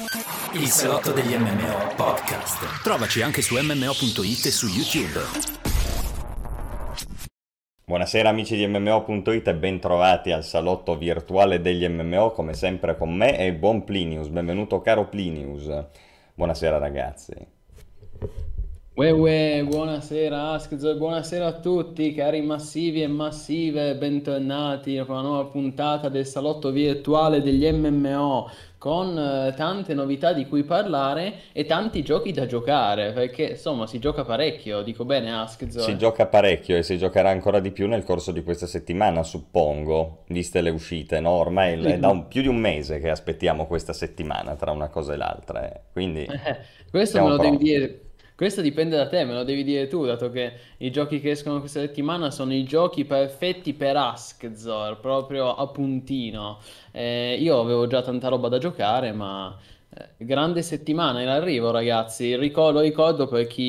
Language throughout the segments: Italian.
Il salotto degli MMO podcast. Trovaci anche su mmo.it e su YouTube. Buonasera amici di MMO.it e ben trovati al salotto virtuale degli MMO, come sempre con me e buon Plinius. Benvenuto caro Plinius. Buonasera ragazzi. Buonasera Askzo, buonasera a tutti cari massivi e massive, bentornati a una nuova puntata del salotto virtuale degli MMO con tante novità di cui parlare e tanti giochi da giocare, perché insomma si gioca parecchio, dico bene Askzo? Si gioca parecchio e si giocherà ancora di più nel corso di questa settimana, suppongo, viste le uscite, no? Ormai è da più di un mese che aspettiamo questa settimana tra una cosa e l'altra, quindi questo siamo me lo devi pronti. dire. Questo dipende da te, me lo devi dire tu, dato che i giochi che escono questa settimana sono i giochi perfetti per Askzor, proprio a puntino. Io avevo già tanta roba da giocare, ma grande settimana in arrivo, ragazzi. Lo ricordo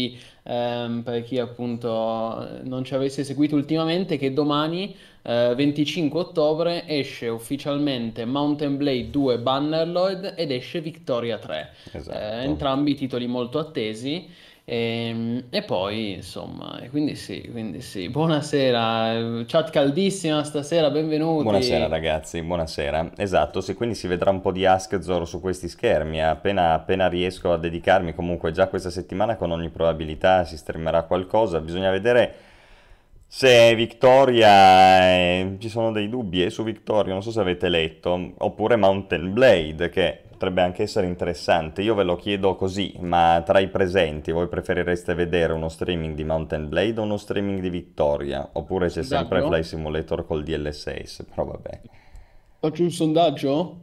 per chi appunto non ci avesse seguito ultimamente, che domani, 25 ottobre, esce ufficialmente Mount & Blade 2 Bannerlord ed esce Victoria 3. Esatto. Entrambi titoli molto attesi. E poi insomma, quindi sì. Buonasera, chat caldissima stasera, benvenuti. Buonasera ragazzi, buonasera. Esatto, sì, quindi si vedrà un po' di Askzor su questi schermi. Appena riesco a dedicarmi, comunque già questa settimana con ogni probabilità si streamerà qualcosa. Bisogna vedere se Victoria, ci sono dei dubbi su Victoria, non so se avete letto, oppure Mount & Blade, che potrebbe anche essere interessante. Io ve lo chiedo così, ma tra i presenti voi preferireste vedere uno streaming di Mount & Blade o uno streaming di Victoria? Oppure c'è sempre Sondaggio? Flight Simulator col DLSS, però vabbè. Faccio un sondaggio?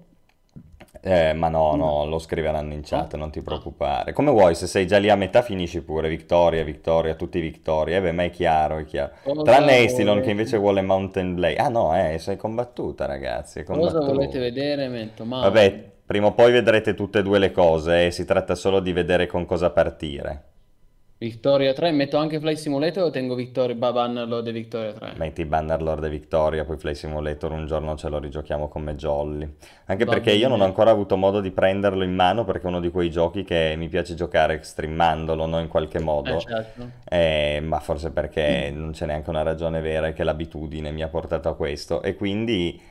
Ma no, lo scriveranno in chat, No? non ti Ah, preoccupare. Come vuoi, se sei già lì a metà finisci pure, Victoria, tutti Victoria. Beh, ma è chiaro, è chiaro. cosa Tranne Estilon che invece volete, vuole Mountain Blade. Ah no, sei combattuta ragazzi, è cosa volete combattuta. vedere? Metto Mount. Vabbè, prima o poi vedrete tutte e due le cose, si tratta solo di vedere con cosa partire. Victoria 3, metto anche Flight Simulator o tengo Victoria Bannerlord e Victoria 3? Metti Bannerlord e Victoria, poi Flight Simulator un giorno ce lo rigiochiamo come jolly. Anche Va perché io non ho bene. ancora avuto modo di prenderlo in mano perché è uno di quei giochi che mi piace giocare streamandolo, no, in qualche modo. Certo. Ma forse perché non c'è neanche una ragione vera, è che l'abitudine mi ha portato a questo. E quindi,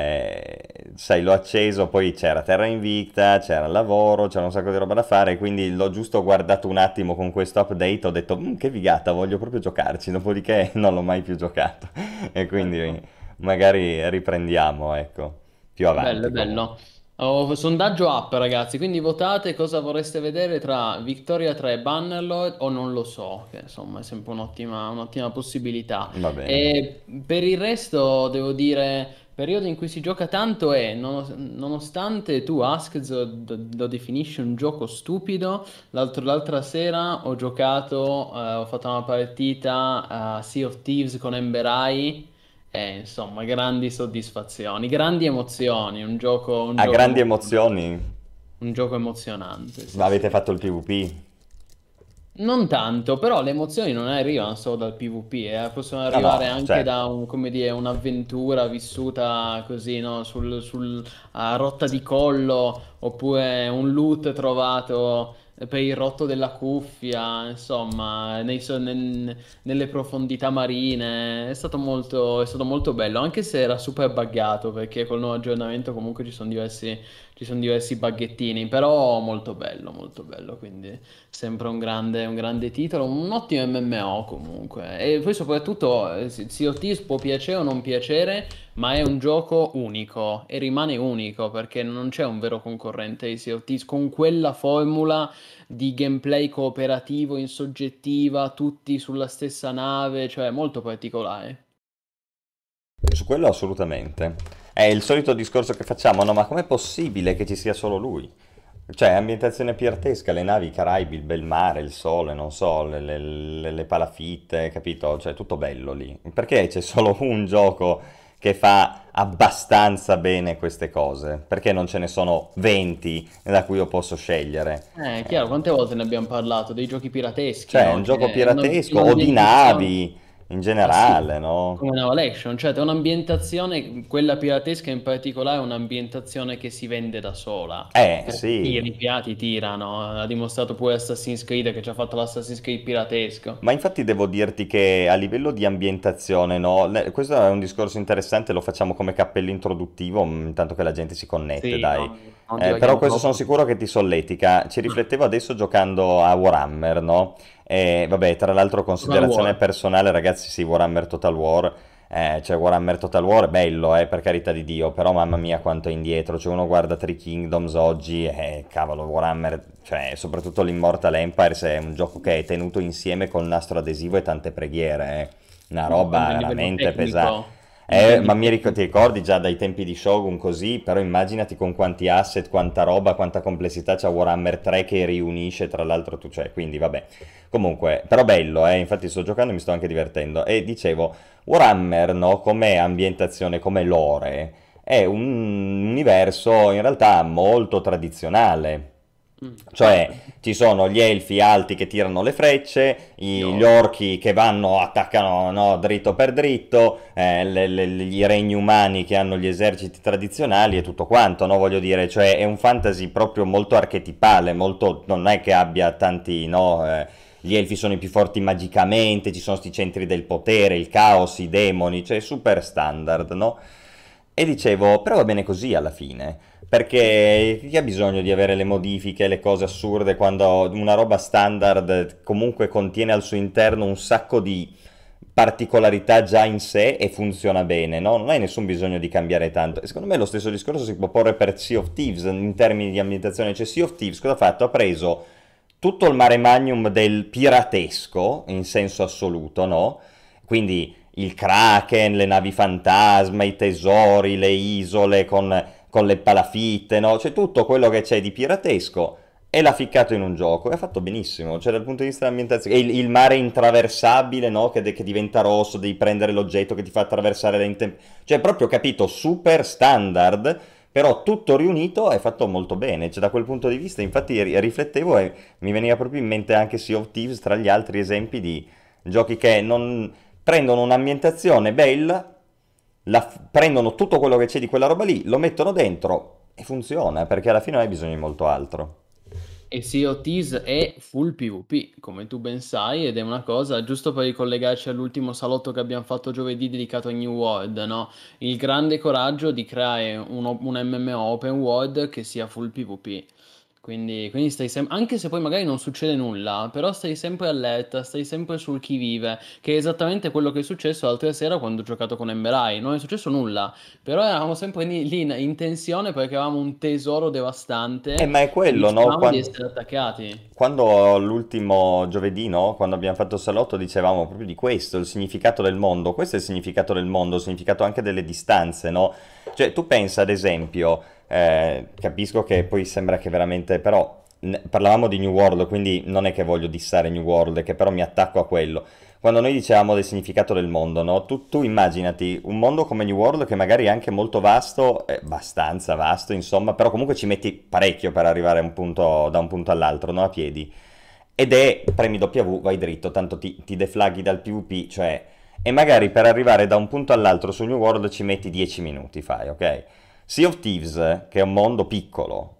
sai, l'ho acceso, poi c'era Terra Invicta, c'era il lavoro, c'era un sacco di roba da fare, quindi l'ho giusto guardato un attimo con questo update, ho detto, che figata, voglio proprio giocarci, dopodiché non l'ho mai più giocato. E quindi Ecco. magari riprendiamo, ecco, più Bello, avanti comunque. bello. Sondaggio app, ragazzi, quindi votate cosa vorreste vedere tra Victoria 3 e Bannerlord o non lo so, che insomma è sempre un'ottima possibilità. Va bene. E per il resto devo dire, periodo in cui si gioca tanto è, nonostante tu Ask lo definisci un gioco stupido, l'altra sera ho giocato, ho fatto una partita a Sea of Thieves con Emberai. Insomma, grandi soddisfazioni, grandi emozioni, A grandi emozioni, un gioco emozionante, sì, ma avete sì. fatto il PvP? Non tanto, però le emozioni non arrivano solo dal PvP, possono No, arrivare no, anche da certo. come dire, un'avventura vissuta così, no? A rotta di collo, oppure un loot trovato per il rotto della cuffia, insomma, nelle profondità marine. È stato molto bello, anche se era super buggato, perché col nuovo aggiornamento comunque ci sono diversi buggettini, però molto bello, quindi sempre un grande titolo, un ottimo MMO comunque. E poi soprattutto Sea of Thieves può piacere o non piacere, ma è un gioco unico e rimane unico perché non c'è un vero concorrente di Sea of Thieves con quella formula di gameplay cooperativo in soggettiva, tutti sulla stessa nave, cioè molto particolare. Su quello assolutamente. È il solito discorso che facciamo, no? Ma com'è possibile che ci sia solo lui? Cioè, ambientazione piratesca, le navi, i Caraibi, il bel mare, il sole, non so, le palafitte, capito? Cioè, tutto bello lì. Perché c'è solo un gioco che fa abbastanza bene queste cose? Perché non ce ne sono 20 da cui io posso scegliere? Chiaro, quante volte ne abbiamo parlato dei giochi pirateschi, Cioè, no? un Che gioco è piratesco o di un'ambientazione. navi. in Ma sì, generale, no? come Naval Action, cioè è un'ambientazione, quella piratesca in particolare, è un'ambientazione che si vende da sola, perché Sì. i tirano, ha dimostrato pure Assassin's Creed che ci ha fatto l'Assassin's Creed piratesco. Ma infatti devo dirti che a livello di ambientazione, no, questo è un discorso interessante, lo facciamo come cappello introduttivo, intanto che la gente si connette, Sì, dai. non Però divaghiamo questo sono troppo. sicuro che ti solletica. Ci Ah, riflettevo adesso giocando a Warhammer, no? E vabbè, tra l'altro Total considerazione War. personale, ragazzi, sì, Warhammer Total War. Cioè Warhammer Total War è bello, per carità di Dio, però mamma mia quanto è indietro, cioè uno guarda Three Kingdoms oggi e cavolo, Warhammer, cioè soprattutto l'Immortal Empires è un gioco che è tenuto insieme col nastro adesivo e tante preghiere, una Ma roba quando a livello veramente pesante. tecnico, intendi Ma ti tecnico. ricordi già dai tempi di Shogun così, però immaginati con quanti asset, quanta roba, quanta complessità c'ha Warhammer 3 che riunisce tra l'altro tu, cioè, quindi vabbè. Comunque, però bello, infatti sto giocando e mi sto anche divertendo. E dicevo, Warhammer, no, come ambientazione, come lore, è un universo in realtà molto tradizionale. Cioè, Certo. ci sono gli elfi alti che tirano le frecce, Gli gli orchi. orchi che vanno, attaccano no, dritto per dritto, i regni umani che hanno gli eserciti tradizionali e tutto quanto, no? Voglio dire, cioè è un fantasy proprio molto archetipale, molto, non è che abbia tanti, no? Gli elfi sono i più forti magicamente, ci sono sti centri del potere, il caos, i demoni, cioè super standard, no? E dicevo, però va bene così alla fine, perché chi ha bisogno di avere le modifiche, le cose assurde, quando una roba standard comunque contiene al suo interno un sacco di particolarità già in sé e funziona bene, no? Non hai nessun bisogno di cambiare tanto. E secondo me lo stesso discorso si può porre per Sea of Thieves in termini di ambientazione. Cioè Sea of Thieves cosa ha fatto? Ha preso tutto il mare magnum del piratesco, in senso assoluto, no? Quindi il Kraken, le navi fantasma, i tesori, le isole con le palafitte, no? Cioè tutto quello che c'è di piratesco e l'ha ficcato in un gioco e ha fatto benissimo. Cioè dal punto di vista dell'ambientazione, e il mare intraversabile, no? Che diventa rosso, devi prendere l'oggetto che ti fa attraversare le cioè proprio capito, super standard. Però tutto riunito è fatto molto bene, cioè da quel punto di vista infatti riflettevo e mi veniva proprio in mente anche Sea of Thieves tra gli altri esempi di giochi che non prendono un'ambientazione bella, prendono tutto quello che c'è di quella roba lì, lo mettono dentro e funziona, perché alla fine non hai bisogno di molto altro. E Sea of Thieves è full PvP, come tu ben sai, ed è una cosa, giusto per ricollegarci all'ultimo salotto che abbiamo fatto giovedì dedicato a New World, no? Il grande coraggio di creare un MMO open world che sia full PvP. Quindi stai sempre, anche se poi magari non succede nulla, però stai sempre allerta, stai sempre sul chi vive, che è esattamente quello che è successo l'altra sera quando ho giocato con Ember Eye. Non è successo nulla, però eravamo sempre lì in tensione perché avevamo un tesoro devastante Ma è e quello, no? rischiavamo di essere attaccati. Quando l'ultimo giovedì, no? Quando abbiamo fatto il salotto, dicevamo proprio di questo, il significato del mondo. Questo è il significato del mondo, il significato anche delle distanze, no? Cioè, tu pensa, ad esempio, capisco che poi sembra che veramente, però, parlavamo di New World, quindi non è che voglio dissare New World, che però mi attacco a quello. Quando noi dicevamo del significato del mondo, no? Tu immaginati un mondo come New World che magari è anche molto vasto, abbastanza vasto, insomma, però comunque ci metti parecchio per arrivare da un punto all'altro, no? A piedi. Ed è premi W, vai dritto, tanto ti deflaghi dal PvP, cioè... E magari per arrivare da un punto all'altro su New World ci metti 10 minuti, fai, ok? Sea of Thieves, che è un mondo piccolo,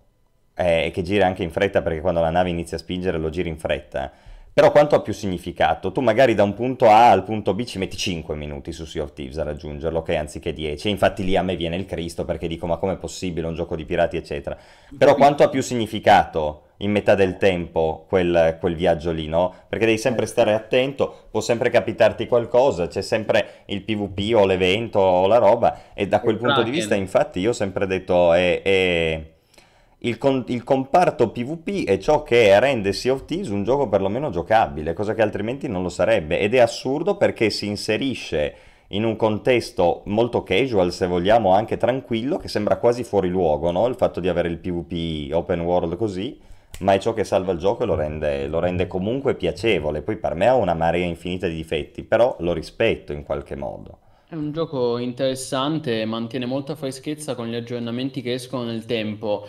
e che gira anche in fretta perché quando la nave inizia a spingere lo giri in fretta, però quanto ha più significato? Tu magari da un punto A al punto B ci metti 5 minuti su Sea of Thieves a raggiungerlo, ok? Anziché 10. E infatti lì a me viene il Cristo perché dico ma com'è possibile un gioco di pirati eccetera. Un po' Però quanto ha piccolo. più significato in metà del tempo quel viaggio lì, no? Perché devi sempre stare attento, può sempre capitarti qualcosa, c'è sempre il PvP o l'evento o la roba e da Il quel punto di vista Kraken. infatti io ho sempre detto il comparto PvP è ciò che rende Sea of Thieves un gioco perlomeno giocabile, cosa che altrimenti non lo sarebbe. Ed è assurdo perché si inserisce in un contesto molto casual, se vogliamo, anche tranquillo, che sembra quasi fuori luogo, no? Il fatto di avere il PvP open world così, ma è ciò che salva il gioco e lo rende comunque piacevole. Poi per me ha una marea infinita di difetti, però lo rispetto in qualche modo. È un gioco interessante, mantiene molta freschezza con gli aggiornamenti che escono nel tempo.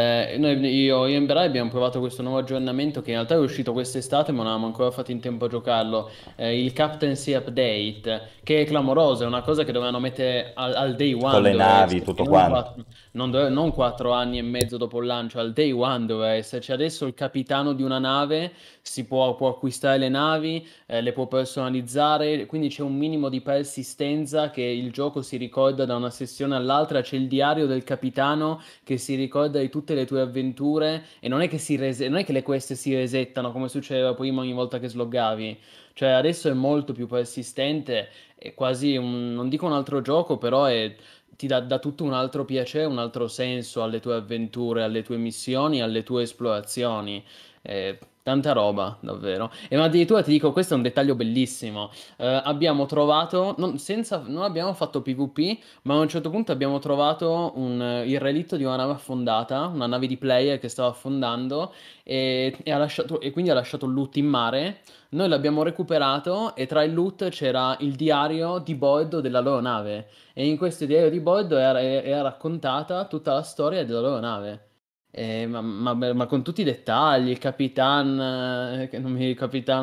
Io e Berai abbiamo provato questo nuovo aggiornamento che in realtà è uscito quest'estate, ma non avevamo ancora fatto in tempo a giocarlo. Il Captaincy Update, che è clamoroso, è una cosa che dovevano mettere al day Con one, le doveva navi, esserci, tutto quanto. non 4 anni e mezzo dopo il lancio, al day one doveva esserci. Adesso il capitano di una nave può acquistare le navi, le può personalizzare, quindi c'è un minimo di persistenza che il gioco si ricorda da una sessione all'altra, c'è il diario del capitano che si ricorda di tutte le tue avventure e non è che le quest si resettano come succedeva prima ogni volta che sloggavi, cioè adesso è molto più persistente, è quasi non dico un altro gioco, però ti dà tutto un altro piacere, un altro senso alle tue avventure, alle tue missioni, alle tue esplorazioni. Tanta roba, davvero. E ma addirittura ti dico, questo è un dettaglio bellissimo. Abbiamo trovato, non abbiamo fatto PvP, ma a un certo punto abbiamo trovato il relitto di una nave affondata, una nave di player che stava affondando e quindi ha lasciato il loot in mare. Noi l'abbiamo recuperato e tra il loot c'era il diario di bordo della loro nave. E in questo diario di bordo era raccontata tutta la storia della loro nave. Ma con tutti i dettagli, il capitan, che non mi il capitano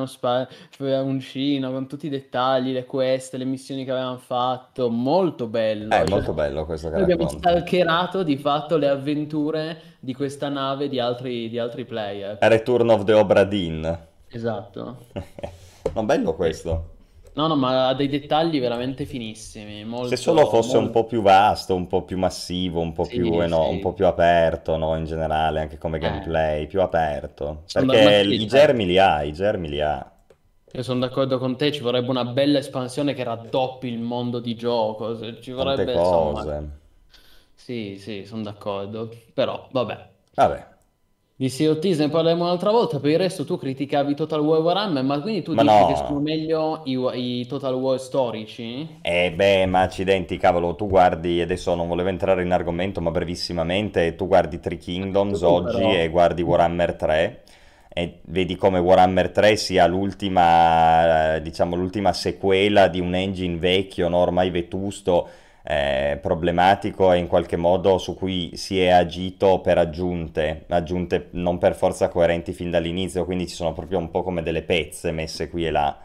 uncino, con tutti i dettagli, le quest, le missioni che avevamo fatto, molto È bello. Cioè, molto bello questo che noi abbiamo racconti. stalkerato di fatto le avventure di questa nave di altri player. Return of the Obra Dinn. Esatto. Non bello Sì. questo. No, no, ma ha dei dettagli veramente finissimi, Se solo molto, fosse un molto. po' più vasto, un po' più massivo, un po' più, Sì, un po' sì. più aperto, no, in generale, anche come Eh, gameplay, più aperto. ma Perché sì, i certo. germi li ha, i germi li ha. Io sono d'accordo con te, ci vorrebbe una bella espansione che raddoppi il mondo di gioco, ci Tante vorrebbe, insomma, cose. sì, sì, sono d'accordo, però vabbè. Vabbè. Di Sea of Thieves ne parleremo un'altra volta, per il resto tu criticavi Total War Warhammer, ma quindi tu Ma dici che sono no. meglio i Total War storici? Beh, ma accidenti, cavolo, tu guardi, adesso non volevo entrare in argomento, ma brevissimamente, tu guardi Three Kingdoms Tu oggi però. e guardi Warhammer 3 e vedi come Warhammer 3 sia l'ultima, diciamo, l'ultima sequela di un engine vecchio, no, ormai vetusto, problematico e in qualche modo su cui si è agito per aggiunte, aggiunte non per forza coerenti fin dall'inizio, quindi ci sono proprio un po' come delle pezze messe qui e là.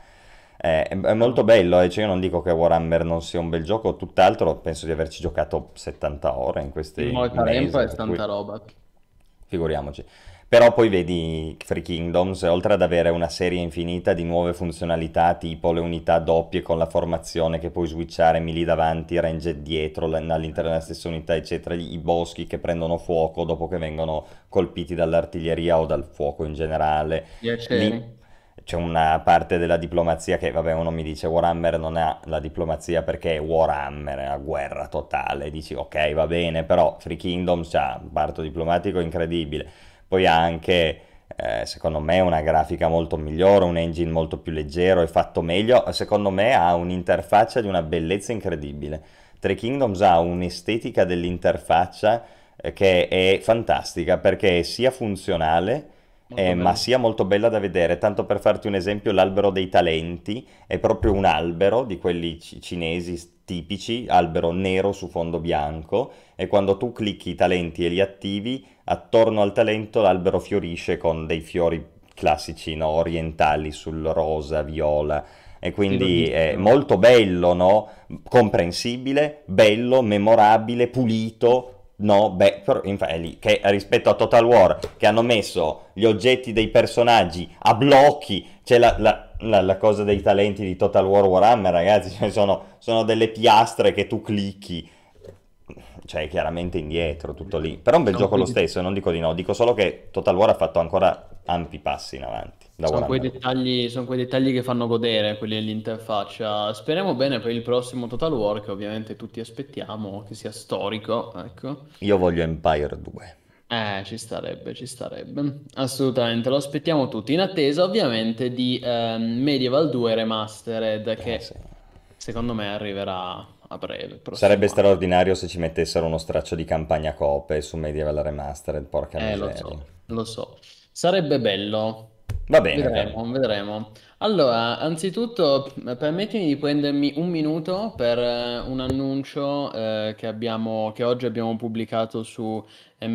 È molto bello, cioè io non dico che Warhammer non sia un bel gioco, tutt'altro penso di averci giocato 70 ore in questi Molta tempo mesi, è per cui tanta roba. figuriamoci. Però poi vedi Free Kingdoms, oltre ad avere una serie infinita di nuove funzionalità, tipo le unità doppie con la formazione che puoi switchare melee davanti, range dietro, all'interno della stessa unità, eccetera, i boschi che prendono fuoco dopo che vengono colpiti dall'artiglieria o dal fuoco in generale. Piaceri. Lì c'è una parte della diplomazia che, vabbè, uno mi dice Warhammer non ha la diplomazia perché è Warhammer, è la guerra totale. Dici, ok, va bene, però Free Kingdoms ha un parto diplomatico incredibile. Poi ha anche, secondo me, una grafica molto migliore, un engine molto più leggero e fatto meglio. Secondo me ha un'interfaccia di una bellezza incredibile. Three Kingdoms ha un'estetica dell'interfaccia che è fantastica perché è sia funzionale Molto ma bello. sia molto bella da vedere. Tanto per farti un esempio, l'albero dei talenti è proprio un albero di quelli cinesi tipici, albero nero su fondo bianco, e quando tu clicchi i talenti e li attivi, attorno al talento l'albero fiorisce con dei fiori classici, no, orientali sul rosa, viola. E quindi è Filosissimo. molto bello, no? Comprensibile, bello, memorabile, pulito. No, beh, è lì che rispetto a Total War, che hanno messo gli oggetti dei personaggi a blocchi, c'è la cosa dei talenti di Total War Warhammer, ragazzi, cioè sono delle piastre che tu clicchi, cioè chiaramente indietro, tutto lì. Però è un bel Sono gioco lo quei, stesso, non dico di no, dico solo che Total War ha fatto ancora ampi passi in avanti da Warhammer. sono quei dettagli che fanno godere, quelli dell'interfaccia. Speriamo bene per il prossimo Total War, che ovviamente tutti aspettiamo che sia storico, ecco. Io voglio Empire 2. Ci starebbe, ci starebbe. Assolutamente, lo aspettiamo tutti, in attesa ovviamente di Medieval 2 Remastered, Sì. che secondo me arriverà a breve, il Sarebbe prossimo anno. straordinario se ci mettessero uno straccio di campagna coop su Medieval Remastered, porca Lo miseria. so, lo so. Sarebbe bello. Va bene, Vedremo, vedremo. Allora, anzitutto, permettimi di prendermi un minuto per un annuncio che oggi abbiamo pubblicato su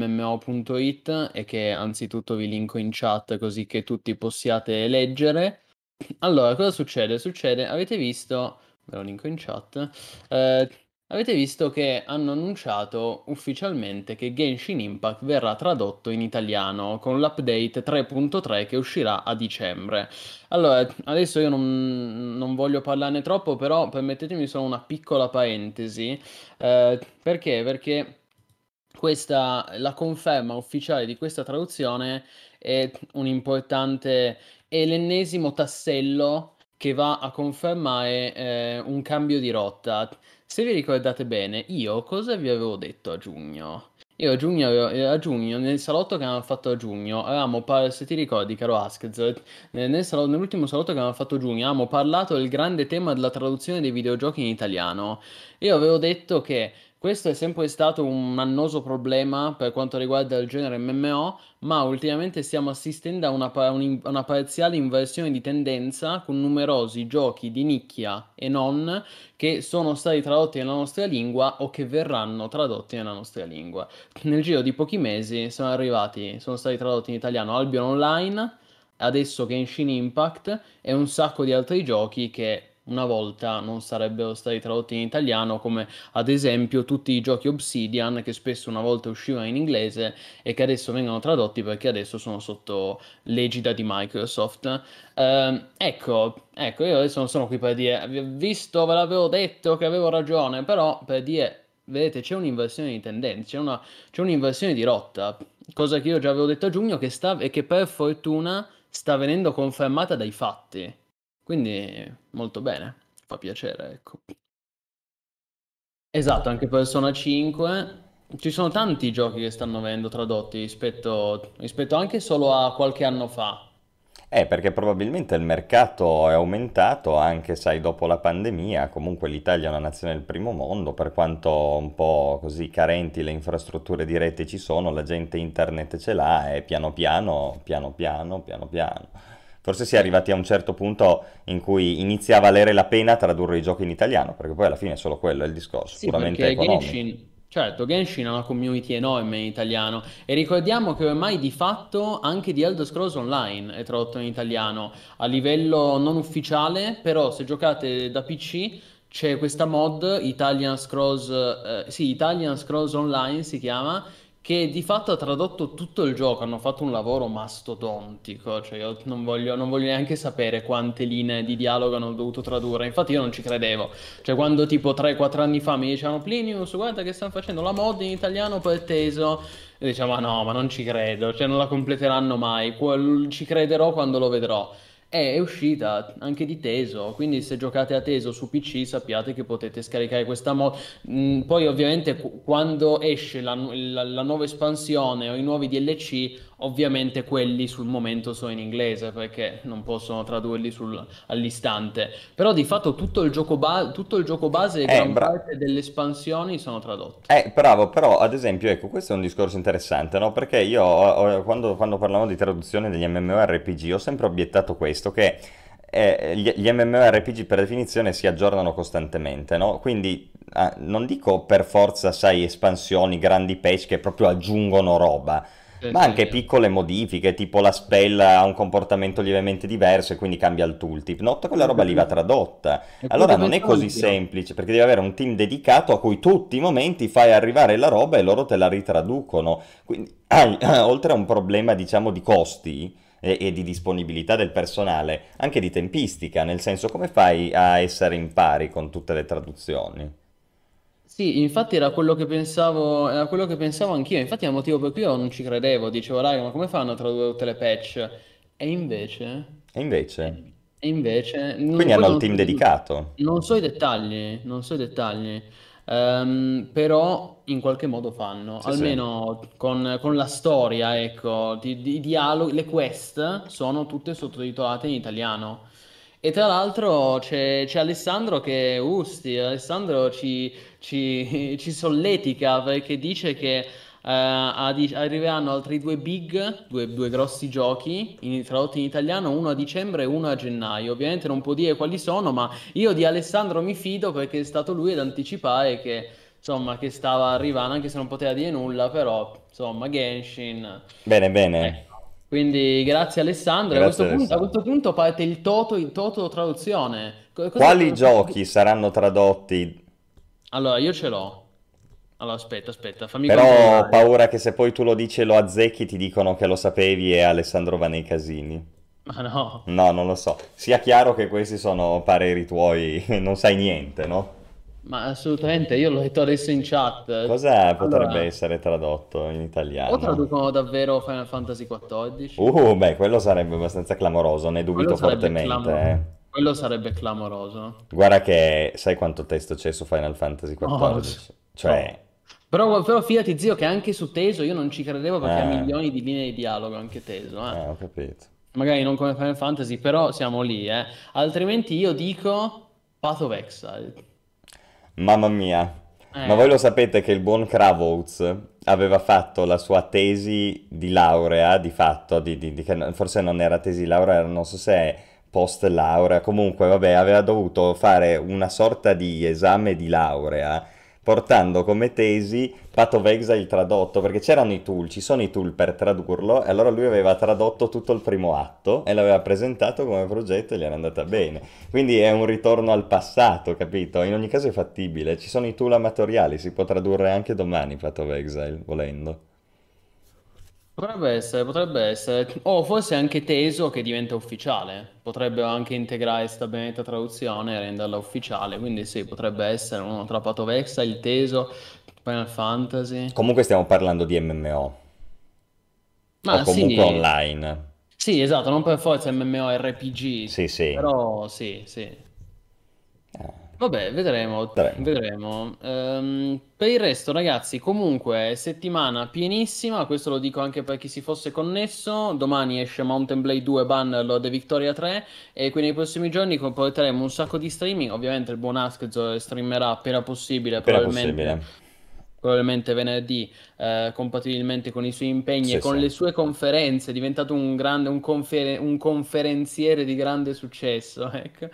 mmo.it e che anzitutto vi linko in chat così che tutti possiate leggere. Allora, cosa succede? Succede, avete visto, ve lo linko in chat, eh, avete visto che hanno annunciato ufficialmente che Genshin Impact verrà tradotto in italiano con l'update 3.3 che uscirà a dicembre. Allora, adesso io non voglio parlarne troppo, però permettetemi solo una piccola parentesi. Perché? Perché la conferma ufficiale di questa traduzione è un importante, è l'ennesimo tassello che va a confermare un cambio di rotta. Se vi ricordate bene, io cosa vi avevo detto a giugno? Io a giugno, nel salotto che avevamo fatto a giugno, se ti ricordi, caro Askez, nell'ultimo salotto che avevamo fatto a giugno, avevamo parlato del grande tema della traduzione dei videogiochi in italiano. Io avevo detto che questo è sempre stato un annoso problema per quanto riguarda il genere MMO, ma ultimamente stiamo assistendo a una parziale inversione di tendenza con numerosi giochi di nicchia e non che sono stati tradotti nella nostra lingua o che verranno tradotti nella nostra lingua. Nel giro di pochi mesi sono stati tradotti in italiano Albion Online, adesso Genshin Impact e un sacco di altri giochi che una volta non sarebbero stati tradotti in italiano, come ad esempio tutti i giochi Obsidian che spesso una volta uscivano in inglese e che adesso vengono tradotti perché adesso sono sotto l'egida di Microsoft. Ecco, io adesso non sono qui per dire, visto, ve l'avevo detto che avevo ragione, però per dire, vedete, c'è un'inversione di tendenza, c'è un'inversione di rotta, cosa che io già avevo detto a giugno e che per fortuna sta venendo confermata dai fatti. Quindi molto bene, fa piacere, ecco. Esatto, anche Persona 5. Ci sono tanti giochi che stanno venendo tradotti rispetto anche solo a qualche anno fa. Perché probabilmente il mercato è aumentato anche, sai, dopo la pandemia. Comunque l'Italia è una nazione del primo mondo, per quanto un po' così carenti le infrastrutture di rete ci sono, la gente internet ce l'ha e piano piano, piano piano, piano piano. Forse si è Sì. arrivati a un certo punto in cui inizia a valere la pena tradurre i giochi in italiano, perché poi alla fine è solo quello è il discorso, Sì, puramente perché economico. Genshin ha una community enorme in italiano e ricordiamo che ormai di fatto anche di Elder Scrolls Online è tradotto in italiano a livello non ufficiale, però se giocate da PC c'è questa mod Italian Scrolls Online si chiama, che di fatto ha tradotto tutto il gioco, hanno fatto un lavoro mastodontico, cioè io non voglio neanche sapere quante linee di dialogo hanno dovuto tradurre, infatti io non ci credevo. Cioè, quando tipo 3-4 anni fa mi dicevano Plinius, guarda che stanno facendo la mod in italiano per Teso. E dicevo, ma no, ma non ci credo, cioè non la completeranno mai. Ci crederò quando lo vedrò. È uscita anche di Teso, quindi se giocate a Teso su PC sappiate che potete scaricare questa mod. Poi ovviamente quando esce la nuova espansione o i nuovi DLC, ovviamente quelli sul momento sono in inglese perché non possono tradurli all'istante. Però di fatto tutto il gioco base e gran Bra- parte delle espansioni sono tradotte. Bravo, però ad esempio, ecco, questo è un discorso interessante, no? Perché io, quando parlavamo di traduzione degli MMORPG, ho sempre obiettato questo, che gli MMORPG per definizione si aggiornano costantemente, no? Quindi non dico per forza, sai, espansioni, grandi patch che proprio aggiungono roba, Sì, ma sì, anche sì. piccole modifiche, tipo la spell ha un comportamento lievemente diverso e quindi cambia il tooltip. No, tutta quella Ho roba lì va capito. tradotta. È quello Allora che non è pensavo così anch'io. semplice, perché devi avere un team dedicato a cui tutti i momenti fai arrivare la roba e loro te la ritraducono. Quindi, oltre a un problema, diciamo, di costi e di disponibilità del personale, anche di tempistica, nel senso come fai a essere in pari con tutte le traduzioni? Sì, infatti era quello che pensavo anch'io, infatti è il motivo per cui io non ci credevo, dicevo, raga, ma come fanno a tradurre tutte le patch? E invece, E invece? Quindi poi hanno il team dedicato. non so i dettagli, non so i dettagli, però in qualche modo fanno, Sì, sì. almeno con la storia, ecco, i dialoghi, le quest sono tutte sottotitolate in italiano. E tra l'altro c'è Alessandro che, Alessandro ci solletica perché dice che arriveranno altri due big, due grossi giochi tradotti in italiano, uno a dicembre e uno a gennaio. Ovviamente non può dire quali sono, ma io di Alessandro mi fido perché è stato lui ad anticipare che, insomma, che stava arrivando, anche se non poteva dire nulla, però, insomma, Genshin. Bene, bene. Ecco. Quindi grazie Alessandro. E Grazie a Alessandro. questo punto parte il Toto traduzione. Quali giochi saranno tradotti? Allora, io ce l'ho. Allora, aspetta, fammi Però ho controllare. paura che se poi tu lo dici e lo azzecchi ti dicono che lo sapevi e Alessandro va nei casini. Ma no. No, non lo so. Sia chiaro che questi sono pareri tuoi, non sai niente, no? Ma assolutamente, io l'ho detto adesso in chat. Cosa potrebbe Allora, essere tradotto in o italiano? traducono davvero Final Fantasy XIV, Beh, quello sarebbe abbastanza clamoroso, ne quello dubito sarebbe fortemente, eh. quello sarebbe clamoroso. Guarda che sai quanto testo c'è su Final Fantasy No, lo XIV? so. Cioè, Però fidati, zio, che anche su Teso io non ci credevo perché ha eh, milioni di linee di dialogo anche Teso, eh. ho capito. Magari non come Final Fantasy, però siamo lì, eh. Altrimenti io dico Path of Exile. Mamma mia, ma voi Eh, lo sapete che il buon Kravitz aveva fatto la sua tesi di laurea, di fatto, che forse non era tesi di laurea, non so se è post laurea, comunque vabbè, aveva dovuto fare una sorta di esame di laurea portando come tesi Path of Exile tradotto, perché c'erano i tool, ci sono i tool per tradurlo, e allora lui aveva tradotto tutto il primo atto e l'aveva presentato come progetto e gli era andata bene. Quindi è un ritorno al passato, capito? In ogni caso è fattibile, ci sono i tool amatoriali, si può tradurre anche domani Path of Exile, volendo. potrebbe essere, potrebbe essere. O forse anche Teso che diventa ufficiale. Potrebbe anche integrare sta benedetta traduzione e renderla ufficiale. Quindi sì, potrebbe essere uno tra Path of Exile, il Teso, Final Fantasy. Comunque stiamo parlando di MMO, o Ma comunque sì, online. sì, esatto, non per forza MMORPG, Sì, sì. però sì, sì. Vabbè, vedremo, Vedremo. vedremo. Per il resto, ragazzi, comunque, settimana pienissima, questo lo dico anche per chi si fosse connesso. Domani esce Mountain Blade 2 Bannerlord e Victoria 3 e quindi nei prossimi giorni porteremo un sacco di streaming. Ovviamente il buon Askzo streamerà appena possibile, Appena probabilmente, possibile. probabilmente venerdì, compatibilmente con i suoi impegni e Sì, con sì. le sue conferenze. È diventato un conferenziere di grande successo, ecco.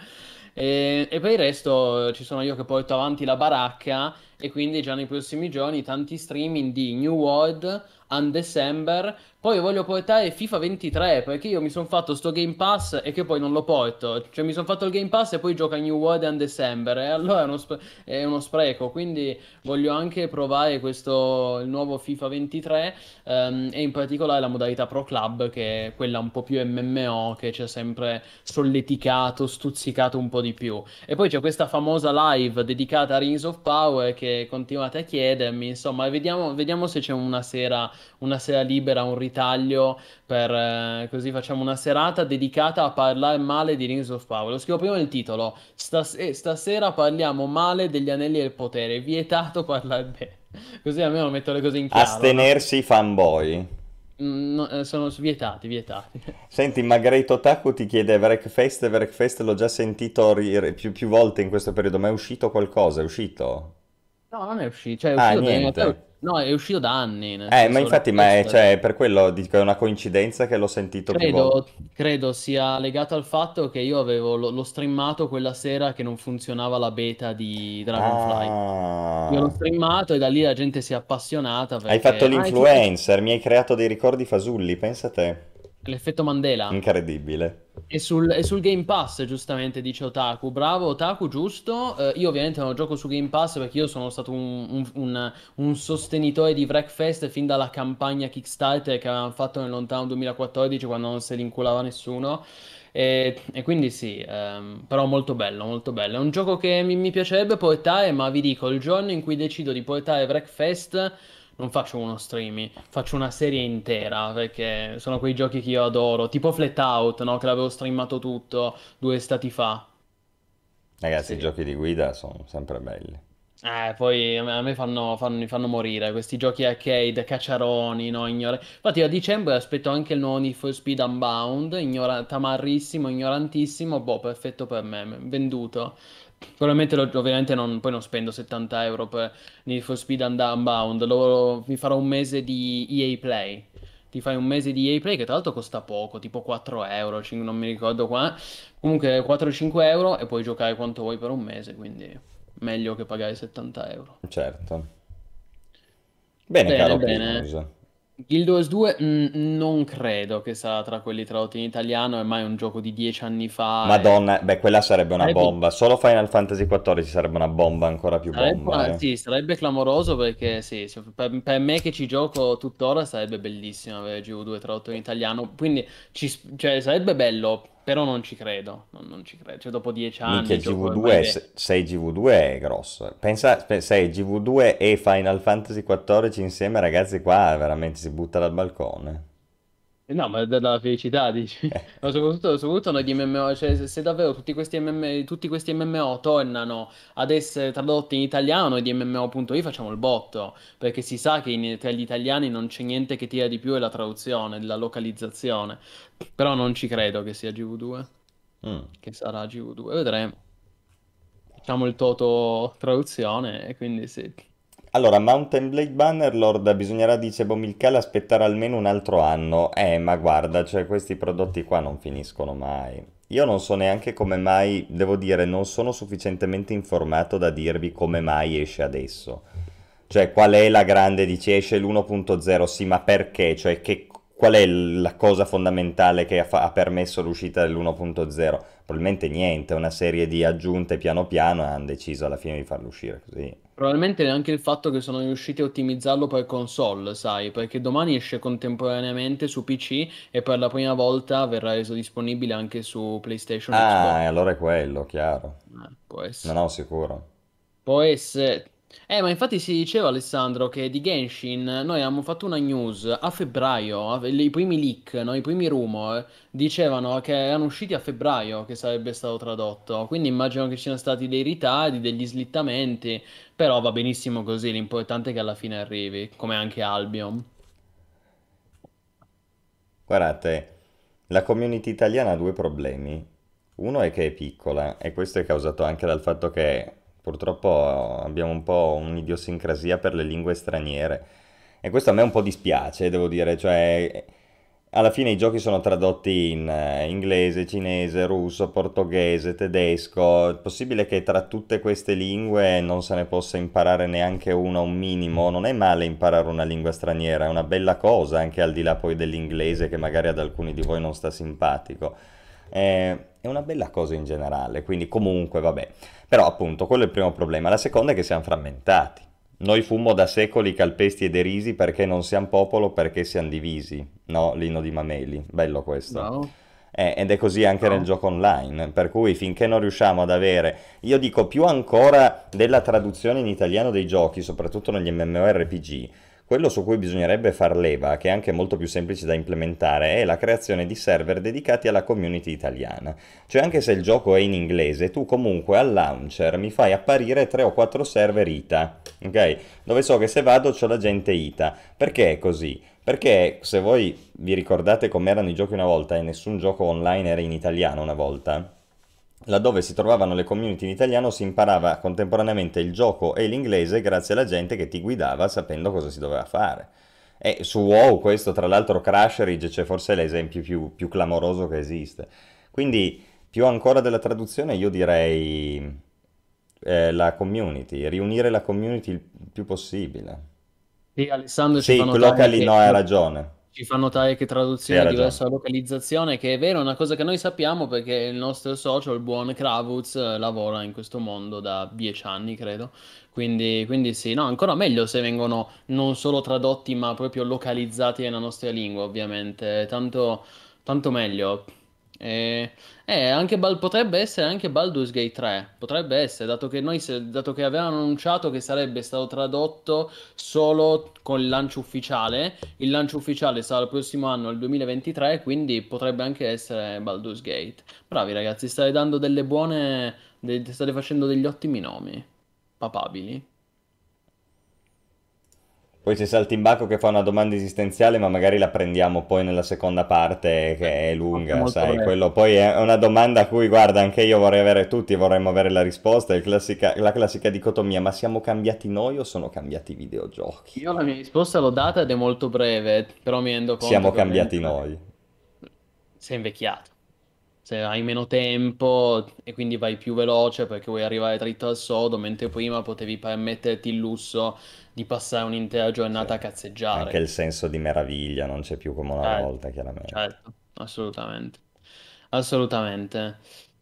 E per il resto ci sono io che porto avanti la baracca e quindi già nei prossimi giorni tanti streaming di New World, Undecember. Poi voglio portare FIFA 23 perché io mi sono fatto sto Game Pass e che poi non lo porto. Cioè mi sono fatto il Game Pass e poi gioco a New World e Undecember e allora è uno spreco. Quindi voglio anche provare il nuovo FIFA 23 e in particolare la modalità Pro Club che è quella un po' più MMO che ci ha sempre solleticato, stuzzicato un po' di più. E poi c'è questa famosa live dedicata a Rings of Power che continuate a chiedermi, insomma, vediamo se c'è una sera libera, un ritaglio per così facciamo una serata dedicata a parlare male di Rings of Power. Lo scrivo prima nel titolo. Stasera parliamo male degli Anelli del Potere, vietato parlare bene. Così almeno metto le cose in chiaro, no? Astenersi fanboy. No, sono vietati, vietati. Senti, ma Great Otaku ti chiede Wreckfest, Wreckfest l'ho già sentito più volte in questo periodo, ma è uscito qualcosa? È uscito? No, non è uscito, cioè è Ah, uscito in niente. realtà, no, è uscito da anni, nel Ma senso, infatti, ma è, Request, cioè, per quello dico, è una coincidenza che l'ho sentito più volte. credo sia legato al fatto che io avevo l'ho streamato quella sera che non funzionava la beta di Dragonfly. Io l'ho Ah, streamato e da lì la gente si è appassionata hai fatto perché... Ah, l'influencer, mi hai creato dei ricordi fasulli, pensa te. l'effetto Mandela. Incredibile. E sul Game Pass, giustamente dice Otaku. Bravo Otaku, giusto. Io ovviamente non gioco su Game Pass perché io sono stato un sostenitore di Wreckfest fin dalla campagna Kickstarter che avevamo fatto nel lontano 2014 quando non se li inculava nessuno. E quindi sì, però molto bello, molto bello. È un gioco che mi piacerebbe portare, ma vi dico, il giorno in cui decido di portare Wreckfest non faccio uno streaming, faccio una serie intera perché sono quei giochi che io adoro, tipo Flat Out, no? Che l'avevo streamato tutto 2 estati fa. Ragazzi, i Sì. giochi di guida sono sempre belli. Poi a me mi fanno morire questi giochi arcade, cacciaroni, no? Infatti a dicembre aspetto anche il nuovo Need for Speed Unbound, tamarrissimo, ignorantissimo, boh, perfetto per me, venduto. Probabilmente ovviamente poi non spendo 70 euro per Need for Speed Unbound, mi farò un mese di EA Play. Ti fai un mese di EA Play che tra l'altro costa poco, tipo 4 euro, non mi ricordo qua. Comunque 4-5 euro e puoi giocare quanto vuoi per un mese, quindi meglio che pagare 70 euro. Certo. Bene, Bene, caro bene. Pius. Guild Wars 2 non credo che sarà tra quelli tradotti in italiano, è mai un gioco di 10 anni fa e Madonna, beh, quella sarebbe una sarebbe, bomba. Solo Final Fantasy XIV sarebbe una bomba, ancora più bomba, eh. sì, sarebbe clamoroso perché sì, per me che ci gioco tuttora sarebbe bellissimo avere GW2 tradotto in italiano, quindi cioè, sarebbe bello, però non ci credo, non ci credo, cioè dopo 10 anni Minchia, il gioco ormai GV2, 6 GV2 è grosso. Pensa, 6 GV2 e Final Fantasy XIV insieme, ragazzi, qua veramente si butta dal balcone. No, ma è della felicità, dici. Ma soprattutto noi di MMO, cioè se davvero tutti questi MMO tornano ad essere tradotti in italiano, noi di MMO.it facciamo il botto, perché si sa che tra gli italiani non c'è niente che tira di più è la traduzione, la localizzazione. Però non ci credo che sia GV2, Mm. che sarà GV2, vedremo. Facciamo il toto traduzione e quindi sì. Allora, Mountain Blade Bannerlord bisognerà, dice Bomilcal, aspettare almeno un altro anno. Ma guarda, cioè questi prodotti qua non finiscono mai. Io non so neanche come mai, devo dire, non sono sufficientemente informato da dirvi come mai esce adesso. Cioè, qual è la grande, dice, esce l'1.0, sì, ma perché? Cioè, qual è la cosa fondamentale che ha permesso l'uscita dell'1.0? Probabilmente niente, una serie di aggiunte piano piano e hanno deciso alla fine di farlo uscire così. Probabilmente neanche il fatto che sono riusciti a ottimizzarlo per console, sai, perché domani esce contemporaneamente su PC e per la prima volta verrà reso disponibile anche su PlayStation e Ah, Xbox. e allora è quello, chiaro. Può No, essere. no, sicuro. Può essere. Ma infatti si diceva, Alessandro, che di Genshin noi abbiamo fatto una news a febbraio, i primi leak, no? I primi rumor dicevano che erano usciti a febbraio che sarebbe stato tradotto, quindi immagino che ci siano stati dei ritardi, degli slittamenti, però va benissimo così, l'importante è che alla fine arrivi, come anche Albion. Guardate, la community italiana ha due problemi. Uno è che è piccola e questo è causato anche dal fatto che purtroppo abbiamo un po' un'idiosincrasia per le lingue straniere. E questo a me un po' dispiace, devo dire, cioè alla fine i giochi sono tradotti in inglese, cinese, russo, portoghese, tedesco. È possibile che tra tutte queste lingue non se ne possa imparare neanche una un minimo? Non è male imparare una lingua straniera, è una bella cosa, anche al di là poi dell'inglese che magari ad alcuni di voi non sta simpatico. È una bella cosa in generale, quindi comunque vabbè. Però appunto quello è il primo problema. La seconda è che siamo frammentati. Noi fummo da secoli calpesti e derisi perché non siamo popolo, perché siamo divisi. No, Lino di Mameli, bello questo. Bravo. Ed è così anche nel Bravo. gioco online, per cui finché non riusciamo ad avere, io dico più ancora della traduzione in italiano dei giochi, soprattutto negli MMORPG, quello su cui bisognerebbe far leva, che è anche molto più semplice da implementare, è la creazione di server dedicati alla community italiana. Cioè anche se il gioco è in inglese, tu comunque al launcher mi fai apparire 3 o 4 server ITA, ok? Dove so che se vado c'ho la gente ITA. Perché è così? Perché se voi vi ricordate com'erano i giochi una volta e nessun gioco online era in italiano una volta, laddove si trovavano le community in italiano si imparava contemporaneamente il gioco e l'inglese grazie alla gente che ti guidava sapendo cosa si doveva fare. E su WoW questo tra l'altro Crash Ridge c'è forse l'esempio più clamoroso che esiste. Quindi più ancora della traduzione io direi la community, riunire la community il più possibile. Sì, Alessandro Sì, locally no, hai ragione. ci fa notare che Sì, hai traduzione è ragione. diversa da localizzazione, che è vero, è una cosa che noi sappiamo perché il nostro socio, il buon Kravuz, lavora in questo mondo da 10 anni, credo. Quindi sì, no, ancora meglio se vengono non solo tradotti, ma proprio localizzati nella nostra lingua, ovviamente. Tanto meglio. E, potrebbe essere anche Baldur's Gate 3, potrebbe essere, dato che avevano annunciato che sarebbe stato tradotto solo con il lancio ufficiale sarà il prossimo anno, il 2023, quindi potrebbe anche essere Baldur's Gate. Bravi ragazzi, state dando state facendo degli ottimi nomi, papabili. Poi c'è Saltimbacco che fa una domanda esistenziale, ma magari la prendiamo poi nella seconda parte, che è Forse lunga, molto sai. breve. Quello poi è una domanda a cui, guarda, anche io vorrei avere, tutti vorremmo avere la risposta. La classica dicotomia, ma siamo cambiati noi o sono cambiati i videogiochi? Io la mia risposta l'ho data ed è molto breve, però mi rendo conto Siamo che cambiati ovviamente noi. sei invecchiato. Se hai meno tempo e quindi vai più veloce perché vuoi arrivare dritto al sodo, mentre prima potevi permetterti il lusso di passare un'intera Sì. giornata a Anche cazzeggiare. il senso di meraviglia non c'è più come una Certo, volta, chiaramente. certo, assolutamente. Assolutamente.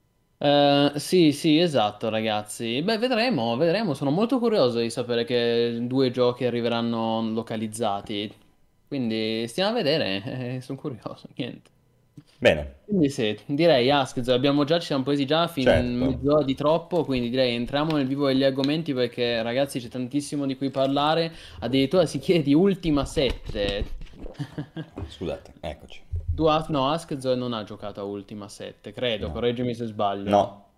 Sì, sì, esatto, ragazzi. Beh, vedremo, vedremo. Sono molto curioso di sapere che due giochi arriveranno localizzati. Quindi stiamo a vedere. Sono curioso, niente. Bene, Quindi sì, direi Askz, ci siamo presi già fin certo. mezz'ora di troppo, quindi direi entriamo nel vivo degli argomenti perché ragazzi c'è tantissimo di cui parlare, addirittura si chiede di Ultima 7. Scusate, eccoci. No, Askz non ha giocato a Ultima 7, credo, No. correggimi se sbaglio. No,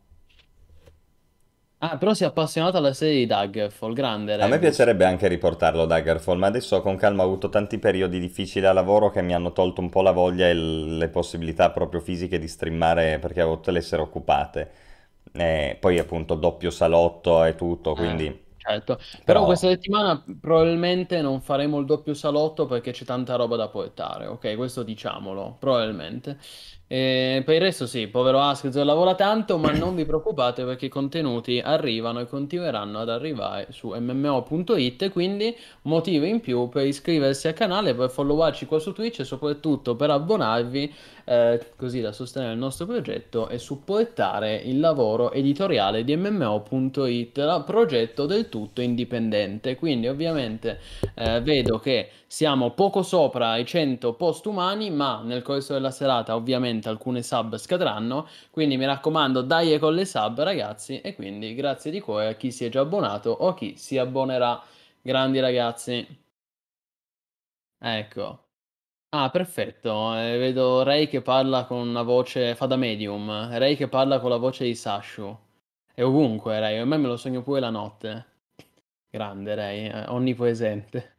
Ah, però si è appassionato alla serie di Daggerfall, grande a me Rebus. piacerebbe anche riportarlo Daggerfall, ma adesso con calma ho avuto tanti periodi difficili a lavoro che mi hanno tolto un po' la voglia e le possibilità proprio fisiche di streamare perché avevo tutte le sere occupate. Poi appunto doppio salotto e tutto, quindi... Certo, però questa Però settimana probabilmente non faremo il doppio salotto perché c'è tanta roba da portare, ok? Questo diciamolo, probabilmente. Per il resto sì, povero Askez lavora tanto, ma non vi preoccupate perché i contenuti arrivano e continueranno ad arrivare su mmo.it, quindi motivo in più per iscriversi al canale, per followarci qua su Twitch e soprattutto per abbonarvi, così da sostenere il nostro progetto e supportare il lavoro editoriale di MMO.it, progetto del tutto indipendente. Quindi ovviamente vedo che siamo poco sopra i 100 post umani, ma nel corso della serata ovviamente alcune sub scadranno, quindi mi raccomando, dai con le sub ragazzi, e quindi grazie di cuore a chi si è già abbonato o a chi si abbonerà. Grandi ragazzi. Ecco. Ah, perfetto. Vedo Ray che parla con una voce, fa da medium. Ray che parla con la voce di Sashu. È ovunque Ray, a me lo sogno pure la notte. Grande Ray, onnipresente.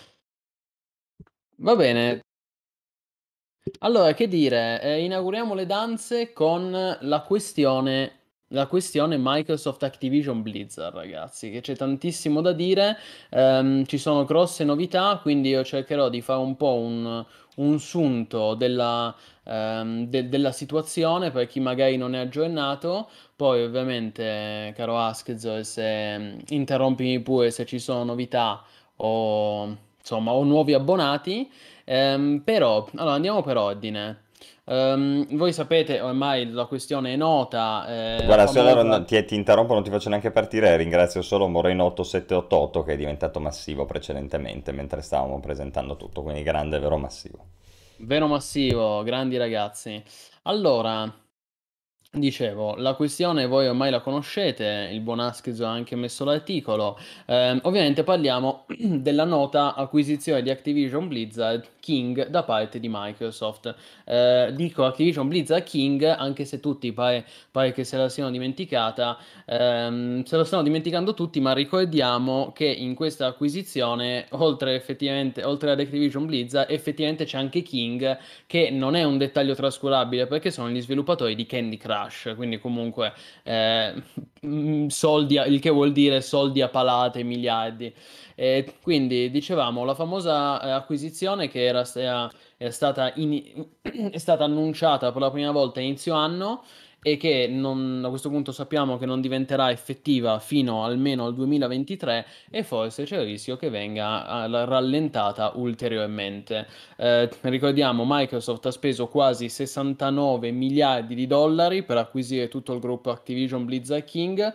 Va bene. Allora, che dire, inauguriamo le danze con la questione Microsoft Activision Blizzard, ragazzi, che c'è tantissimo da dire, ci sono grosse novità, quindi io cercherò di fare un po' un sunto della situazione per chi magari non è aggiornato, poi ovviamente, caro Askzo, se interrompimi pure se ci sono novità o insomma o nuovi abbonati. Però, allora andiamo per ordine. Voi sapete, ormai la questione è nota, la guarda, se allora famosa. ti interrompo, non ti faccio neanche partire, ringrazio solo Moreno 8788 che è diventato massivo precedentemente mentre stavamo presentando tutto, quindi grande, vero massivo. Vero massivo, grandi ragazzi. Allora, dicevo, la questione voi ormai la conoscete, il buon Askis ha anche messo l'articolo. Ovviamente parliamo della nota acquisizione di Activision Blizzard King da parte di Microsoft. Dico Activision Blizzard King anche se tutti pare che se la siano dimenticata, se lo stanno dimenticando tutti, ma ricordiamo che in questa acquisizione, oltre ad Activision Blizzard, effettivamente c'è anche King, che non è un dettaglio trascurabile perché sono gli sviluppatori di Candy Crush, quindi comunque eh, soldi, il che vuol dire soldi a palate, miliardi. E quindi dicevamo la famosa acquisizione che è stata, è stata annunciata per la prima volta a inizio anno e che a questo punto sappiamo che non diventerà effettiva fino almeno al 2023 e forse c'è il rischio che venga rallentata ulteriormente. Ricordiamo, Microsoft ha speso quasi 69 miliardi di dollari per acquisire tutto il gruppo Activision Blizzard King.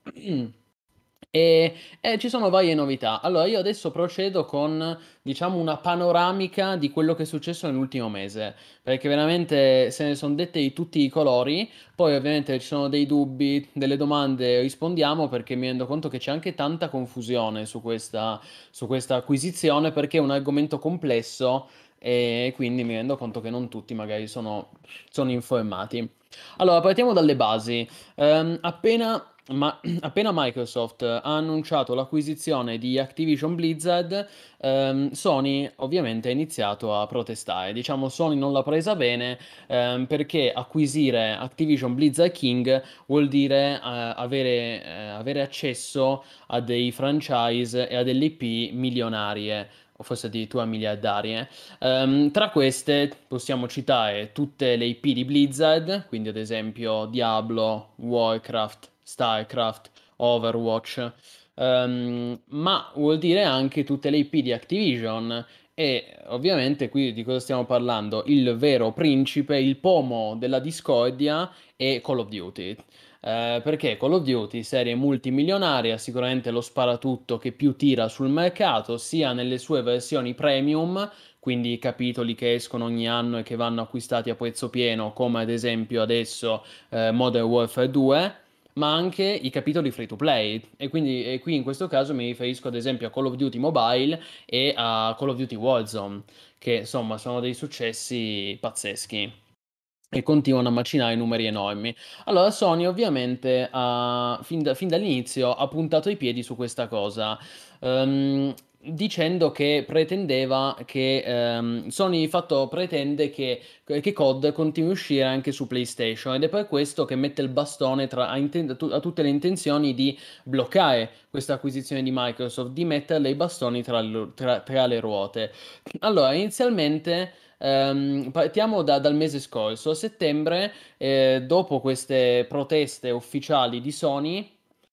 E ci sono varie novità. Allora, io adesso procedo con, diciamo, una panoramica di quello che è successo nell'ultimo mese, perché veramente se ne sono dette di tutti i colori. Poi, ovviamente, ci sono dei dubbi, delle domande, rispondiamo perché mi rendo conto che c'è anche tanta confusione su questa acquisizione, perché è un argomento complesso e quindi mi rendo conto che non tutti magari sono informati. Allora, partiamo dalle basi. Appena ma appena Microsoft ha annunciato l'acquisizione di Activision Blizzard, Sony ovviamente ha iniziato a protestare. Diciamo, Sony non l'ha presa bene, perché acquisire Activision Blizzard King vuol dire avere accesso a dei franchise e a delle IP milionarie, o forse addirittura miliardarie. Tra queste possiamo citare tutte le IP di Blizzard, quindi ad esempio Diablo, Warcraft, StarCraft, Overwatch, ma vuol dire anche tutte le IP di Activision. E ovviamente qui di cosa stiamo parlando? Il vero principe, il pomo della discordia è Call of Duty. Perché Call of Duty, serie multimilionaria, sicuramente lo sparatutto che più tira sul mercato, sia nelle sue versioni premium, quindi i capitoli che escono ogni anno e che vanno acquistati a prezzo pieno, come ad esempio adesso Modern Warfare 2, ma anche i capitoli free to play. E qui in questo caso mi riferisco ad esempio a Call of Duty Mobile e a Call of Duty Warzone, che insomma sono dei successi pazzeschi e continuano a macinare numeri enormi. Allora Sony ovviamente fin dall'inizio ha puntato i piedi su questa cosa, dicendo che pretendeva che Sony di fatto pretende che COD continui a uscire anche su PlayStation, ed è per questo che mette il bastone a tutte le intenzioni di bloccare questa acquisizione di Microsoft, di metterle i bastoni tra le ruote. Allora, inizialmente partiamo dal mese scorso. A settembre, dopo queste proteste ufficiali di Sony,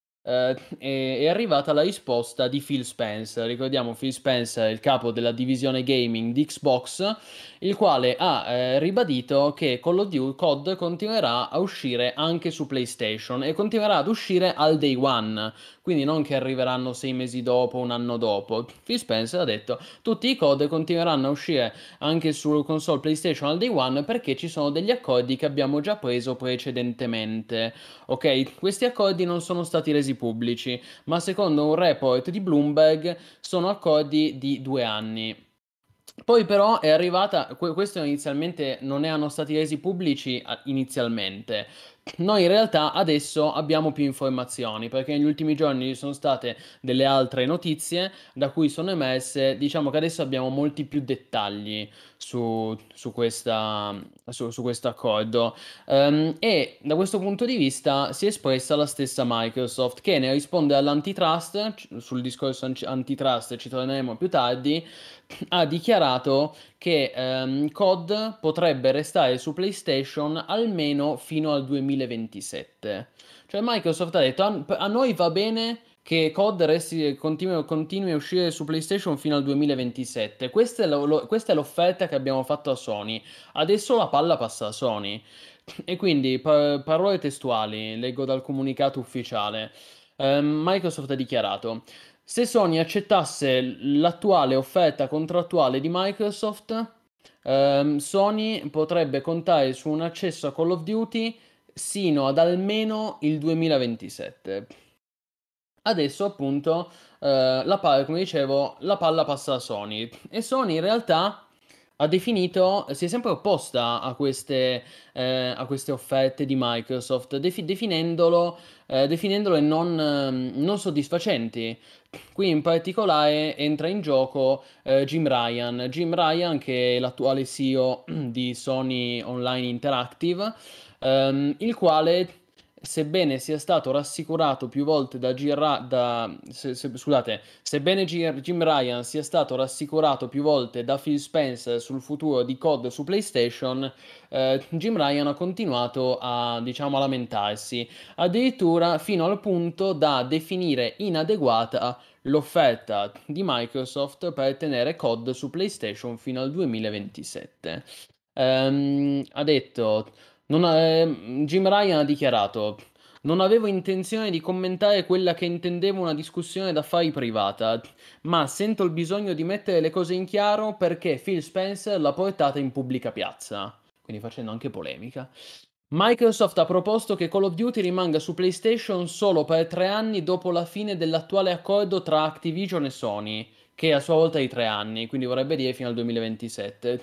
è arrivata la risposta di Phil Spencer. Ricordiamo Phil Spencer, il capo della divisione gaming di Xbox, il quale ha ribadito che Call of Duty COD continuerà a uscire anche su PlayStation e continuerà ad uscire al day one, quindi non che arriveranno 6 mesi dopo, un anno dopo. Phil Spencer ha detto tutti i COD continueranno a uscire anche su console PlayStation al day one perché ci sono degli accordi che abbiamo già preso precedentemente. Ok, questi accordi non sono stati resi pubblici, ma secondo un report di Bloomberg sono accordi di 2 anni. Poi però è arrivata, questo inizialmente non erano stati resi pubblici inizialmente. Noi in realtà adesso abbiamo più informazioni perché negli ultimi giorni ci sono state delle altre notizie da cui sono emerse, diciamo che adesso abbiamo molti più dettagli su questo accordo. E da questo punto di vista si è espressa la stessa Microsoft che ne risponde all'antitrust, sul discorso antitrust ci torneremo più tardi, ha dichiarato che COD potrebbe restare su PlayStation almeno fino al 2027. Cioè Microsoft ha detto a noi va bene che COD continui a uscire su PlayStation fino al 2027. Questa è l'offerta che abbiamo fatto a Sony. Adesso la palla passa a Sony. E quindi, parole testuali, leggo dal comunicato ufficiale. Microsoft ha dichiarato: se Sony accettasse l'attuale offerta contrattuale di Microsoft, Sony potrebbe contare su un accesso a Call of Duty sino ad almeno il 2027. Adesso appunto, come dicevo, la palla passa a Sony e Sony in realtà si è sempre opposta a queste offerte di Microsoft, definendole non soddisfacenti. Qui in particolare entra in gioco Jim Ryan, che è l'attuale CEO di Sony Online Interactive, il quale, sebbene sia stato rassicurato più volte sebbene Jim Ryan sia stato rassicurato più volte da Phil Spencer sul futuro di COD su PlayStation, Jim Ryan ha continuato diciamo, a lamentarsi, addirittura fino al punto da definire inadeguata l'offerta di Microsoft per tenere COD su PlayStation fino al 2027. Ha detto, Jim Ryan ha dichiarato: non avevo intenzione di commentare quella che intendevo una discussione d'affari privata, ma sento il bisogno di mettere le cose in chiaro perché Phil Spencer l'ha portata in pubblica piazza. Quindi facendo anche polemica. Microsoft ha proposto che Call of Duty rimanga su PlayStation solo per 3 anni dopo la fine dell'attuale accordo tra Activision e Sony, che è a sua volta di 3 anni, quindi vorrebbe dire fino al 2027.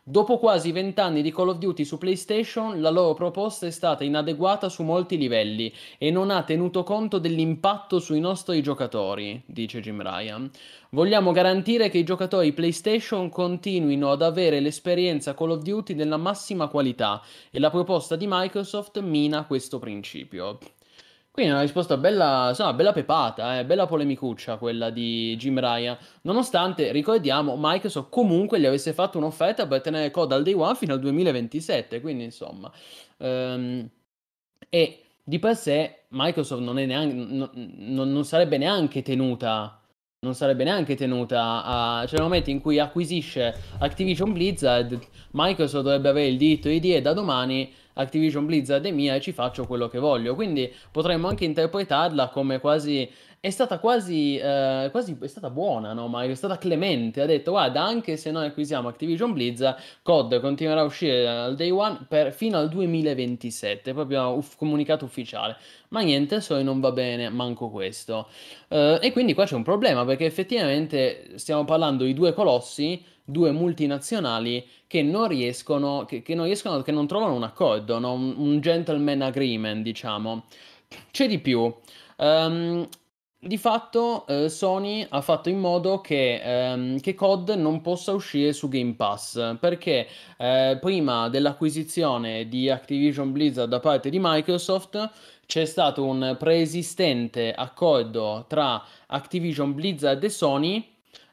Dopo quasi 20 anni di Call of Duty su PlayStation, la loro proposta è stata inadeguata su molti livelli e non ha tenuto conto dell'impatto sui nostri giocatori, dice Jim Ryan. Vogliamo garantire che i giocatori PlayStation continuino ad avere l'esperienza Call of Duty della massima qualità e la proposta di Microsoft mina questo principio. Quindi è una risposta bella, insomma, bella pepata, bella polemicuccia quella di Jim Ryan. Nonostante, ricordiamo, Microsoft comunque gli avesse fatto un'offerta per tenere COD al day one fino al 2027. Quindi, insomma, ehm, e di per sé Microsoft non è neanche, non sarebbe neanche tenuta. Non sarebbe neanche tenuta a. Cioè, nel momento in cui acquisisce Activision Blizzard, Microsoft dovrebbe avere il diritto di dire da domani Activision Blizzard è mia e ci faccio quello che voglio. Quindi potremmo anche interpretarla come quasi. È stata quasi è stata buona, no? Ma è stata clemente. Ha detto, guarda, anche se noi acquisiamo Activision Blizzard, COD continuerà a uscire al day one fino al 2027. Proprio comunicato ufficiale. Ma niente, adesso non va bene, manco questo. E quindi qua c'è un problema, perché effettivamente stiamo parlando di due colossi, due multinazionali che non riescono, che non trovano un accordo, no? Un gentleman agreement, diciamo. C'è di più. Ehm, di fatto, Sony ha fatto in modo che COD non possa uscire su Game Pass, perché prima dell'acquisizione di Activision Blizzard da parte di Microsoft c'è stato un preesistente accordo tra Activision Blizzard e Sony,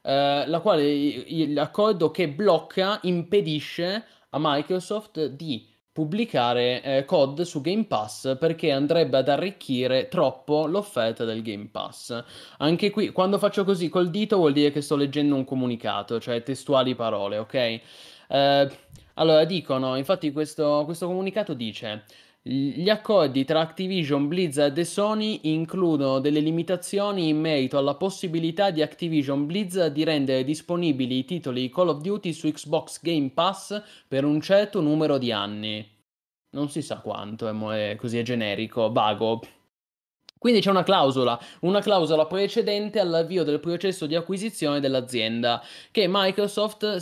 l'accordo che blocca, impedisce a Microsoft di pubblicare COD su Game Pass perché andrebbe ad arricchire troppo l'offerta del Game Pass. Anche qui, quando faccio così col dito vuol dire che sto leggendo un comunicato, cioè testuali parole, ok? Allora dicono, infatti questo comunicato dice: gli accordi tra Activision, Blizzard e Sony includono delle limitazioni in merito alla possibilità di Activision Blizzard di rendere disponibili i titoli di Call of Duty su Xbox Game Pass per un certo numero di anni. Non si sa quanto, è così, è generico, vago. Quindi c'è una clausola precedente all'avvio del processo di acquisizione dell'azienda che Microsoft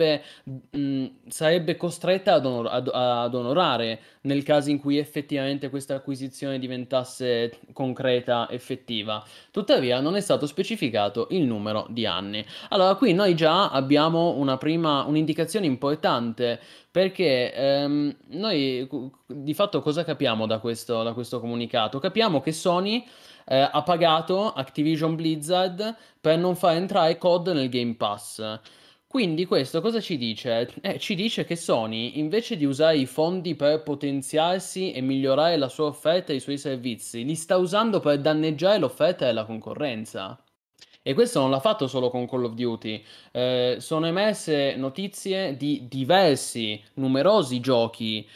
sarebbe costretta ad onorare nel caso in cui effettivamente questa acquisizione diventasse concreta, effettiva. Tuttavia non è stato specificato il numero di anni. Allora qui noi già abbiamo un'indicazione importante, perché noi di fatto cosa capiamo da questo comunicato? Capiamo che Sony ha pagato Activision Blizzard per non far entrare COD nel Game Pass. Quindi questo cosa ci dice? Ci dice che Sony, invece di usare i fondi per potenziarsi e migliorare la sua offerta e i suoi servizi, li sta usando per danneggiare l'offerta della concorrenza. E questo non l'ha fatto solo con Call of Duty. Sono emerse notizie di numerosi giochi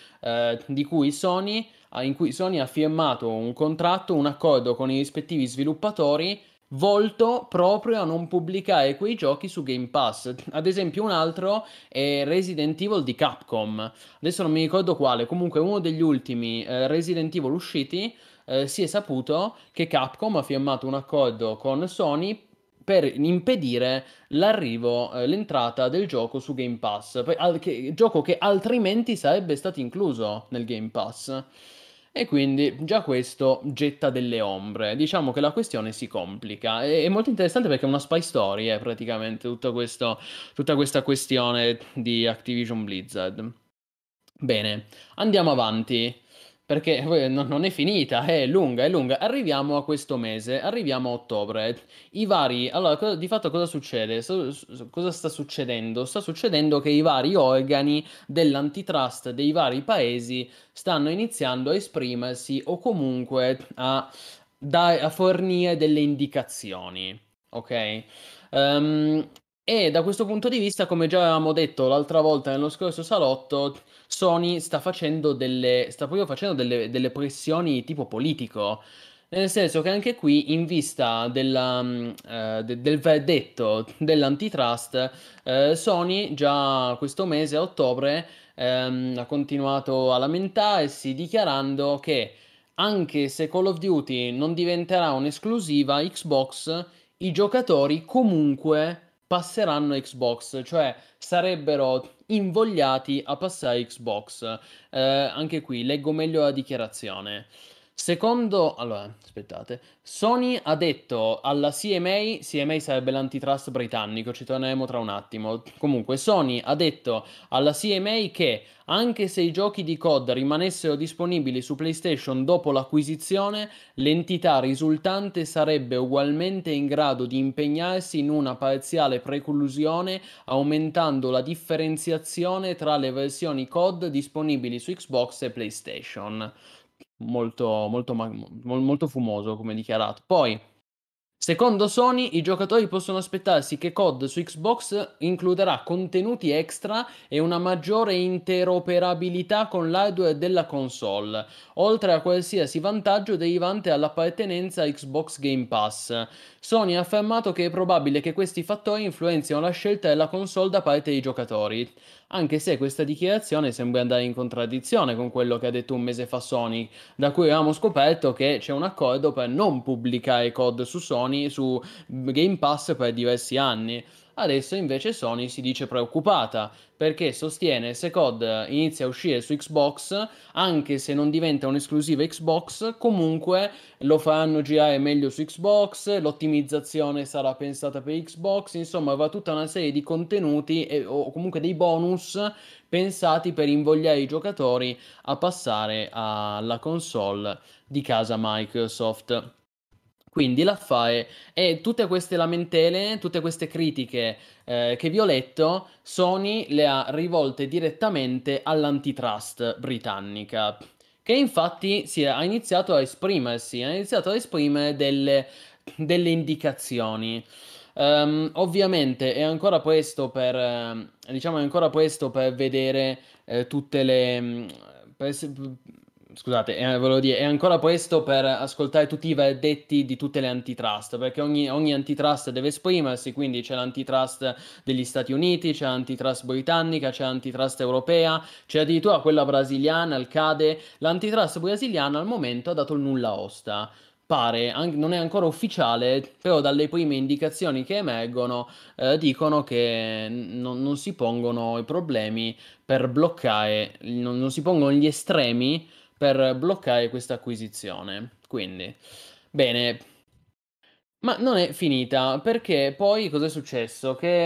in cui Sony ha firmato un contratto, un accordo con i rispettivi sviluppatori volto proprio a non pubblicare quei giochi su Game Pass. Ad esempio, un altro è Resident Evil di Capcom. Adesso non mi ricordo quale, comunque uno degli ultimi Resident Evil usciti. Si è saputo che Capcom ha firmato un accordo con Sony per impedire l'entrata del gioco su Game Pass, gioco che altrimenti sarebbe stato incluso nel Game Pass. E quindi già questo getta delle ombre. Diciamo che la questione si complica. È molto interessante perché è una spy story, praticamente, tutta questa questione di Activision Blizzard. Bene, andiamo avanti. Perché non è finita, è lunga, è lunga. Arriviamo a questo mese, arriviamo a ottobre. Allora, di fatto cosa succede? Cosa sta succedendo? Sta succedendo che i vari organi dell'antitrust dei vari paesi stanno iniziando a esprimersi o comunque a fornire delle indicazioni, ok? E da questo punto di vista, come già avevamo detto l'altra volta nello scorso salotto, Sony sta proprio facendo delle pressioni tipo politico. Nel senso che anche qui, in vista del verdetto dell'antitrust, Sony già questo mese, a ottobre, ha continuato a lamentarsi, dichiarando che anche se Call of Duty non diventerà un'esclusiva Xbox, i giocatori comunque passeranno a Xbox, cioè sarebbero invogliati a passare Xbox. Anche qui leggo meglio la dichiarazione. Allora, aspettate. Sony ha detto alla CMA sarebbe l'antitrust britannico, ci torneremo tra un attimo. Comunque, Sony ha detto alla CMA che anche se i giochi di COD rimanessero disponibili su PlayStation dopo l'acquisizione, l'entità risultante sarebbe ugualmente in grado di impegnarsi in una parziale preclusione, aumentando la differenziazione tra le versioni COD disponibili su Xbox e PlayStation. Molto fumoso come dichiarato. Poi, secondo Sony, i giocatori possono aspettarsi che COD su Xbox includerà contenuti extra e una maggiore interoperabilità con l'hardware della console, oltre a qualsiasi vantaggio derivante dall'appartenenza a Xbox Game Pass. Sony ha affermato che è probabile che questi fattori influenzino la scelta della console da parte dei giocatori, anche se questa dichiarazione sembra andare in contraddizione con quello che ha detto un mese fa Sony, da cui avevamo scoperto che c'è un accordo per non pubblicare COD su Sony, su Game Pass per diversi anni. Adesso invece Sony si dice preoccupata perché sostiene se COD inizia a uscire su Xbox, anche se non diventa un'esclusiva Xbox, comunque lo faranno girare meglio su Xbox, l'ottimizzazione sarà pensata per Xbox, insomma va tutta una serie di contenuti o comunque dei bonus pensati per invogliare i giocatori a passare alla console di casa Microsoft. Quindi l'affare è tutte queste lamentele, tutte queste critiche che vi ho letto, Sony le ha rivolte direttamente all'antitrust britannica, che infatti ha iniziato a esprimersi, ha iniziato a esprimere delle indicazioni. Ovviamente è ancora presto diciamo, è ancora presto per vedere tutte le... Scusate, volevo dire, è ancora presto per ascoltare tutti i verdetti di tutte le antitrust, perché ogni antitrust deve esprimersi, quindi c'è l'antitrust degli Stati Uniti, c'è l'antitrust britannica, c'è l'antitrust europea, c'è addirittura quella brasiliana, il CADE. L'antitrust brasiliana al momento ha dato il nulla osta. Pare, non è ancora ufficiale, però dalle prime indicazioni che emergono dicono che non si pongono i problemi per bloccare, non si pongono gli estremi per bloccare questa acquisizione. Quindi, bene, ma non è finita, perché poi cosa è successo? Che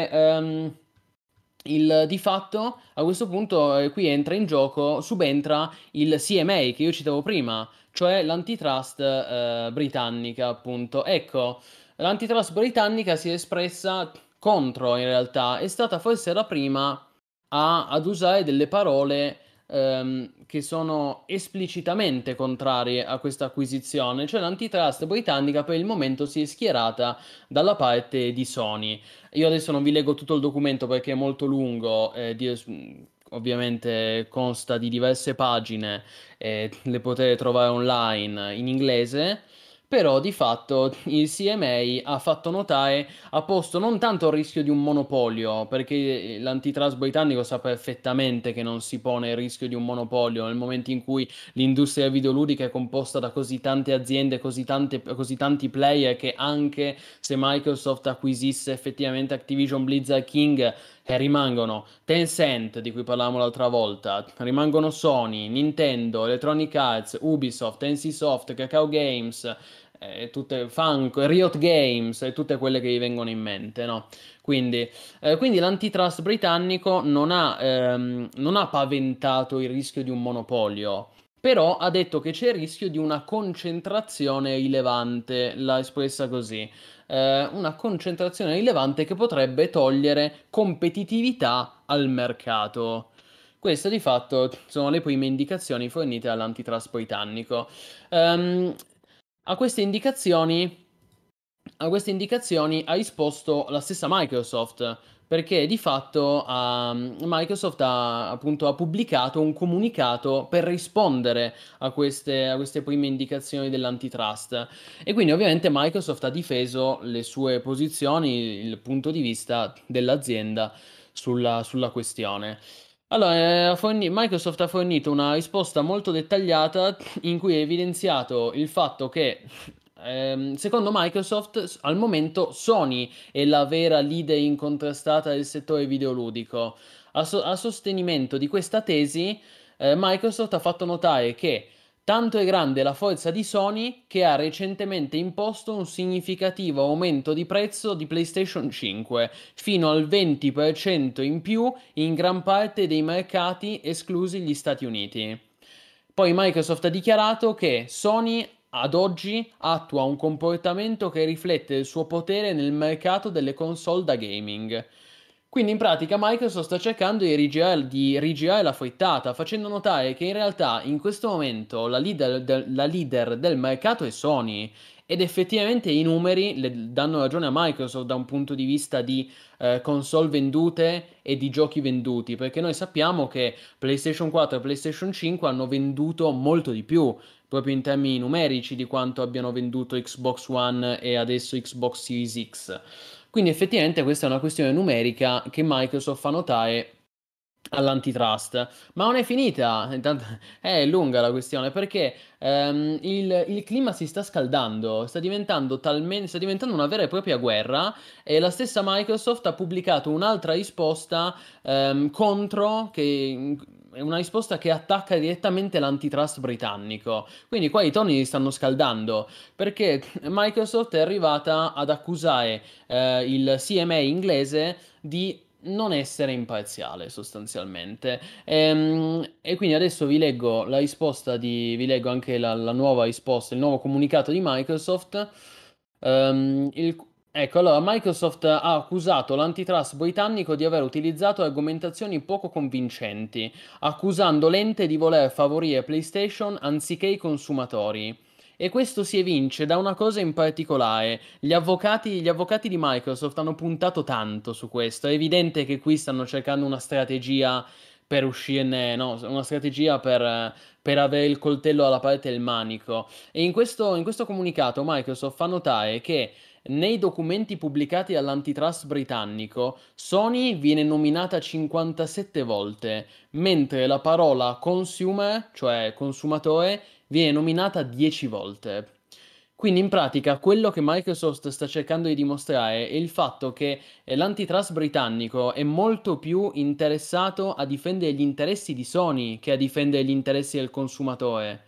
di fatto a questo punto qui entra in gioco, subentra il CMA che io citavo prima, cioè l'antitrust britannica, appunto. Ecco, l'antitrust britannica si è espressa contro, in realtà, è stata forse la prima ad usare delle parole che sono esplicitamente contrarie a questa acquisizione, cioè l'antitrust britannica per il momento si è schierata dalla parte di Sony. Io adesso non vi leggo tutto il documento perché è molto lungo, ovviamente consta di diverse pagine, le potete trovare online in inglese. Però di fatto il CMA ha fatto notare, ha posto non tanto il rischio di un monopolio, perché l'antitrust britannico sa perfettamente che non si pone il rischio di un monopolio nel momento in cui l'industria videoludica è composta da così tante aziende, così tanti player, che anche se Microsoft acquisisse effettivamente Activision Blizzard King, rimangono Tencent, di cui parlavamo l'altra volta, rimangono Sony, Nintendo, Electronic Arts, Ubisoft, NCSoft, Kakao Games, Riot Games e tutte quelle che vi vengono in mente, no? Quindi l'antitrust britannico non ha paventato il rischio di un monopolio, però ha detto che c'è il rischio di una concentrazione rilevante, l'ha espressa così. Una concentrazione rilevante che potrebbe togliere competitività al mercato. Queste di fatto sono le prime indicazioni fornite dall'antitrust britannico. Ehm, a queste indicazioni ha risposto la stessa Microsoft, perché di fatto Microsoft appunto ha pubblicato un comunicato per rispondere a queste prime indicazioni dell'antitrust. E quindi ovviamente Microsoft ha difeso le sue posizioni, il punto di vista dell'azienda sulla questione. Allora, Microsoft ha fornito una risposta molto dettagliata in cui ha evidenziato il fatto che secondo Microsoft al momento Sony è la vera leader incontrastata del settore videoludico. A sostenimento di questa tesi, Microsoft ha fatto notare che tanto è grande la forza di Sony che ha recentemente imposto un significativo aumento di prezzo di PlayStation 5, fino al 20% in più in gran parte dei mercati esclusi gli Stati Uniti. Poi Microsoft ha dichiarato che Sony ad oggi attua un comportamento che riflette il suo potere nel mercato delle console da gaming. Quindi in pratica Microsoft sta cercando di rigirare la frittata, facendo notare che in realtà in questo momento la leader del mercato è Sony. Ed effettivamente i numeri le danno ragione a Microsoft da un punto di vista di console vendute e di giochi venduti, perché noi sappiamo che PlayStation 4 e PlayStation 5 hanno venduto molto di più, proprio in termini numerici, di quanto abbiano venduto Xbox One e adesso Xbox Series X. Quindi effettivamente questa è una questione numerica che Microsoft fa notare all'antitrust. Ma non è finita, intanto è lunga la questione perché il clima si sta scaldando, sta diventando una vera e propria guerra e la stessa Microsoft ha pubblicato un'altra risposta contro, che è una risposta che attacca direttamente l'antitrust britannico. Quindi qua i toni stanno scaldando perché Microsoft è arrivata ad accusare il CMA inglese di non essere imparziale sostanzialmente. E quindi adesso vi leggo la risposta vi leggo anche la nuova risposta, il nuovo comunicato di Microsoft. Ecco, allora, Microsoft ha accusato l'antitrust britannico di aver utilizzato argomentazioni poco convincenti, accusando l'ente di voler favorire PlayStation anziché i consumatori. E questo si evince da una cosa in particolare. Gli avvocati di Microsoft hanno puntato tanto su questo. È evidente che qui stanno cercando una strategia per uscirne, no, una strategia per avere il coltello alla parte del manico. E in questo comunicato Microsoft fa notare che nei documenti pubblicati dall'antitrust britannico, Sony viene nominata 57 volte, mentre la parola consumer, cioè consumatore, viene nominata 10 volte. Quindi in pratica quello che Microsoft sta cercando di dimostrare è il fatto che l'antitrust britannico è molto più interessato a difendere gli interessi di Sony che a difendere gli interessi del consumatore.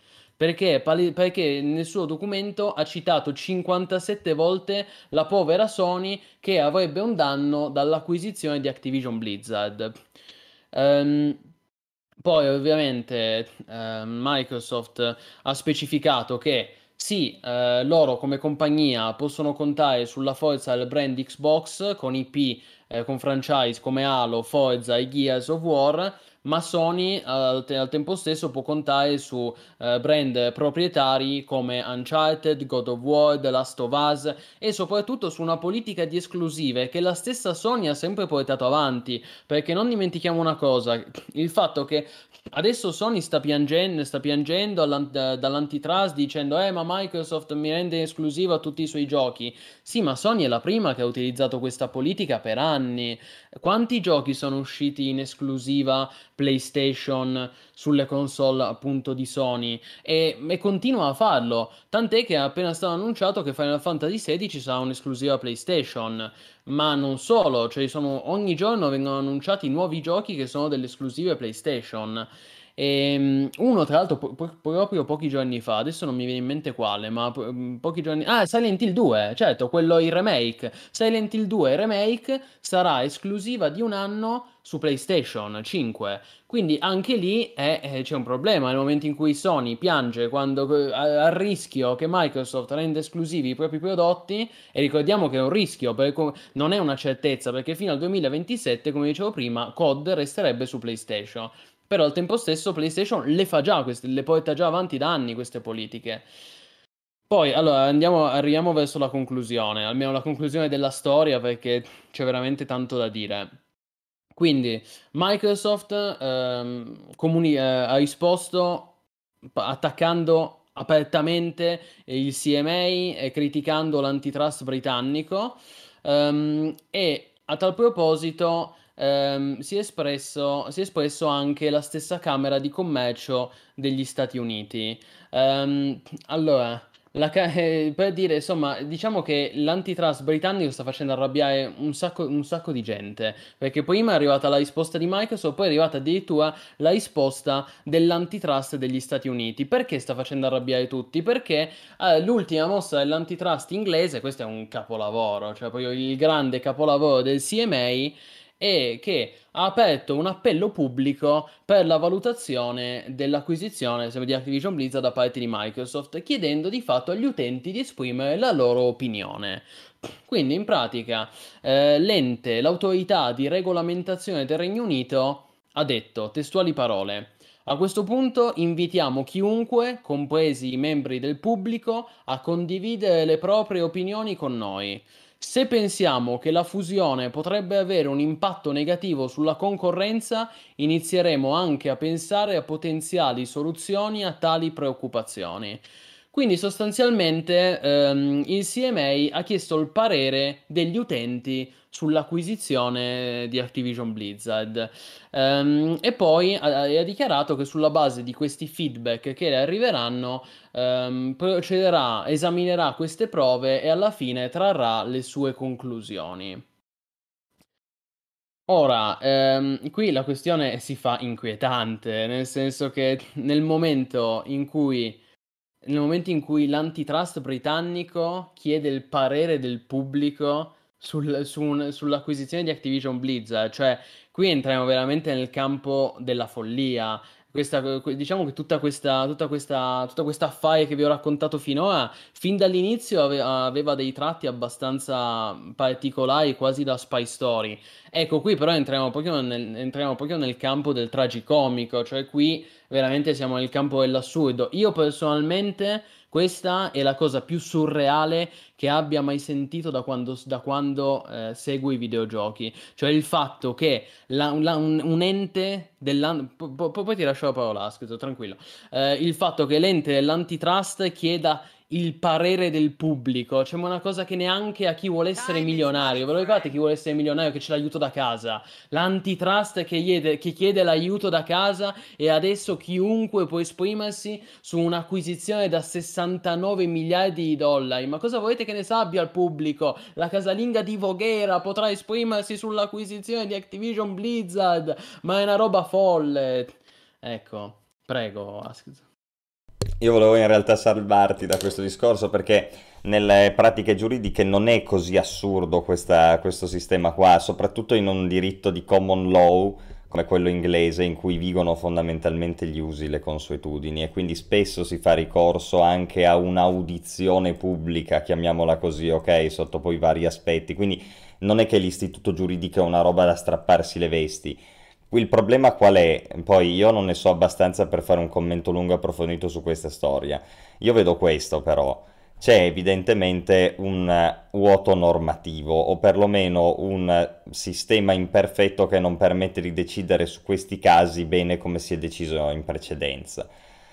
Perché nel suo documento ha citato 57 volte la povera Sony che avrebbe un danno dall'acquisizione di Activision Blizzard. Ehm, Poi ovviamente Microsoft ha specificato che sì, loro come compagnia possono contare sulla forza del brand Xbox con IP, con franchise come Halo, Forza e Gears of War, ma Sony al tempo stesso può contare su brand proprietari come Uncharted, God of War, The Last of Us e soprattutto su una politica di esclusive che la stessa Sony ha sempre portato avanti, perché non dimentichiamo una cosa, il fatto che adesso Sony sta piangendo dall'antitrust dicendo ma Microsoft mi rende esclusivo a tutti i suoi giochi. Sì, ma Sony è la prima che ha utilizzato questa politica per anni. Quanti giochi sono usciti in esclusiva PlayStation sulle console appunto di Sony? E continua a farlo. Tant'è che è appena stato annunciato che Final Fantasy XVI sarà un'esclusiva PlayStation. Ma non solo, cioè ogni giorno vengono annunciati nuovi giochi che sono delle esclusive PlayStation. Uno, tra l'altro, proprio pochi giorni fa, adesso non mi viene in mente quale, ma pochi giorni. Ah, Silent Hill 2, certo, quello il remake. Silent Hill 2 remake sarà esclusiva di un anno su PlayStation 5. Quindi anche lì c'è un problema nel momento in cui Sony piange quando al rischio che Microsoft renda esclusivi i propri prodotti. E ricordiamo che è un rischio, perché non è una certezza, perché fino al 2027, come dicevo prima, COD resterebbe su PlayStation. Però al tempo stesso PlayStation le fa già le porta già avanti da anni queste politiche. Poi, allora, arriviamo verso la conclusione, almeno la conclusione della storia, perché c'è veramente tanto da dire. Quindi, Microsoft ha risposto attaccando apertamente il CMA e criticando l'antitrust britannico, e a tal proposito si è espresso anche la stessa Camera di Commercio degli Stati Uniti. Allora, Per dire, insomma, diciamo che l'antitrust britannico sta facendo arrabbiare un sacco di gente, perché prima è arrivata la risposta di Microsoft, poi è arrivata addirittura la risposta dell'antitrust degli Stati Uniti. Perché sta facendo arrabbiare tutti? Perché l'ultima mossa dell'antitrust inglese, questo è un capolavoro, cioè proprio il grande capolavoro del CMA, è che ha aperto un appello pubblico per la valutazione dell'acquisizione di Activision Blizzard da parte di Microsoft, chiedendo di fatto agli utenti di esprimere la loro opinione. Quindi in pratica l'autorità di regolamentazione del Regno Unito ha detto, testuali parole: a questo punto invitiamo chiunque, compresi i membri del pubblico, a condividere le proprie opinioni con noi. Se pensiamo che la fusione potrebbe avere un impatto negativo sulla concorrenza, inizieremo anche a pensare a potenziali soluzioni a tali preoccupazioni. Quindi sostanzialmente il CMA ha chiesto il parere degli utenti sull'acquisizione di Activision Blizzard. E poi ha dichiarato che sulla base di questi feedback che le arriveranno procederà, esaminerà queste prove e alla fine trarrà le sue conclusioni. Ora, qui la questione si fa inquietante, nel senso che nel momento in cui l'antitrust britannico chiede il parere del pubblico sull'acquisizione di Activision Blizzard, cioè qui entriamo veramente nel campo della follia. Diciamo che tutta questa affare che vi ho raccontato finora, fin dall'inizio aveva dei tratti abbastanza particolari, quasi da spy story. Ecco, qui però entriamo proprio nel campo del tragicomico, cioè qui veramente siamo nel campo dell'assurdo. Io personalmente questa è la cosa più surreale che abbia mai sentito da quando seguo i videogiochi. Cioè il fatto che un ente poi ti lascio la parola, scusa, tranquillo. Il fatto che l'ente dell'antitrust chieda il parere del pubblico, cioè ma una cosa che neanche a chi vuole essere milionario. Ve lo ricordate chi vuole essere milionario che c'è l'aiuto da casa? L'antitrust che chiede l'aiuto da casa, e adesso chiunque può esprimersi su un'acquisizione da 69 miliardi di dollari. Ma cosa volete che ne sappia il pubblico? La casalinga di Voghera potrà esprimersi sull'acquisizione di Activision Blizzard, ma è una roba folle. Ecco, prego, Ask. Io volevo in realtà salvarti da questo discorso perché nelle pratiche giuridiche non è così assurdo questo sistema qua, soprattutto in un diritto di common law come quello inglese in cui vigono fondamentalmente gli usi, le consuetudini, e quindi spesso si fa ricorso anche a un'audizione pubblica, chiamiamola così, ok, sotto poi vari aspetti, quindi non è che l'istituto giuridico è una roba da strapparsi le vesti. Il problema qual è? Poi io non ne so abbastanza per fare un commento lungo e approfondito su questa storia. Io vedo questo però. C'è evidentemente un vuoto normativo o perlomeno un sistema imperfetto che non permette di decidere su questi casi bene come si è deciso in precedenza.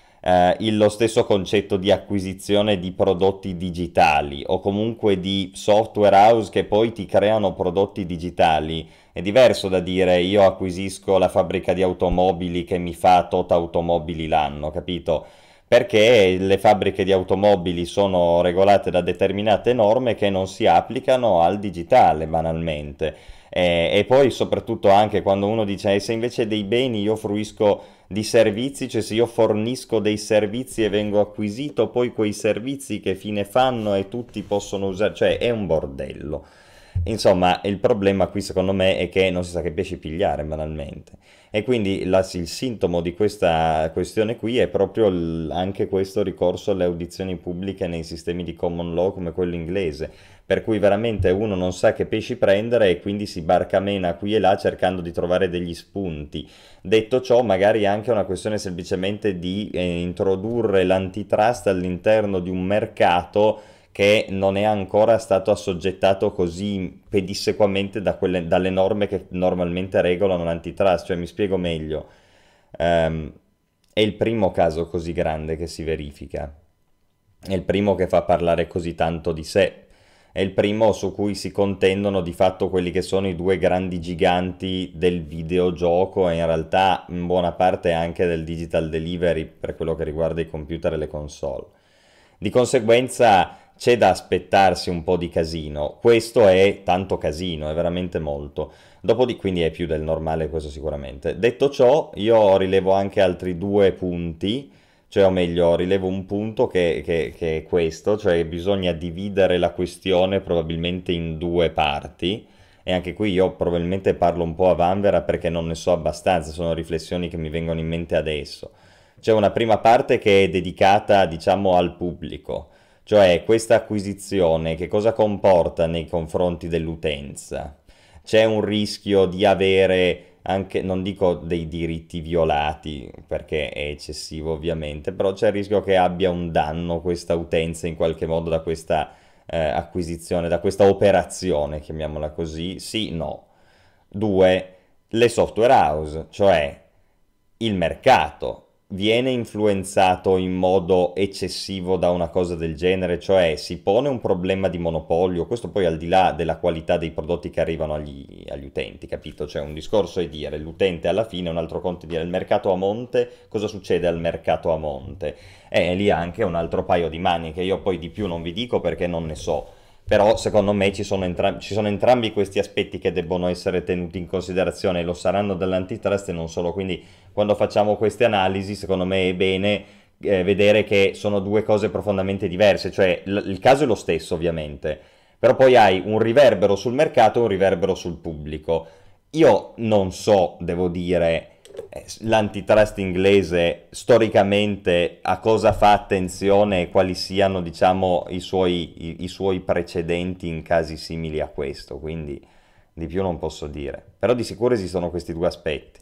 Lo stesso concetto di acquisizione di prodotti digitali o comunque di software house che poi ti creano prodotti digitali è diverso da dire io acquisisco la fabbrica di automobili che mi fa tot automobili l'anno, capito? Perché le fabbriche di automobili sono regolate da determinate norme che non si applicano al digitale, banalmente. E poi soprattutto anche quando uno dice se invece dei beni io fruisco di servizi, cioè se io fornisco dei servizi e vengo acquisito, poi quei servizi che fine fanno e tutti possono usare, cioè è un bordello. Insomma, il problema qui secondo me è che non si sa che pesci pigliare banalmente. E quindi il sintomo di questa questione qui è proprio anche questo ricorso alle audizioni pubbliche nei sistemi di common law come quello inglese, per cui veramente uno non sa che pesci prendere e quindi si barcamena qui e là cercando di trovare degli spunti. Detto ciò, magari è anche una questione semplicemente di introdurre l'antitrust all'interno di un mercato che non è ancora stato assoggettato così pedissequamente dalle norme che normalmente regolano l'antitrust. Cioè, mi spiego meglio. È il primo caso così grande che si verifica. È il primo che fa parlare così tanto di sé. È il primo su cui si contendono di fatto quelli che sono i due grandi giganti del videogioco e in realtà in buona parte anche del digital delivery per quello che riguarda i computer e le console. Di conseguenza c'è da aspettarsi un po' di casino. Questo è tanto casino, è veramente molto. Quindi è più del normale questo sicuramente. Detto ciò, io rilevo anche altri due punti, cioè o meglio, rilevo un punto che è questo, cioè bisogna dividere la questione probabilmente in due parti. E anche qui io probabilmente parlo un po' a vanvera perché non ne so abbastanza, sono riflessioni che mi vengono in mente adesso. C'è una prima parte che è dedicata, diciamo, al pubblico, cioè questa acquisizione che cosa comporta nei confronti dell'utenza? C'è un rischio di avere anche, non dico dei diritti violati, perché è eccessivo ovviamente, però c'è il rischio che abbia un danno questa utenza in qualche modo da questa acquisizione, da questa operazione, chiamiamola così. Sì, no. Due, le software house, cioè il mercato viene influenzato in modo eccessivo da una cosa del genere, cioè si pone un problema di monopolio, questo poi al di là della qualità dei prodotti che arrivano agli utenti, capito? Cioè un discorso è dire l'utente alla fine, un altro conto è dire il mercato a monte, cosa succede al mercato a monte? E lì anche un altro paio di maniche, io poi di più non vi dico perché non ne so. Però secondo me ci sono entrambi questi aspetti che debbono essere tenuti in considerazione e lo saranno dall'antitrust e non solo. Quindi quando facciamo queste analisi, secondo me è bene vedere che sono due cose profondamente diverse. Cioè il caso è lo stesso ovviamente, però poi hai un riverbero sul mercato e un riverbero sul pubblico. Io non so, devo dire, l'antitrust inglese storicamente a cosa fa attenzione e quali siano, diciamo, i suoi precedenti in casi simili a questo, quindi di più non posso dire. Però di sicuro esistono questi due aspetti.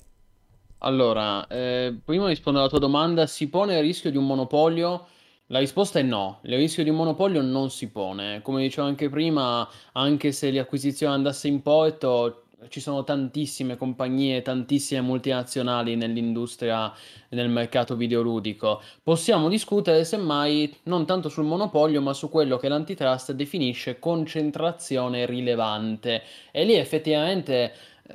Allora, prima rispondo alla tua domanda, si pone il rischio di un monopolio? La risposta è no, il rischio di un monopolio non si pone. Come dicevo anche prima, anche se le acquisizioni andasse in porto, ci sono tantissime compagnie, tantissime multinazionali nell'industria e nel mercato videoludico. Possiamo discutere semmai non tanto sul monopolio, ma su quello che l'antitrust definisce concentrazione rilevante. E lì effettivamente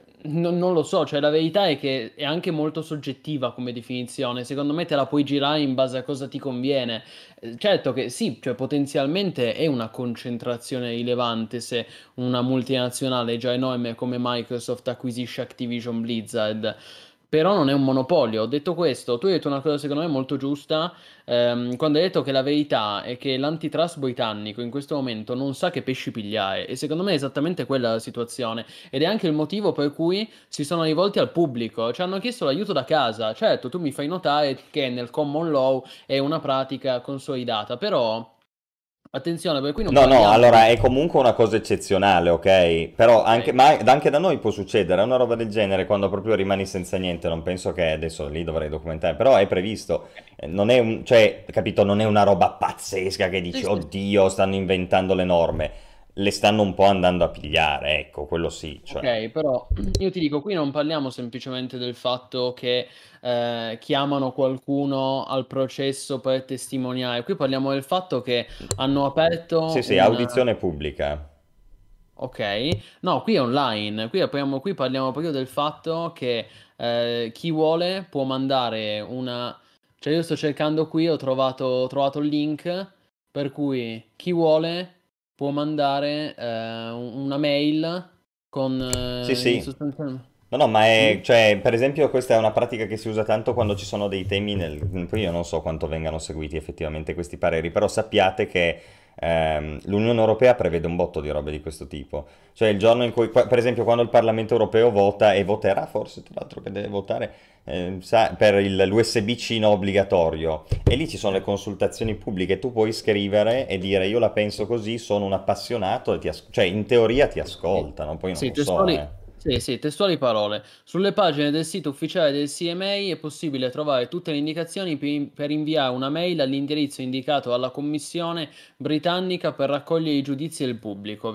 non lo so, cioè la verità è che è anche molto soggettiva come definizione. Secondo me te la puoi girare in base a cosa ti conviene. Certo che sì, cioè potenzialmente è una concentrazione rilevante se una multinazionale già enorme come Microsoft acquisisce Activision Blizzard. Però non è un monopolio. Detto questo, tu hai detto una cosa secondo me molto giusta, quando hai detto che la verità è che l'antitrust britannico in questo momento non sa che pesci pigliare. E secondo me è esattamente quella la situazione. Ed è anche il motivo per cui si sono rivolti al pubblico. Ci hanno chiesto l'aiuto da casa. Certo, tu mi fai notare che nel common law è una pratica consolidata, però attenzione, per cui non No, no, parliamo allora di... è comunque una cosa eccezionale, ok? Però anche, Ok. ma anche da noi può succedere, è una roba del genere quando proprio rimani senza niente, non penso che adesso lì dovrei documentare, però è previsto. Non è cioè, capito, non è una roba pazzesca che Sì, dici, sì. oddio, stanno inventando le norme, le stanno un po' andando a pigliare, ecco, quello sì, cioè. Ok, però io ti dico, qui non parliamo semplicemente del fatto che chiamano qualcuno al processo per testimoniare, qui parliamo del fatto che hanno Sì, aperto sì, un... audizione pubblica. Ok, no, qui è online, qui parliamo proprio del fatto che chi vuole può mandare una... Cioè io sto cercando qui, ho trovato il link, per cui chi vuole può mandare una mail con Sì, in sì. sostanza... No, no, ma è, Sì? cioè, per esempio, questa è una pratica che si usa tanto quando ci sono dei temi poi io non so quanto vengano seguiti effettivamente questi pareri, però sappiate che l'Unione Europea prevede un botto di robe di questo tipo. Cioè, il giorno in cui, per esempio, quando il Parlamento Europeo vota e voterà, forse, tra l'altro, che deve votare per l'USB-C no obbligatorio, e lì ci sono le consultazioni pubbliche, tu puoi scrivere e dire io la penso così, sono un appassionato, e cioè, in teoria ti Sì, ascoltano, poi non sì, lo so, testuali, sì, sì, testuali parole. Sulle pagine del sito ufficiale del CMA è possibile trovare tutte le indicazioni per inviare una mail all'indirizzo indicato alla Commissione britannica per raccogliere i giudizi del pubblico.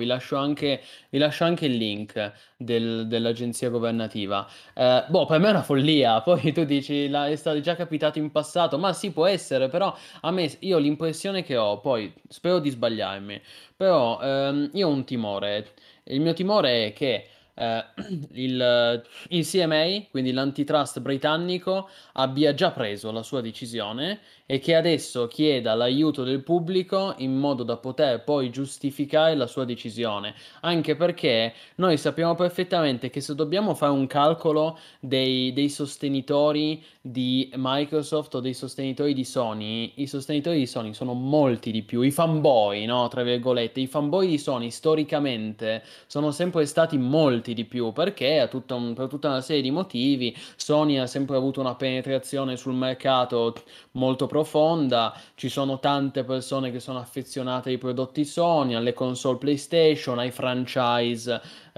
Vi lascio anche il link dell'agenzia governativa. Boh, per me è una follia. Poi tu dici, è stato già capitato in passato, ma sì, può essere, però io l'impressione che ho, poi spero di sbagliarmi, però io ho un timore. Il mio timore è che eh, il CMA, quindi l'antitrust britannico, abbia già preso la sua decisione e che adesso chieda l'aiuto del pubblico in modo da poter poi giustificare la sua decisione. Anche perché noi sappiamo perfettamente che se dobbiamo fare un calcolo dei sostenitori di Microsoft o dei sostenitori di Sony, i sostenitori di Sony sono molti di più, i fanboy, no? Tra virgolette, i fanboy di Sony storicamente sono sempre stati molti di più perché per tutta una serie di motivi Sony ha sempre avuto una penetrazione sul mercato molto profonda, ci sono tante persone che sono affezionate ai prodotti Sony, alle console PlayStation, ai franchise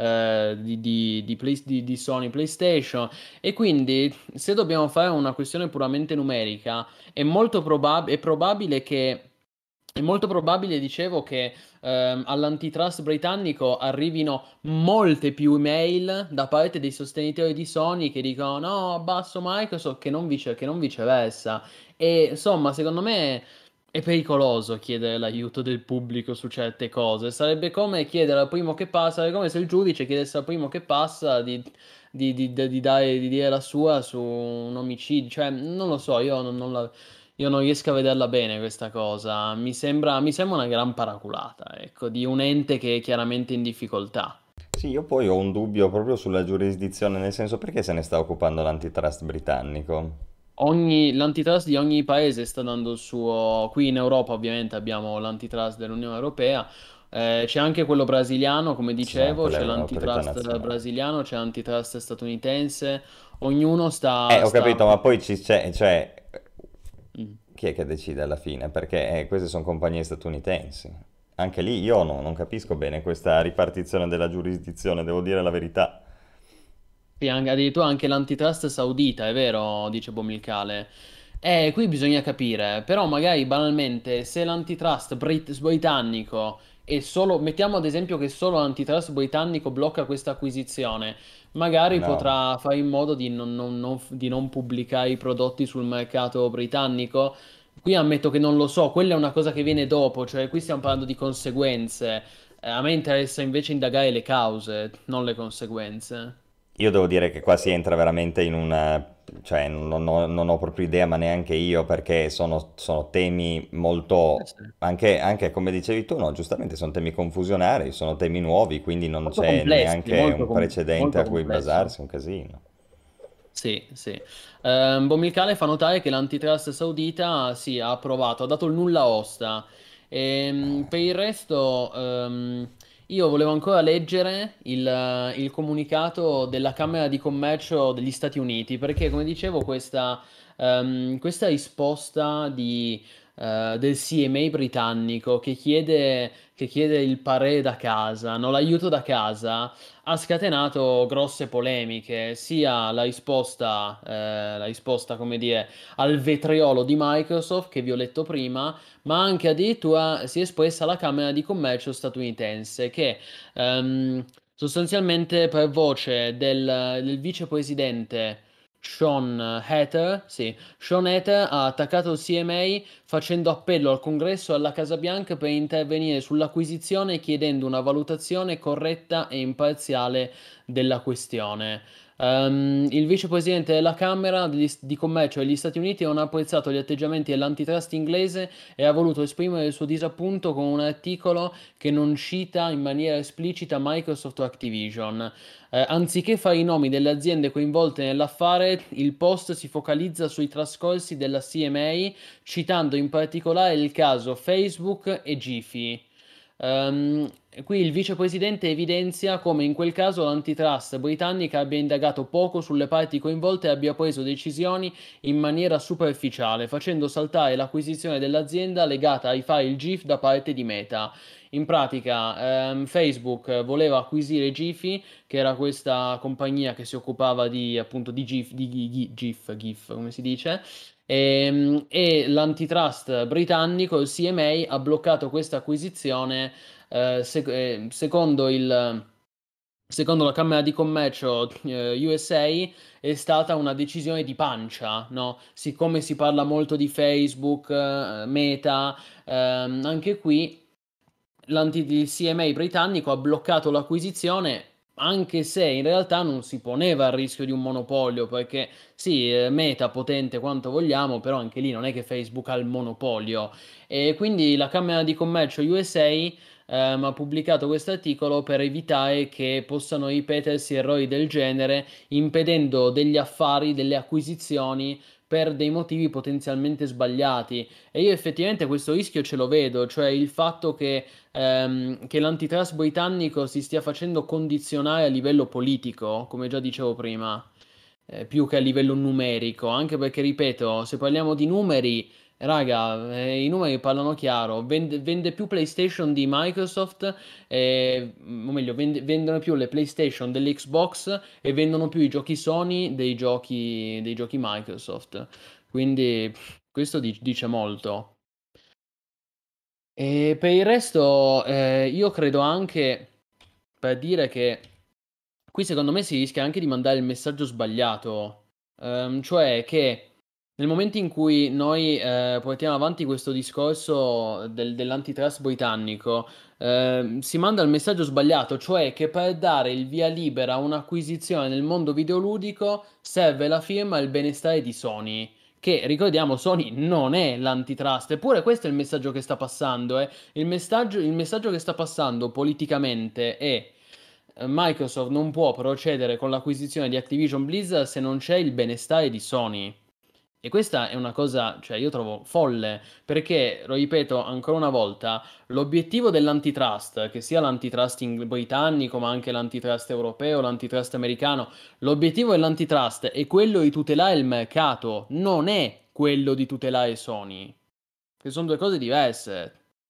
di Sony PlayStation e quindi se dobbiamo fare una questione puramente numerica è probabile che è molto probabile, dicevo, che all'antitrust britannico arrivino molte più email da parte dei sostenitori di Sony che dicono no, abbasso Microsoft, che non viceversa. E insomma, secondo me è pericoloso chiedere l'aiuto del pubblico su certe cose. Sarebbe come chiedere al primo che passa, sarebbe come se il giudice chiedesse al primo che passa di dire la sua su un omicidio. Cioè, non lo so, io non riesco a vederla bene questa cosa. Mi sembra una gran paraculata, ecco, di un ente che è chiaramente in difficoltà. Sì, io poi ho un dubbio proprio sulla giurisdizione, nel senso perché se ne sta occupando l'antitrust britannico? L'antitrust di ogni paese sta dando il suo. Qui in Europa, ovviamente, abbiamo l'antitrust dell'Unione Europea. C'è anche quello brasiliano, come Ci sono dicevo, quelle c'è autorità l'antitrust nazionali. brasiliano, c'è l'antitrust statunitense. Ognuno sta, Ho sta. capito, ma poi cioè, Mm. chi è che decide alla fine? Perché queste sono compagnie statunitensi. Anche lì io non capisco bene questa ripartizione della giurisdizione, devo dire la verità. Sì, addirittura anche l'antitrust saudita, è vero, dice Bomilcale. Qui bisogna capire, però magari banalmente se l'antitrust britannico è solo, mettiamo ad esempio che solo l'antitrust britannico blocca questa acquisizione, magari No. potrà fare in modo di non pubblicare i prodotti sul mercato britannico. Qui ammetto che non lo so, quella è una cosa che viene dopo, cioè qui stiamo parlando di conseguenze. A me interessa invece indagare le cause, non le conseguenze. Io devo dire che qua si entra veramente in una. Cioè, non ho proprio idea, ma neanche io, perché sono temi molto. Sì. Anche come dicevi tu, no, giustamente sono temi confusionari, sono temi nuovi, quindi non Molto c'è complessi, neanche un precedente molto a cui complesso. basarsi, un casino. Sì, sì. Bomilcale fa notare che l'antitrust saudita sì, ha approvato, ha dato il nulla osta. Per il resto, io volevo ancora leggere il comunicato della Camera di Commercio degli Stati Uniti, perché come dicevo, questa risposta del CMA britannico che chiede il parere da casa, no, l'aiuto da casa ha scatenato grosse polemiche, sia la risposta, come dire, al vetriolo di Microsoft che vi ho letto prima, ma anche addirittura si è espressa la Camera di Commercio statunitense che sostanzialmente per voce del vicepresidente Sean Hatter, sì, Sean Hatter ha attaccato il CMA facendo appello al Congresso e alla Casa Bianca per intervenire sull'acquisizione chiedendo una valutazione corretta e imparziale della questione. Il vicepresidente della Camera di Commercio degli Stati Uniti non ha apprezzato gli atteggiamenti dell'antitrust inglese e ha voluto esprimere il suo disappunto con un articolo che non cita in maniera esplicita Microsoft o Activision. Anziché fare i nomi delle aziende coinvolte nell'affare, il post si focalizza sui trascorsi della CMA, citando in particolare il caso Facebook e Giphy. Ehm, Qui il vicepresidente evidenzia come in quel caso l'antitrust britannica abbia indagato poco sulle parti coinvolte e abbia preso decisioni in maniera superficiale, facendo saltare l'acquisizione dell'azienda legata ai file GIF da parte di Meta. In pratica, Facebook voleva acquisire Giphy, che era questa compagnia che si occupava di appunto di GIF, GIF, come si dice, e l'antitrust britannico, il CMA, ha bloccato questa acquisizione secondo la Camera di Commercio USA è stata una decisione di pancia, no? Siccome si parla molto di Facebook, Meta, anche qui il CMA britannico ha bloccato l'acquisizione anche se in realtà non si poneva il rischio di un monopolio, perché sì, Meta potente quanto vogliamo, però anche lì non è che Facebook ha il monopolio. E quindi la Camera di Commercio USA ha pubblicato questo articolo per evitare che possano ripetersi errori del genere, impedendo degli affari, delle acquisizioni per dei motivi potenzialmente sbagliati. E io effettivamente questo rischio ce lo vedo, cioè il fatto che l'antitrust britannico si stia facendo condizionare a livello politico, come già dicevo prima, più che a livello numerico, anche perché, ripeto, se parliamo di numeri, raga, i numeri parlano chiaro, vende più PlayStation di Microsoft, o meglio, vendono più le PlayStation dell'Xbox e vendono più i giochi Sony dei giochi Microsoft. Quindi questo dice molto. E per il resto, io credo anche, per dire che qui secondo me si rischia anche di mandare il messaggio sbagliato. Cioè che nel momento in cui noi portiamo avanti questo discorso dell'antitrust britannico, si manda il messaggio sbagliato, cioè che per dare il via libera a un'acquisizione nel mondo videoludico serve la firma e il benestare di Sony. Che ricordiamo, Sony non è l'antitrust, eppure questo è il messaggio che sta passando. Il messaggio che sta passando politicamente è: Microsoft non può procedere con l'acquisizione di Activision Blizzard se non c'è il benestare di Sony. E questa è una cosa, cioè io trovo folle, perché, lo ripeto ancora una volta, l'obiettivo dell'antitrust, che sia l'antitrust britannico, ma anche l'antitrust europeo, l'antitrust americano, l'obiettivo dell'antitrust è quello di tutelare il mercato, non è quello di tutelare Sony, che sono due cose diverse.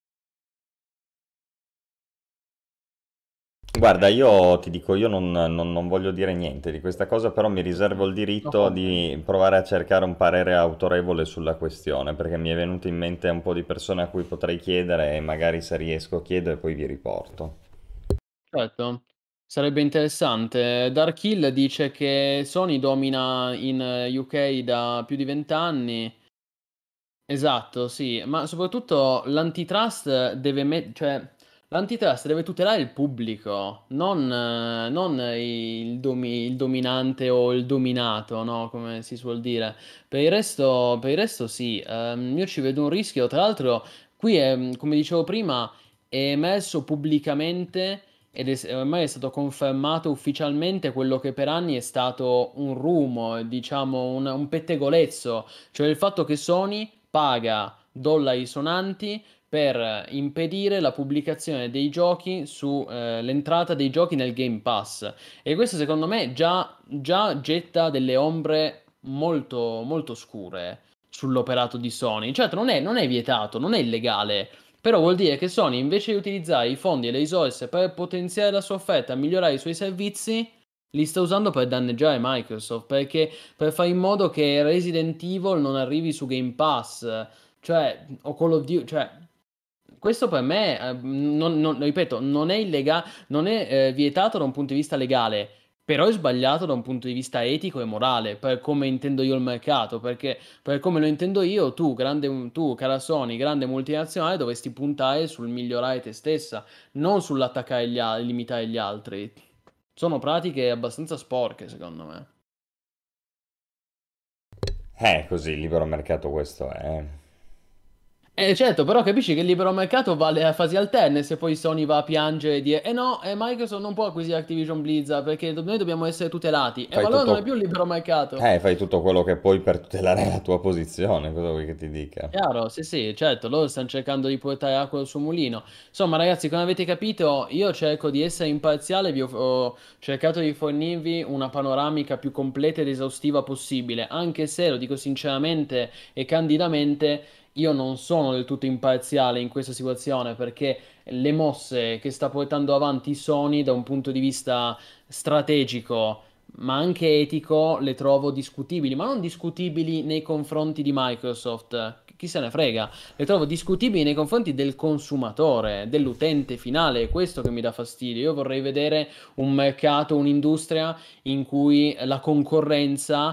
Guarda, io ti dico, io non voglio dire niente di questa cosa, però mi riservo il No, diritto di provare a cercare un parere autorevole sulla questione, perché mi è venuto in mente un po' di persone a cui potrei chiedere e magari se riesco chiedo e poi vi riporto. certo, sarebbe interessante. Dark Hill dice che Sony domina in UK da più di 20 anni. Esatto, sì, ma soprattutto l'antitrust cioè, l'antitrust deve tutelare il pubblico, non il dominante o il dominato, no? Come si suol dire. Per il resto sì, io ci vedo un rischio. Tra l'altro, qui è, come dicevo prima, è emerso pubblicamente ed ormai è stato confermato ufficialmente quello che per anni è stato un rumor, diciamo un pettegolezzo, cioè il fatto che Sony paga dollari sonanti per impedire la pubblicazione dei giochi l'entrata dei giochi nel Game Pass. E questo secondo me già getta delle ombre molto, molto scure sull'operato di Sony. Certo, non è vietato, non è illegale. Però vuol dire che Sony, invece di utilizzare i fondi e le risorse per potenziare la sua offerta e migliorare i suoi servizi, li sta usando per danneggiare Microsoft, perché per fare in modo che Resident Evil non arrivi su Game Pass, cioè, o Call of Duty, cioè, questo per me, ripeto, non è illegale, non è vietato da un punto di vista legale, però è sbagliato da un punto di vista etico e morale, per come intendo io il mercato, perché per come lo intendo io, tu, cara Sony, grande multinazionale, dovresti puntare sul migliorare te stessa, non sull'attaccare limitare gli altri. Sono pratiche abbastanza sporche, secondo me. Così, il libero mercato questo è. Certo, però capisci che il libero mercato vale a fasi alterne, se poi Sony va a piangere e dire no, Microsoft non può acquisire Activision Blizzard perché noi dobbiamo essere tutelati. Ma Fai allora non è tutto, più il libero mercato. fai tutto quello che puoi per tutelare la tua posizione, cosa vuoi che ti dica? Chiaro, sì, sì, certo, loro stanno cercando di portare acqua al suo mulino. Insomma, ragazzi, come avete capito, io cerco di essere imparziale, ho cercato di fornirvi una panoramica più completa ed esaustiva possibile, anche se, lo dico sinceramente e candidamente, io non sono del tutto imparziale in questa situazione, perché le mosse che sta portando avanti Sony da un punto di vista strategico ma anche etico, le trovo discutibili, ma non discutibili nei confronti di Microsoft, chi se ne frega, le trovo discutibili nei confronti del consumatore, dell'utente finale, è questo che mi dà fastidio. Io vorrei vedere un mercato, un'industria in cui la concorrenza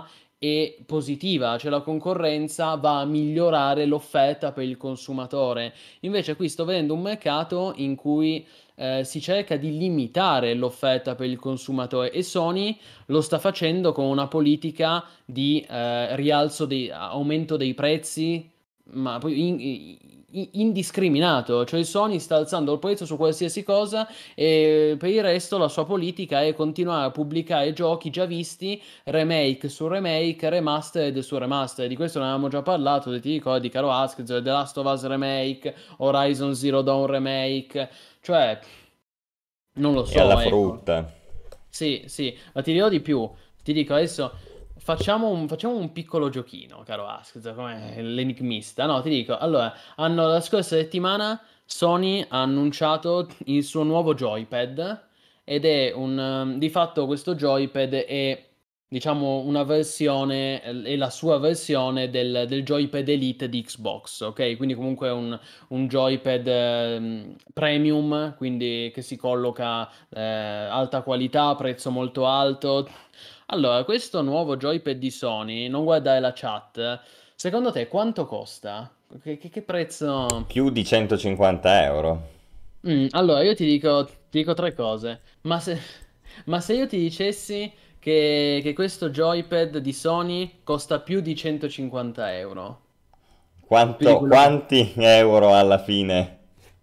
è positiva, cioè la concorrenza va a migliorare l'offerta per il consumatore. Invece qui sto vedendo un mercato in cui si cerca di limitare l'offerta per il consumatore e Sony lo sta facendo con una politica di aumento dei prezzi, ma poi indiscriminato, cioè Sony sta alzando il prezzo su qualsiasi cosa e per il resto la sua politica è continuare a pubblicare giochi già visti, remake su remake, remastered su remastered. Di questo ne avevamo già parlato, se ti ricordi, caro Ask, The Last of Us remake, Horizon Zero Dawn remake, cioè non lo E alla so, ecco. frutta. Sì, sì, ma ti dirò di più. Ti dico adesso facciamo un piccolo giochino, caro Ask, come l'enigmista. No, ti dico, allora, la scorsa settimana Sony ha annunciato il suo nuovo joypad ed è di fatto questo joypad è, diciamo, una versione, è la sua versione del joypad Elite di Xbox, ok? Quindi comunque è un joypad premium, quindi che si colloca alta qualità, prezzo molto alto. Allora, questo nuovo joypad di Sony, non guardare la chat, secondo te quanto costa? Che prezzo? Più di 150 euro. Allora, io ti dico tre cose. Ma se io ti dicessi che questo joypad di Sony costa più di 150 euro, più di quello che... Quanti euro alla fine?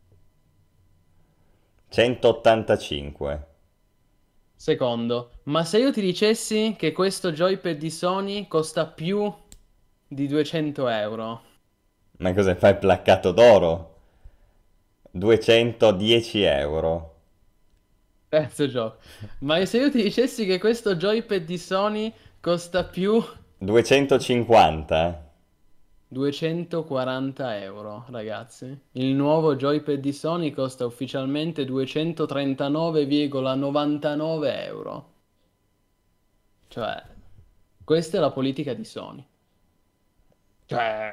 185. Secondo, ma se io ti dicessi che questo joypad di Sony costa più di 200 euro? Ma cos'è? Fai placcato d'oro? 210 euro. Terzo gioco. Ma se io ti dicessi che questo joypad di Sony costa più 250? 240 euro, ragazzi. Il nuovo joypad di Sony costa ufficialmente 239,99 euro. Cioè, questa è la politica di Sony. Cioè,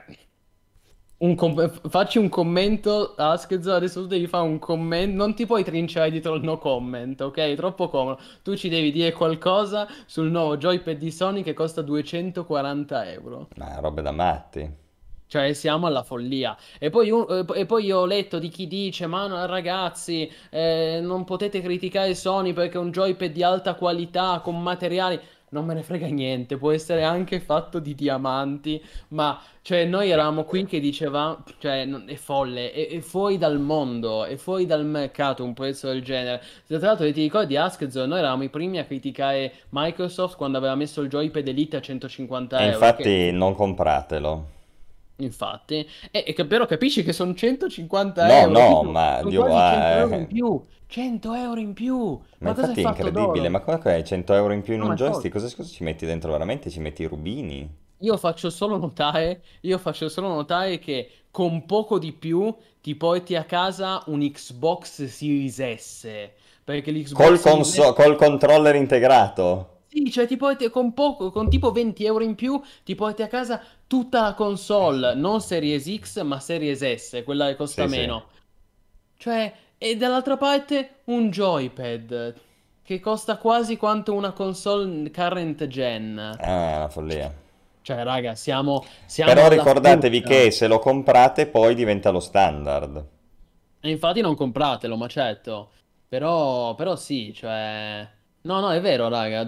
facci un commento, Askez, adesso tu devi fare un commento, non ti puoi trinciare dietro il no comment, ok? Troppo comodo. Tu ci devi dire qualcosa sul nuovo joypad di Sony che costa 240 euro. Ma robe da matti. Cioè, siamo alla follia. E poi io ho letto di chi dice: Ma ragazzi, non potete criticare Sony perché è un joypad di alta qualità con materiali. Non me ne frega niente, può essere anche fatto di diamanti. Ma cioè, noi eravamo qui che dicevamo: Cioè, è folle, è fuori dal mondo, è fuori dal mercato un prezzo del genere. Tra l'altro, ti ricordi di Askzone? Noi eravamo i primi a criticare Microsoft quando aveva messo il joypad Elite a E 150 euro. infatti non compratelo. Infatti, però capisci che sono 150 No, euro, no, tipo, ma sono Dio, quasi 100 euro in più. 100 euro in più! ma Ma cosa è infatti è fatto incredibile. d'oro? Ma come hai 100 euro in più in No, ma un è folle. joystick? Cosa ci metti dentro veramente? Ci metti i rubini? Io faccio solo notare che con poco di più ti porti a casa un Xbox Series S. Perché l'Xbox Series S... Col controller integrato? Sì, cioè ti porti con poco, con tipo 20 euro in più, ti porti a casa tutta la console, non Series X, ma Series S, quella che costa Sì, sì. meno. Cioè, e dall'altra parte un joypad che costa quasi quanto una console current gen. È una follia. Cioè, raga, siamo Però alla ricordatevi che frutta. se lo comprate poi diventa lo standard. E infatti non compratelo, ma certo. Però sì, cioè... No, no, è vero, raga,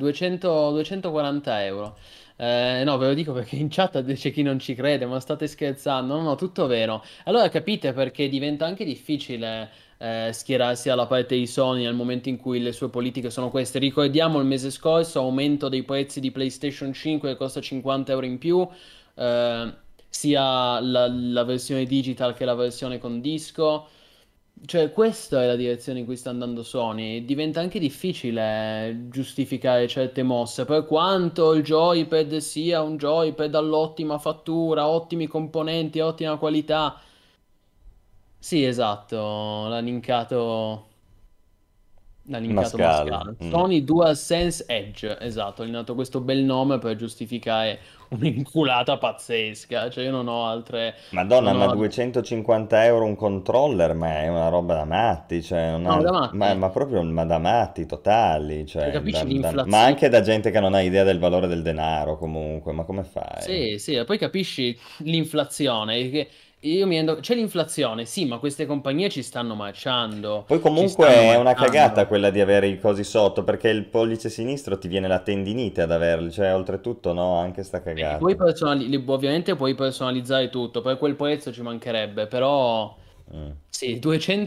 240 euro. No, ve lo dico perché in chat c'è chi non ci crede, ma state scherzando. No, no, tutto vero. Allora capite perché diventa anche difficile schierarsi alla parte di Sony nel momento in cui le sue politiche sono queste. Ricordiamo il mese scorso, aumento dei prezzi di PlayStation 5 che costa 50 euro in più, eh, sia la versione digital che la versione con disco. Cioè, questa è la direzione in cui sta andando Sony. Diventa anche difficile giustificare certe mosse. Per quanto il joypad sia un joypad all'ottima fattura, ottimi componenti, ottima qualità. Sì, esatto, l'ha linkato Dall'impianto Mascale. Mascale. Mm. Sony DualSense Edge, esatto, gli hanno dato questo bel nome per giustificare un'inculata pazzesca, cioè io non ho altre... Madonna, Non ma ho... 250 euro un controller, ma è una roba da matti, cioè, No, da matti. ma proprio ma da matti totali, Cioè, cioè, capisci ma l'inflazione? anche da gente che non ha idea del valore del denaro comunque, ma come fai? Sì, sì, e poi capisci l'inflazione, che io mi rendo... C'è l'inflazione, sì, ma queste compagnie ci stanno marciando, Poi ci comunque stanno è una cagata marciando. quella di avere i cosi sotto, perché il pollice sinistro ti viene la tendinite ad averli, cioè oltretutto no, anche sta E poi cagata. ovviamente puoi personalizzare tutto, per quel prezzo ci mancherebbe, però Mm. sì,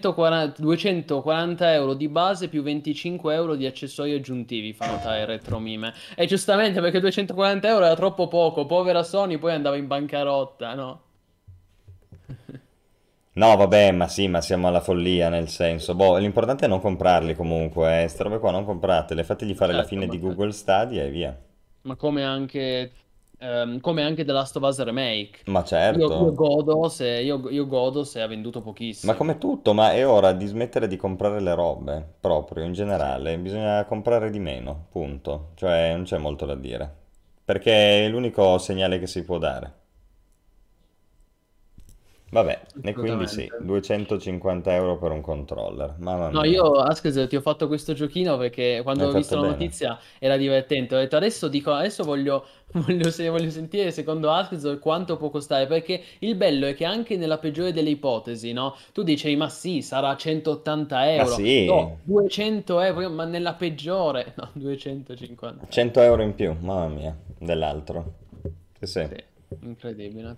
240 euro di base più 25 euro di accessori aggiuntivi fa notare Retromime. E giustamente perché 240 euro era troppo poco, povera Sony poi andava in bancarotta, no? No, vabbè, ma sì, ma siamo alla follia nel senso. Boh, l'importante è non comprarli comunque, ste robe qua non compratele, fategli fare la Certo, fine di Google Stadia e via. ma come anche The Last of Us Remake. Ma Io certo, godo se, io godo se ha venduto ma pochissimo. come tutto, ma è ora di smettere di comprare le robe, proprio in generale, bisogna comprare di meno, punto. Cioè, non c'è molto da dire, perché è l'unico segnale che si può dare. Vabbè, e quindi sì, Assolutamente. 250 euro per un controller, mamma No, mia, io Askez ti ho fatto questo giochino perché quando hai ho fatto visto la bene. notizia era divertente. Ho detto adesso dico, adesso voglio sentire secondo Askez quanto può costare. Perché il bello è che anche nella peggiore delle ipotesi, no? Tu dici, ma sì, sarà 180 Ma euro. sì, No, 200 euro, ma nella peggiore, no, 250 euro. 100 euro in più, mamma mia, dell'altro. Sì, sì. Sì, incredibile.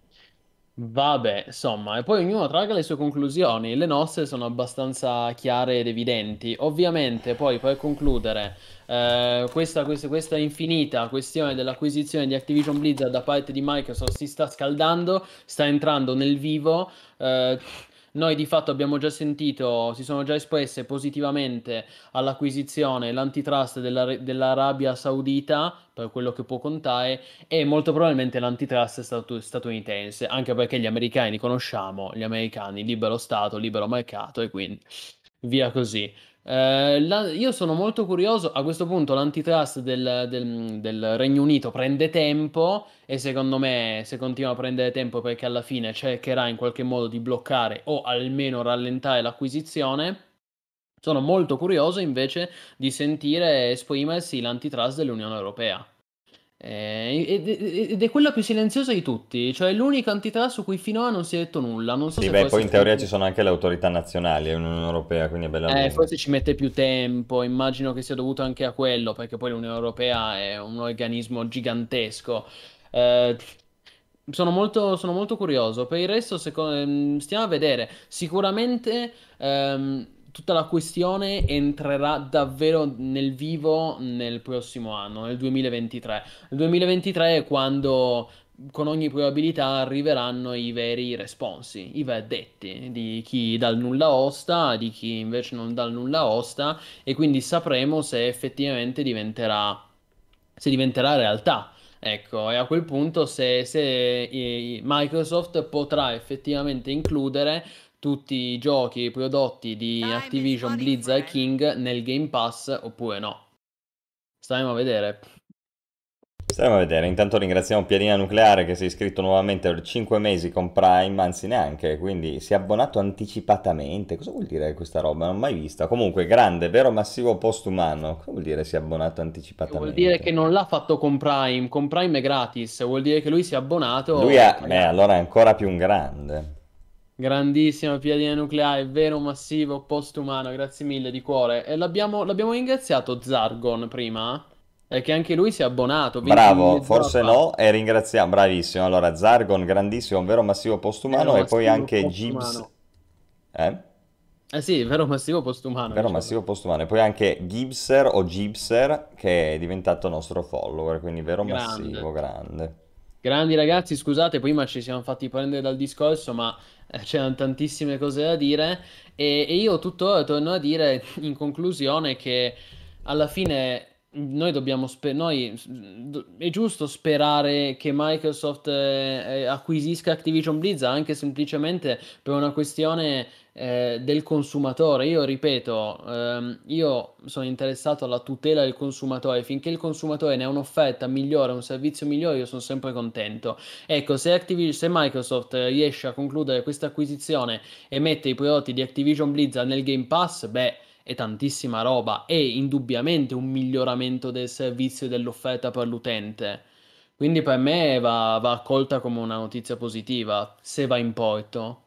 Vabbè, insomma, e poi ognuno traga le sue conclusioni. Le nostre sono abbastanza chiare ed evidenti. Ovviamente, poi per concludere, questa infinita questione dell'acquisizione di Activision Blizzard da parte di Microsoft si sta scaldando, sta entrando nel vivo. Eh, Noi di fatto abbiamo già sentito, si sono già espresse positivamente all'acquisizione l'antitrust dell'Arabia Saudita, per quello che può contare, e molto probabilmente l'antitrust statunitense, anche perché gli americani li conosciamo, gli americani, libero Stato, libero mercato, e quindi via così. Io sono molto curioso, a questo punto l'antitrust del Regno Unito prende tempo e secondo me se continua a prendere tempo perché alla fine cercherà in qualche modo di bloccare o almeno rallentare l'acquisizione, sono molto curioso invece di sentire esprimersi l'antitrust dell'Unione Europea. Ed è quella più silenziosa di tutti, cioè è l'unica antitrust su cui finora non si è detto nulla. Non so Sì, se beh, forse poi in teoria ci sono anche le autorità nazionali e l'Unione Europea, quindi è bella lunga. forse ci mette più tempo, immagino che sia dovuto anche a quello, perché poi l'Unione Europea è un organismo gigantesco. Eh, sono molto curioso. Per il resto, stiamo a vedere. Sicuramente tutta la questione entrerà davvero nel vivo nel prossimo anno, nel 2023. Il 2023 è quando con ogni probabilità arriveranno i veri responsi, i verdetti di chi dà il nulla osta, di chi invece non dà il nulla osta, e quindi sapremo se diventerà realtà. Ecco, e a quel punto se Microsoft potrà effettivamente includere tutti i giochi e i prodotti di Activision, Blizzard e King nel Game Pass oppure no. Staremo a vedere. Staremo a vedere. Intanto ringraziamo Piadina Nucleare che si è iscritto nuovamente per 5 mesi con Prime, anzi neanche, quindi si è abbonato anticipatamente. Cosa vuol dire questa roba? Non l'ho mai vista. Comunque, grande, vero massivo postumano. Cosa vuol dire si è abbonato Vuol dire che anticipatamente? non l'ha fatto con Prime è gratis, vuol dire che lui si è Lui abbonato ha... allora pagando. è ancora più un grande. Grandissima piadina nucleare, vero massivo postumano, grazie mille di cuore. E l'abbiamo ringraziato Zargon prima, che anche lui si è abbonato Bravo, mezz'ora forse fa. no, e ringraziamo, bravissimo. Allora, Zargon, grandissimo, vero massivo Vero postumano, e poi massivo anche Gibbs... postumano. Eh? Eh sì, vero massivo postumano, Vero dicevo. massivo postumano. E poi anche Gibser o Gibser che è diventato nostro follower, quindi vero Grande. massivo, grande. Grandi ragazzi, scusate, prima ci siamo fatti prendere dal discorso, ma c'erano tantissime cose da dire e io tuttora torno a dire in conclusione che alla fine Noi dobbiamo è giusto sperare che Microsoft acquisisca Activision Blizzard anche semplicemente per una questione del consumatore. Io ripeto, io sono interessato alla tutela del consumatore. Finché il consumatore ne ha un'offerta migliore, un servizio migliore, io sono sempre contento. Ecco, se Microsoft riesce a concludere questa acquisizione e mette i prodotti di Activision Blizzard nel Game Pass, beh, è tantissima roba, è indubbiamente un miglioramento del servizio e dell'offerta per l'utente. Quindi per me va accolta come una notizia positiva, se va in porto.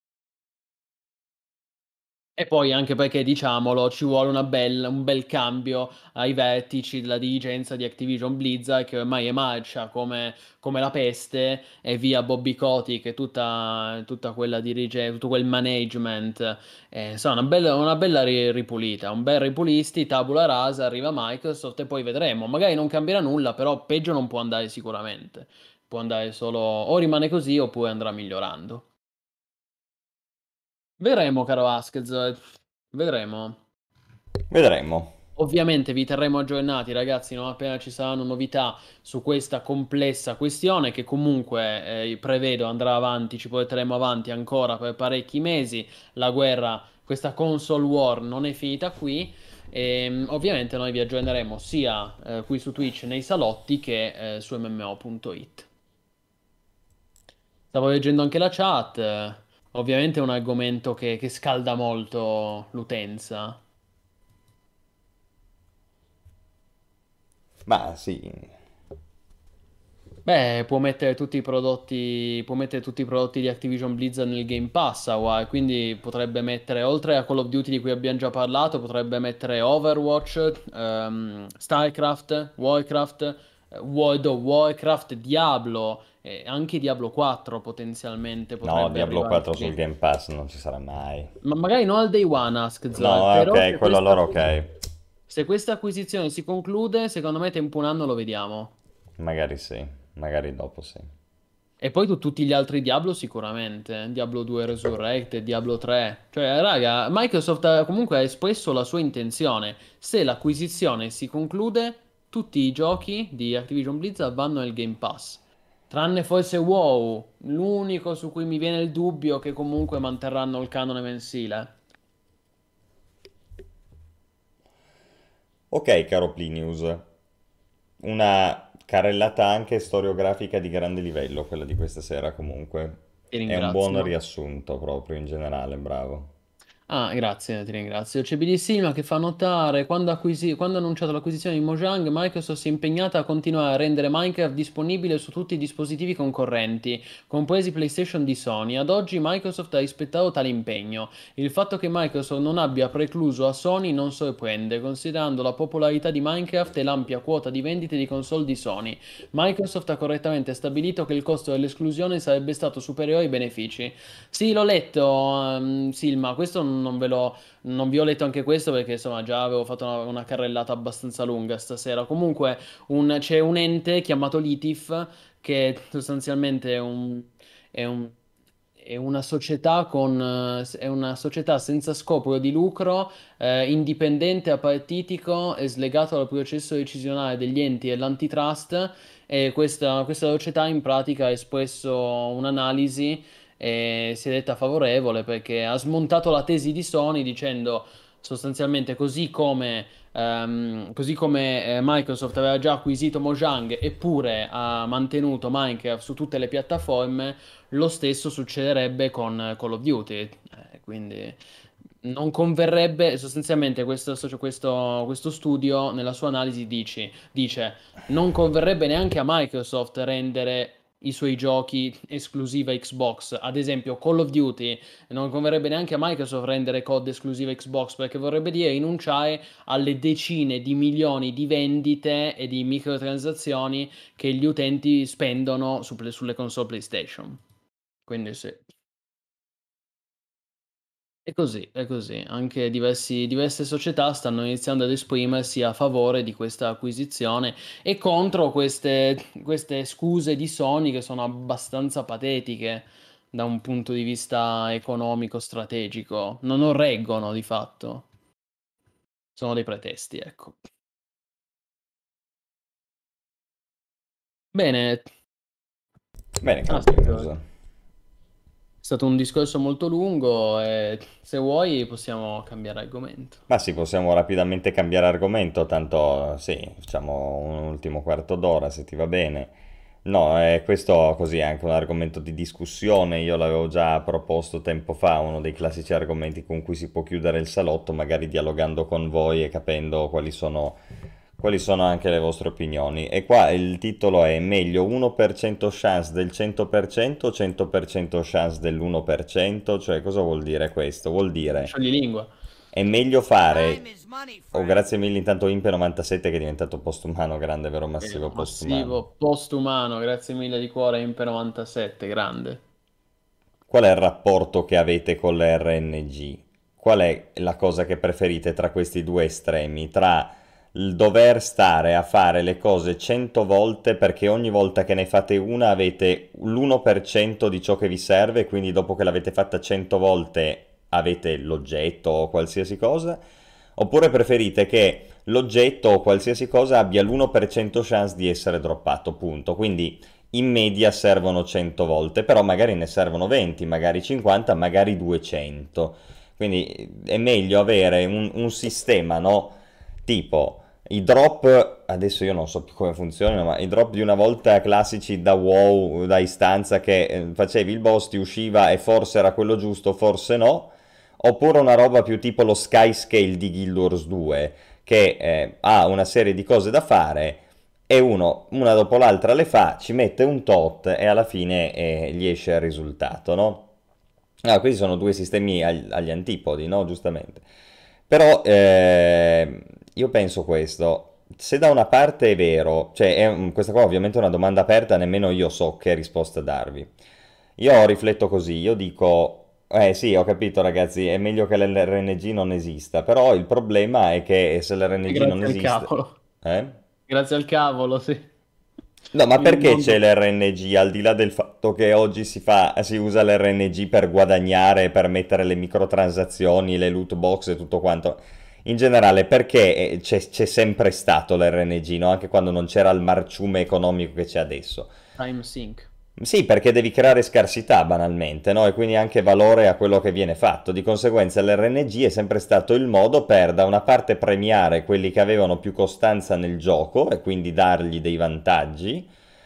E poi anche perché, diciamolo, ci vuole un bel cambio ai vertici della dirigenza di Activision Blizzard, che ormai è marcia come la peste, e via Bobby Kotick e tutta quella dirigenza, tutto quel management. Insomma, una bella ripulita, un bel ripulisti, tabula rasa, arriva Microsoft e poi vedremo. Magari non cambierà nulla, però peggio non può andare sicuramente. Può andare solo, o rimane così oppure andrà migliorando. Vedremo, caro Vasquez, vedremo. Vedremo. Ovviamente vi terremo aggiornati, ragazzi, non appena ci saranno novità su questa complessa questione che comunque prevedo andrà avanti, ci porteremo avanti ancora per parecchi mesi. La guerra, questa console war non è finita qui. E, ovviamente noi vi aggiorneremo sia qui su Twitch nei salotti che su MMO.it. Stavo leggendo anche la chat, ovviamente è un argomento che scalda molto l'utenza. Ma sì, Beh, può mettere tutti i prodotti di Activision Blizzard nel Game Pass, quindi potrebbe mettere, oltre a Call of Duty di cui abbiamo già parlato, potrebbe mettere Overwatch, StarCraft, Warcraft, World of Warcraft, Diablo, e anche Diablo 4 potenzialmente no, potrebbe Diablo arrivare 4 sul qui. Game Pass non ci sarà mai. Ma magari non al day one, Askzar, No, però ok, quello allora ok. se questa acquisizione si conclude, secondo me tempo un anno lo vediamo. Magari sì, magari dopo sì. E poi tutti gli altri Diablo sicuramente, Diablo 2 Resurrected, Diablo 3. Cioè, raga, Microsoft comunque ha espresso la sua intenzione. Se l'acquisizione si conclude, tutti i giochi di Activision Blizzard vanno nel Game Pass. Tranne forse WoW, l'unico su cui mi viene il dubbio che comunque manterranno il canone mensile. Ok, caro Plinius, una carrellata anche storiografica di grande livello, quella di questa sera comunque. Ti È un buon ringrazio. riassunto proprio in generale, bravo. Ah, grazie, ti ringrazio. C'è BD Silva che fa notare, quando ha annunciato l'acquisizione di Mojang, Microsoft si è impegnata a continuare a rendere Minecraft disponibile su tutti i dispositivi concorrenti, compresi PlayStation di Sony. Ad oggi Microsoft ha rispettato tale impegno. Il fatto che Microsoft non abbia precluso a Sony non sorprende, considerando la popolarità di Minecraft e l'ampia quota di vendite di console di Sony. Microsoft ha correttamente stabilito che il costo dell'esclusione sarebbe stato superiore ai benefici. Sì, l'ho letto, Silma, questo non vi ho letto anche questo perché insomma già avevo fatto una carrellata abbastanza lunga stasera. Comunque c'è un ente chiamato Litif che sostanzialmente è un- è una società è una società senza scopo di lucro, indipendente, apartitico e slegato dal processo decisionale degli enti e l'antitrust. E questa società in pratica ha espresso un'analisi e si è detta favorevole perché ha smontato la tesi di Sony dicendo sostanzialmente così come Microsoft aveva già acquisito Mojang eppure ha mantenuto Minecraft su tutte le piattaforme, lo stesso succederebbe con Call of Duty. Quindi non converrebbe, sostanzialmente questo studio nella sua analisi dice non converrebbe neanche a Microsoft rendere i suoi giochi esclusiva Xbox. Ad esempio, Call of Duty non converrebbe neanche a Microsoft rendere COD esclusiva Xbox perché vorrebbe dire rinunciare alle decine di milioni di vendite e di microtransazioni che gli utenti spendono sulle console PlayStation. Quindi sì. È così, è così. Anche diverse società stanno iniziando ad esprimersi a favore di questa acquisizione e contro queste scuse di Sony che sono abbastanza patetiche da un punto di vista economico, strategico. Non reggono di fatto. Sono dei pretesti, ecco. Bene, Bene, aspetta. Claudio. È stato un discorso molto lungo e se vuoi possiamo cambiare argomento. Ma sì, possiamo rapidamente cambiare argomento, tanto sì, facciamo un ultimo quarto d'ora se ti va bene. No, questo così è anche un argomento di discussione, io l'avevo già proposto tempo fa, uno dei classici argomenti con cui si può chiudere il salotto, magari dialogando con voi e capendo quali sono anche le vostre opinioni. E qua il titolo è meglio 1% chance del 100% o 100% chance dell'1%? Cioè cosa vuol dire questo? Vuol dire Scioglilingua. è meglio fare... Oh, grazie mille intanto Impe97 che è diventato postumano, grande, vero massivo postumano. Massivo, postumano, grazie mille di cuore, Impe97, grande. Qual è il rapporto che avete con le RNG? Qual è la cosa che preferite tra questi due estremi? Tra il dover stare a fare le cose 100 volte perché ogni volta che ne fate una avete l'1% di ciò che vi serve, quindi dopo che l'avete fatta 100 volte avete l'oggetto o qualsiasi cosa? Oppure preferite che l'oggetto o qualsiasi cosa abbia l'1% chance di essere droppato, punto. Quindi in media servono 100 volte, però magari ne servono 20, magari 50, magari 200. Quindi è meglio avere un sistema, no? Tipo i drop, adesso io non so più come funzionano, ma i drop di una volta classici da WoW, da istanza che facevi il boss, ti usciva e forse era quello giusto, forse no. Oppure una roba più tipo lo Sky Scale di Guild Wars 2, che ha una serie di cose da fare e uno, una dopo l'altra le fa, ci mette un tot e alla fine gli esce il risultato, no? Ah, questi sono due sistemi agli antipodi, no? Giustamente. Però io penso questo, se da una parte è vero, cioè questa qua ovviamente è una domanda aperta, nemmeno io so che risposta darvi. Io rifletto così, io dico, sì, ho capito ragazzi, è meglio che l'RNG non esista, però il problema è che se E l'RNG non grazie al esiste... cavolo. Eh? Grazie al cavolo, sì. No, ma Il perché c'è mondo... l'RNG? Al di là del fatto che oggi si usa l'RNG per guadagnare, per mettere le microtransazioni, le loot box e tutto quanto. In generale, perché c'è sempre stato l'RNG, no? Anche quando non c'era il marciume economico che c'è adesso. Time Sync. Sì, perché devi creare scarsità banalmente, no? E quindi anche valore a quello che viene fatto. Di conseguenza l'RNG è sempre stato il modo per, da una parte, premiare quelli che avevano più costanza nel gioco e quindi dargli dei vantaggi,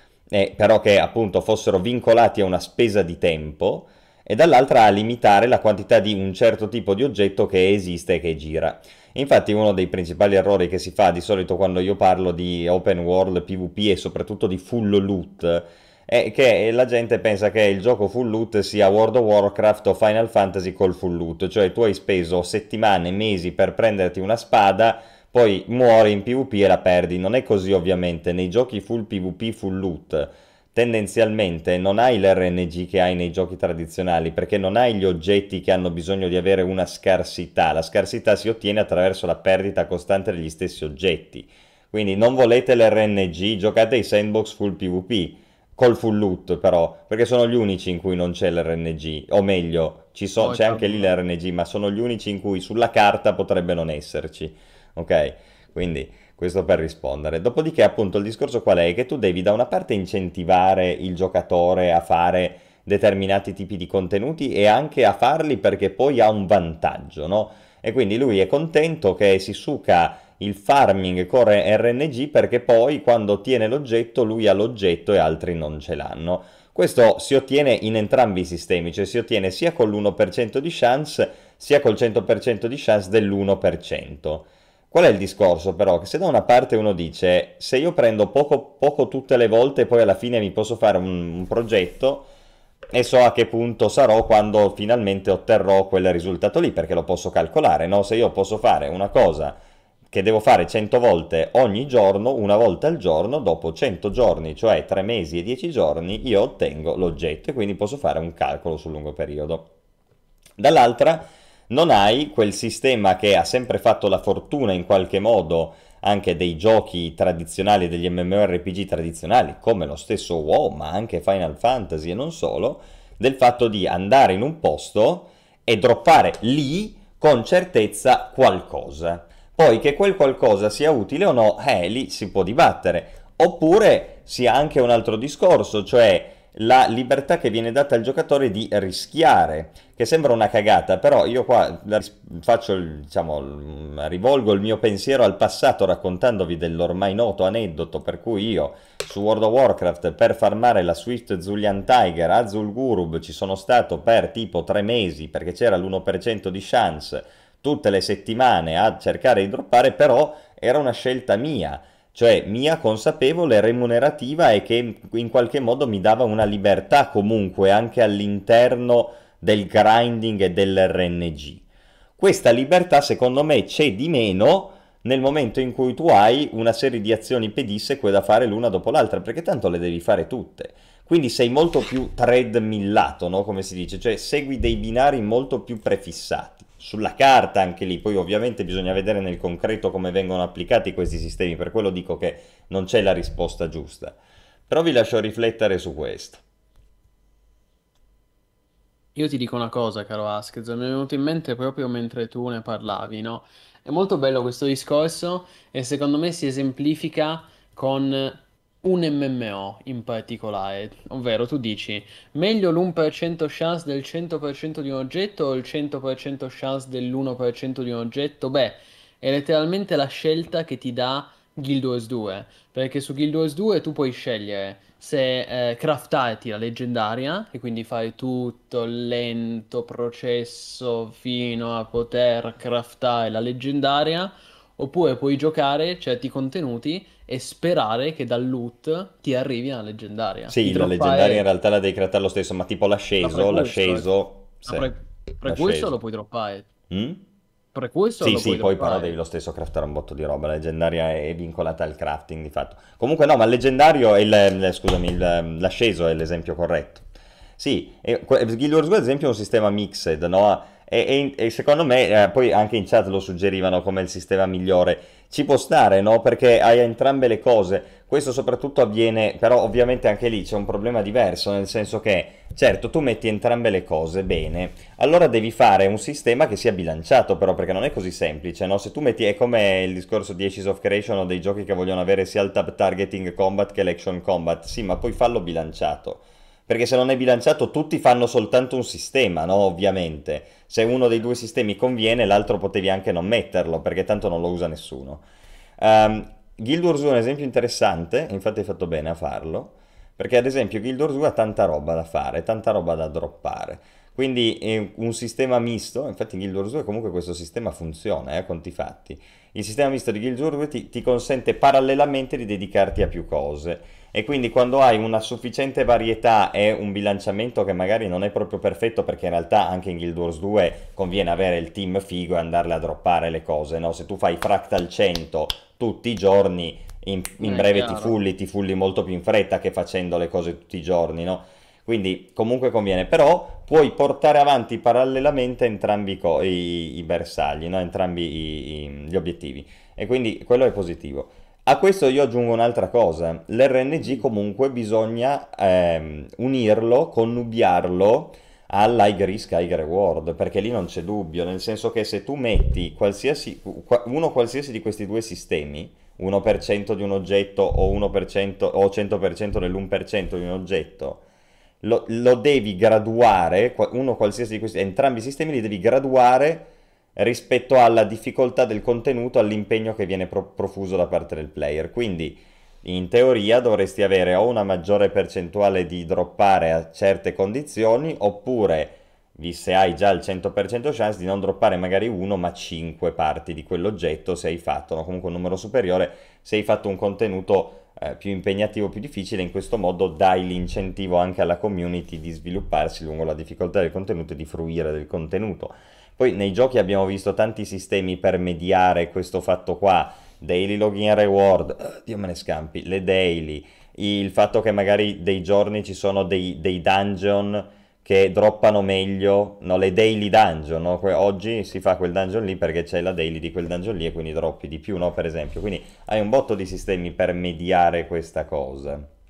però che appunto fossero vincolati a una spesa di tempo, e dall'altra a limitare la quantità di un certo tipo di oggetto che esiste e che gira. Infatti uno dei principali errori che si fa di solito quando io parlo di open world PvP e soprattutto di full loot è che la gente pensa che il gioco full loot sia World of Warcraft o Final Fantasy col full loot, cioè tu hai speso settimane, mesi per prenderti una spada, poi muori in PvP e la perdi. Non è così ovviamente, nei giochi full PvP, full loot, tendenzialmente non hai l'RNG che hai nei giochi tradizionali, perché non hai gli oggetti che hanno bisogno di avere una scarsità. La scarsità si ottiene attraverso la perdita costante degli stessi oggetti. Quindi non volete l'RNG, giocate ai sandbox full PvP col full loot però, perché sono gli unici in cui non c'è l'RNG, o meglio, Poi, c'è anche lì l'RNG, ma sono gli unici in cui sulla carta potrebbe non esserci, ok? Quindi questo per rispondere. Dopodiché appunto il discorso qual è? Che tu devi da una parte incentivare il giocatore a fare determinati tipi di contenuti e anche a farli perché poi ha un vantaggio, no? E quindi lui è contento che si suca il farming con RNG perché poi quando ottiene l'oggetto lui ha l'oggetto e altri non ce l'hanno. Questo si ottiene in entrambi i sistemi, cioè si ottiene sia con l'1% di chance sia col 100% di chance dell'1%. Qual è il discorso però? Che se da una parte uno dice se io prendo poco, poco tutte le volte e poi alla fine mi posso fare un progetto e so a che punto sarò quando finalmente otterrò quel risultato lì, perché lo posso calcolare, no? Se io posso fare una cosa che devo fare 100 volte ogni giorno, una volta al giorno, dopo 100 giorni, cioè 3 mesi e 10 giorni, io ottengo l'oggetto e quindi posso fare un calcolo sul lungo periodo. Dall'altra non hai quel sistema che ha sempre fatto la fortuna in qualche modo anche dei giochi tradizionali, degli MMORPG tradizionali, come lo stesso WoW, ma anche Final Fantasy e non solo, del fatto di andare in un posto e droppare lì con certezza qualcosa. Poi che quel qualcosa sia utile o no, lì si può dibattere. Oppure si ha anche un altro discorso, cioè la libertà che viene data al giocatore di rischiare, che sembra una cagata, però io qua rivolgo il mio pensiero al passato raccontandovi dell'ormai noto aneddoto per cui io su World of Warcraft per farmare la Swift Zulian Tiger a Zul'Gurub ci sono stato per tipo 3 mesi perché c'era l'1% di chance tutte le settimane a cercare di droppare, però era una scelta mia. Cioè mia consapevole, remunerativa e che in qualche modo mi dava una libertà comunque anche all'interno del grinding e dell'RNG. Questa libertà secondo me c'è di meno nel momento in cui tu hai una serie di azioni pedisseque da fare l'una dopo l'altra, perché tanto le devi fare tutte. Quindi sei molto più treadmillato, no? Come si dice, cioè segui dei binari molto più prefissati. Sulla carta anche lì, poi ovviamente bisogna vedere nel concreto come vengono applicati questi sistemi, per quello dico che non c'è la risposta giusta. Però vi lascio riflettere su questo. Io ti dico una cosa, caro Askez, mi è venuto in mente proprio mentre tu ne parlavi, no? È molto bello questo discorso e secondo me si esemplifica con un MMO in particolare, ovvero tu dici meglio l'1% chance del 100% di un oggetto o il 100% chance dell'1% di un oggetto? Beh, è letteralmente la scelta che ti dà Guild Wars 2, perché su Guild Wars 2 tu puoi scegliere se craftarti la leggendaria, e quindi fai tutto il lento processo fino a poter craftare la leggendaria, oppure puoi giocare certi contenuti e sperare che dal loot ti arrivi una leggendaria. Di Sì, la leggendaria in droppare realtà la devi craftare lo stesso, ma tipo la l'asceso, precursor. l'asceso, La sì, precursor lo l'asceso. puoi droppare. Mm? Precursor Sì, lo sì, puoi poi però devi droppare. lo stesso craftare un botto di roba. La leggendaria è vincolata al crafting di fatto. Comunque no, ma il leggendario è scusami, l'asceso è l'esempio corretto. Sì, Guild Wars 2 ad esempio è un sistema mixed, no? E secondo me, poi anche in chat lo suggerivano come il sistema migliore. Ci può stare, no? Perché hai entrambe le cose. Questo soprattutto avviene, però ovviamente anche lì c'è un problema diverso, nel senso che, certo, tu metti entrambe le cose, bene, allora devi fare un sistema che sia bilanciato però, perché non è così semplice, no? Se tu metti, è come il discorso di Ashes of Creation o dei giochi che vogliono avere sia il tab targeting combat che l'action combat, sì, ma poi fallo bilanciato. Perché se non è bilanciato tutti fanno soltanto un sistema, no? Ovviamente. Se uno dei due sistemi conviene, l'altro potevi anche non metterlo, perché tanto non lo usa nessuno. Guild Wars 2 è un esempio interessante, infatti hai fatto bene a farlo, perché ad esempio Guild Wars 2 ha tanta roba da fare, tanta roba da droppare. Quindi un sistema misto, infatti in Guild Wars 2 comunque questo sistema funziona, a conti fatti. Il sistema misto di Guild Wars 2 ti consente parallelamente di dedicarti a più cose. E quindi quando hai una sufficiente varietà e un bilanciamento che magari non è proprio perfetto, perché in realtà anche in Guild Wars 2 conviene avere il team figo e andarle a droppare le cose, no? Se tu fai Fractal 100 tutti i giorni, in È breve chiaro. ti fulli molto più in fretta che facendo le cose tutti i giorni, no? Quindi comunque conviene, però puoi portare avanti parallelamente entrambi i bersagli, no? Entrambi gli obiettivi. E quindi quello è positivo. A questo io aggiungo un'altra cosa, l'RNG comunque bisogna unirlo, connubiarlo all'high risk, high reward, perché lì non c'è dubbio, nel senso che se tu metti uno qualsiasi di questi due sistemi, 1% di un oggetto o 1% o 100% dell'1% di un oggetto, lo devi graduare, uno qualsiasi di questi, entrambi i sistemi li devi graduare rispetto alla difficoltà del contenuto, all'impegno che viene profuso da parte del player. Quindi in teoria dovresti avere o una maggiore percentuale di droppare a certe condizioni, oppure, se hai già il 100% chance, di non droppare magari uno ma 5 parti di quell'oggetto se hai fatto, no? Comunque un numero superiore se hai fatto un contenuto più impegnativo, più difficile. In questo modo dai l'incentivo anche alla community di svilupparsi lungo la difficoltà del contenuto e di fruire del contenuto. Poi nei giochi abbiamo visto tanti sistemi per mediare questo fatto qua, daily login reward, Dio me ne scampi, le daily, il fatto che magari dei giorni ci sono dei dungeon che droppano meglio, no, le daily dungeon, no? Oggi si fa quel dungeon lì perché c'è la daily di quel dungeon lì e quindi droppi di più, no? Per esempio, quindi hai un botto di sistemi per mediare questa cosa.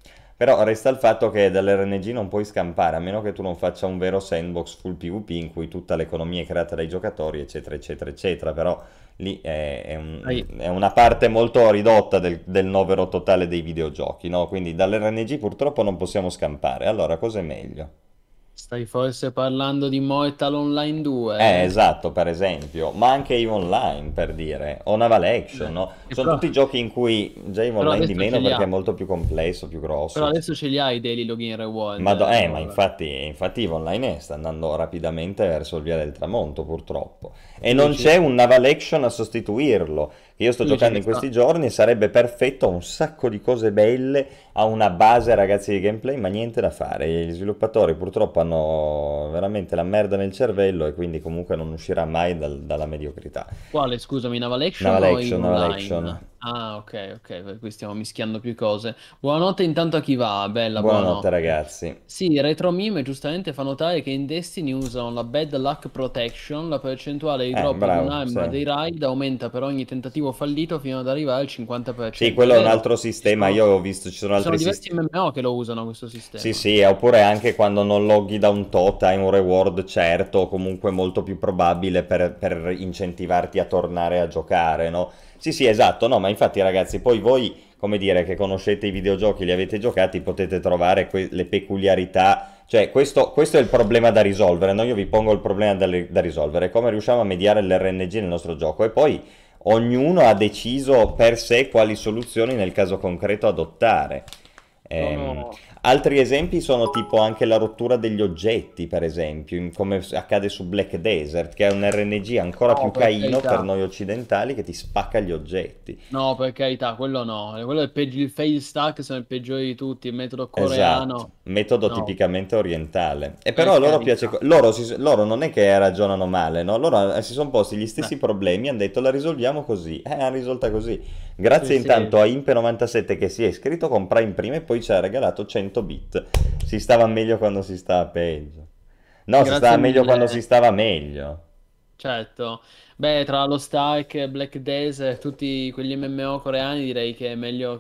Però resta il fatto che dall'RNG non puoi scampare, a meno che tu non faccia un vero sandbox full PvP in cui tutta l'economia è creata dai giocatori, eccetera, eccetera, eccetera. Però lì Hai- è una parte molto ridotta del novero totale dei videogiochi, no? Quindi dall'RNG purtroppo non possiamo scampare. Allora, cosa è meglio? Stai forse parlando di Mortal Online 2? Esatto, per esempio, ma anche EVE Online, per dire, o Naval Action, no? E Sono tutti giochi in cui già EVE però Online di adesso meno ce li perché è ha. molto più complesso, più Però grosso. adesso ce li hai i daily login reward. Ma Allora. infatti EVE Online sta andando rapidamente verso il via del tramonto, purtroppo. E Tu non dici, c'è un Naval Action a sostituirlo. Io sto tu dici giocando che in questi sta... giorni e sarebbe perfetto, ha un sacco di cose belle, ha una base, ragazzi, di gameplay, ma niente da fare. Gli sviluppatori purtroppo hanno veramente la merda nel cervello e quindi comunque non uscirà mai dalla mediocrità. Quale, scusami, Naval Action o EVE Naval Action. Online? Ah, ok, ok, per cui stiamo mischiando più cose. Buonanotte intanto a chi va, bella, Buonanotte, buonanotte. ragazzi. Sì, RetroMeme giustamente fa notare che in Destiny usano la Bad Luck Protection, la percentuale di drop di Bravo, un'arma sì. dei raid aumenta per ogni tentativo fallito fino ad arrivare al Sì, 50%. È quello è un vero, altro sistema, io ho visto, ci sono ci sono altri diversi sistemi. MMO che lo usano questo Sì, sistema. sì, oppure anche quando non loghi da un tot hai un reward certo, o comunque molto più probabile per incentivarti a tornare a giocare, no? Sì, sì, esatto, no, ma infatti ragazzi, poi voi, come dire, che conoscete i videogiochi, li avete giocati, potete trovare le peculiarità, cioè questo è il problema da risolvere, no? Io vi pongo il problema da risolvere, come riusciamo a mediare l'RNG nel nostro gioco e poi ognuno ha deciso per sé quali soluzioni nel caso concreto adottare. Ehm, Sono... Altri esempi sono tipo anche la rottura degli oggetti, per esempio, come accade su Black Desert, che è un RNG ancora No, più per caino per carità. noi occidentali che ti spacca gli oggetti. No, per carità, quello no. Quello è il peggio, il fail stack sono il peggiore di tutti, il metodo Esatto, coreano. metodo No, tipicamente orientale. E però per a loro piace, carità. loro non è che ragionano male, no? Loro si sono posti gli Beh, stessi problemi, hanno detto la risolviamo così, hanno risolta così. sì, Grazie intanto sì. a Impe97 che si è iscritto con Prime Prima e poi ci ha regalato 100 bit. Si stava meglio quando si stava peggio. No, si stava Grazie meglio quando si mille. stava meglio. Certo. Beh, tra lo Stark, Black Desert e tutti quegli MMO coreani direi che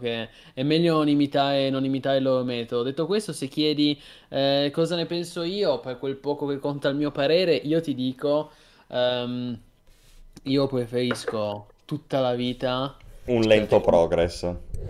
è meglio non imitare il loro metodo. Detto questo, se chiedi cosa ne penso io, per quel poco che conta il mio parere, io ti dico, ehm, io preferisco tutta la vita. Un Aspetta, lento progress.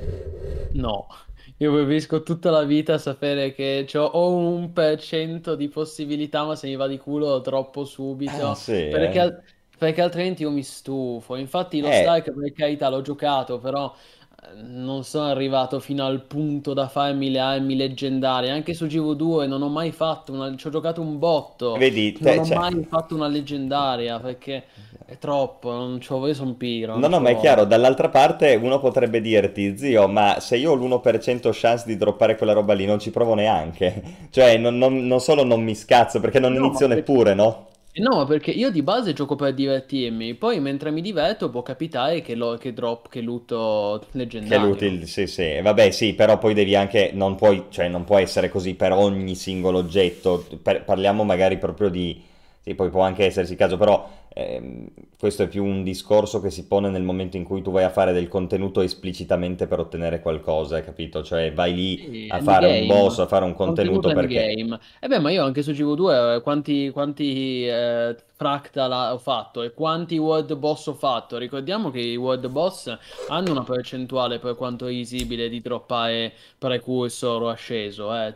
no, io preferisco tutta la vita sapere che ho un 1% di possibilità, ma se mi va di culo troppo Ah subito, sì, perché, eh? perché altrimenti io mi stufo. Infatti lo Eh, Strike, per carità, l'ho giocato, però non sono arrivato fino al punto da farmi le armi leggendarie. Anche su GV2 non ho mai fatto una... Ci ho giocato un botto, vedi, non ho cioè, mai fatto una leggendaria, perché è troppo, non c'ho... io sono pigro, no, non no, c'ho ma è chiaro, voglia. dall'altra parte uno potrebbe dirti, zio, ma se io ho l'1% chance di droppare quella roba lì, non ci provo neanche. Cioè, non solo non mi scazzo, perché non No, ma inizio perché... neppure, no? No, ma perché io di base gioco per divertirmi, poi mentre mi diverto può capitare che drop, che lutto Che leggendario. l'utile, sì, sì, vabbè, sì, però poi devi anche, non puoi, cioè, non può essere così per ogni singolo oggetto. Parliamo magari proprio di, sì, poi può anche esserci il caso, però questo è più un discorso che si pone nel momento in cui tu vai a fare del contenuto esplicitamente per ottenere qualcosa, hai capito? Cioè, vai lì Sì, a fare un boss, endgame, a fare un contenuto contenuto perché. endgame. E beh, ma io anche su GV2 quanti fractal ho fatto e quanti world boss ho fatto? Ricordiamo che i world boss hanno una percentuale per quanto è visibile di droppare precursor o asceso, eh.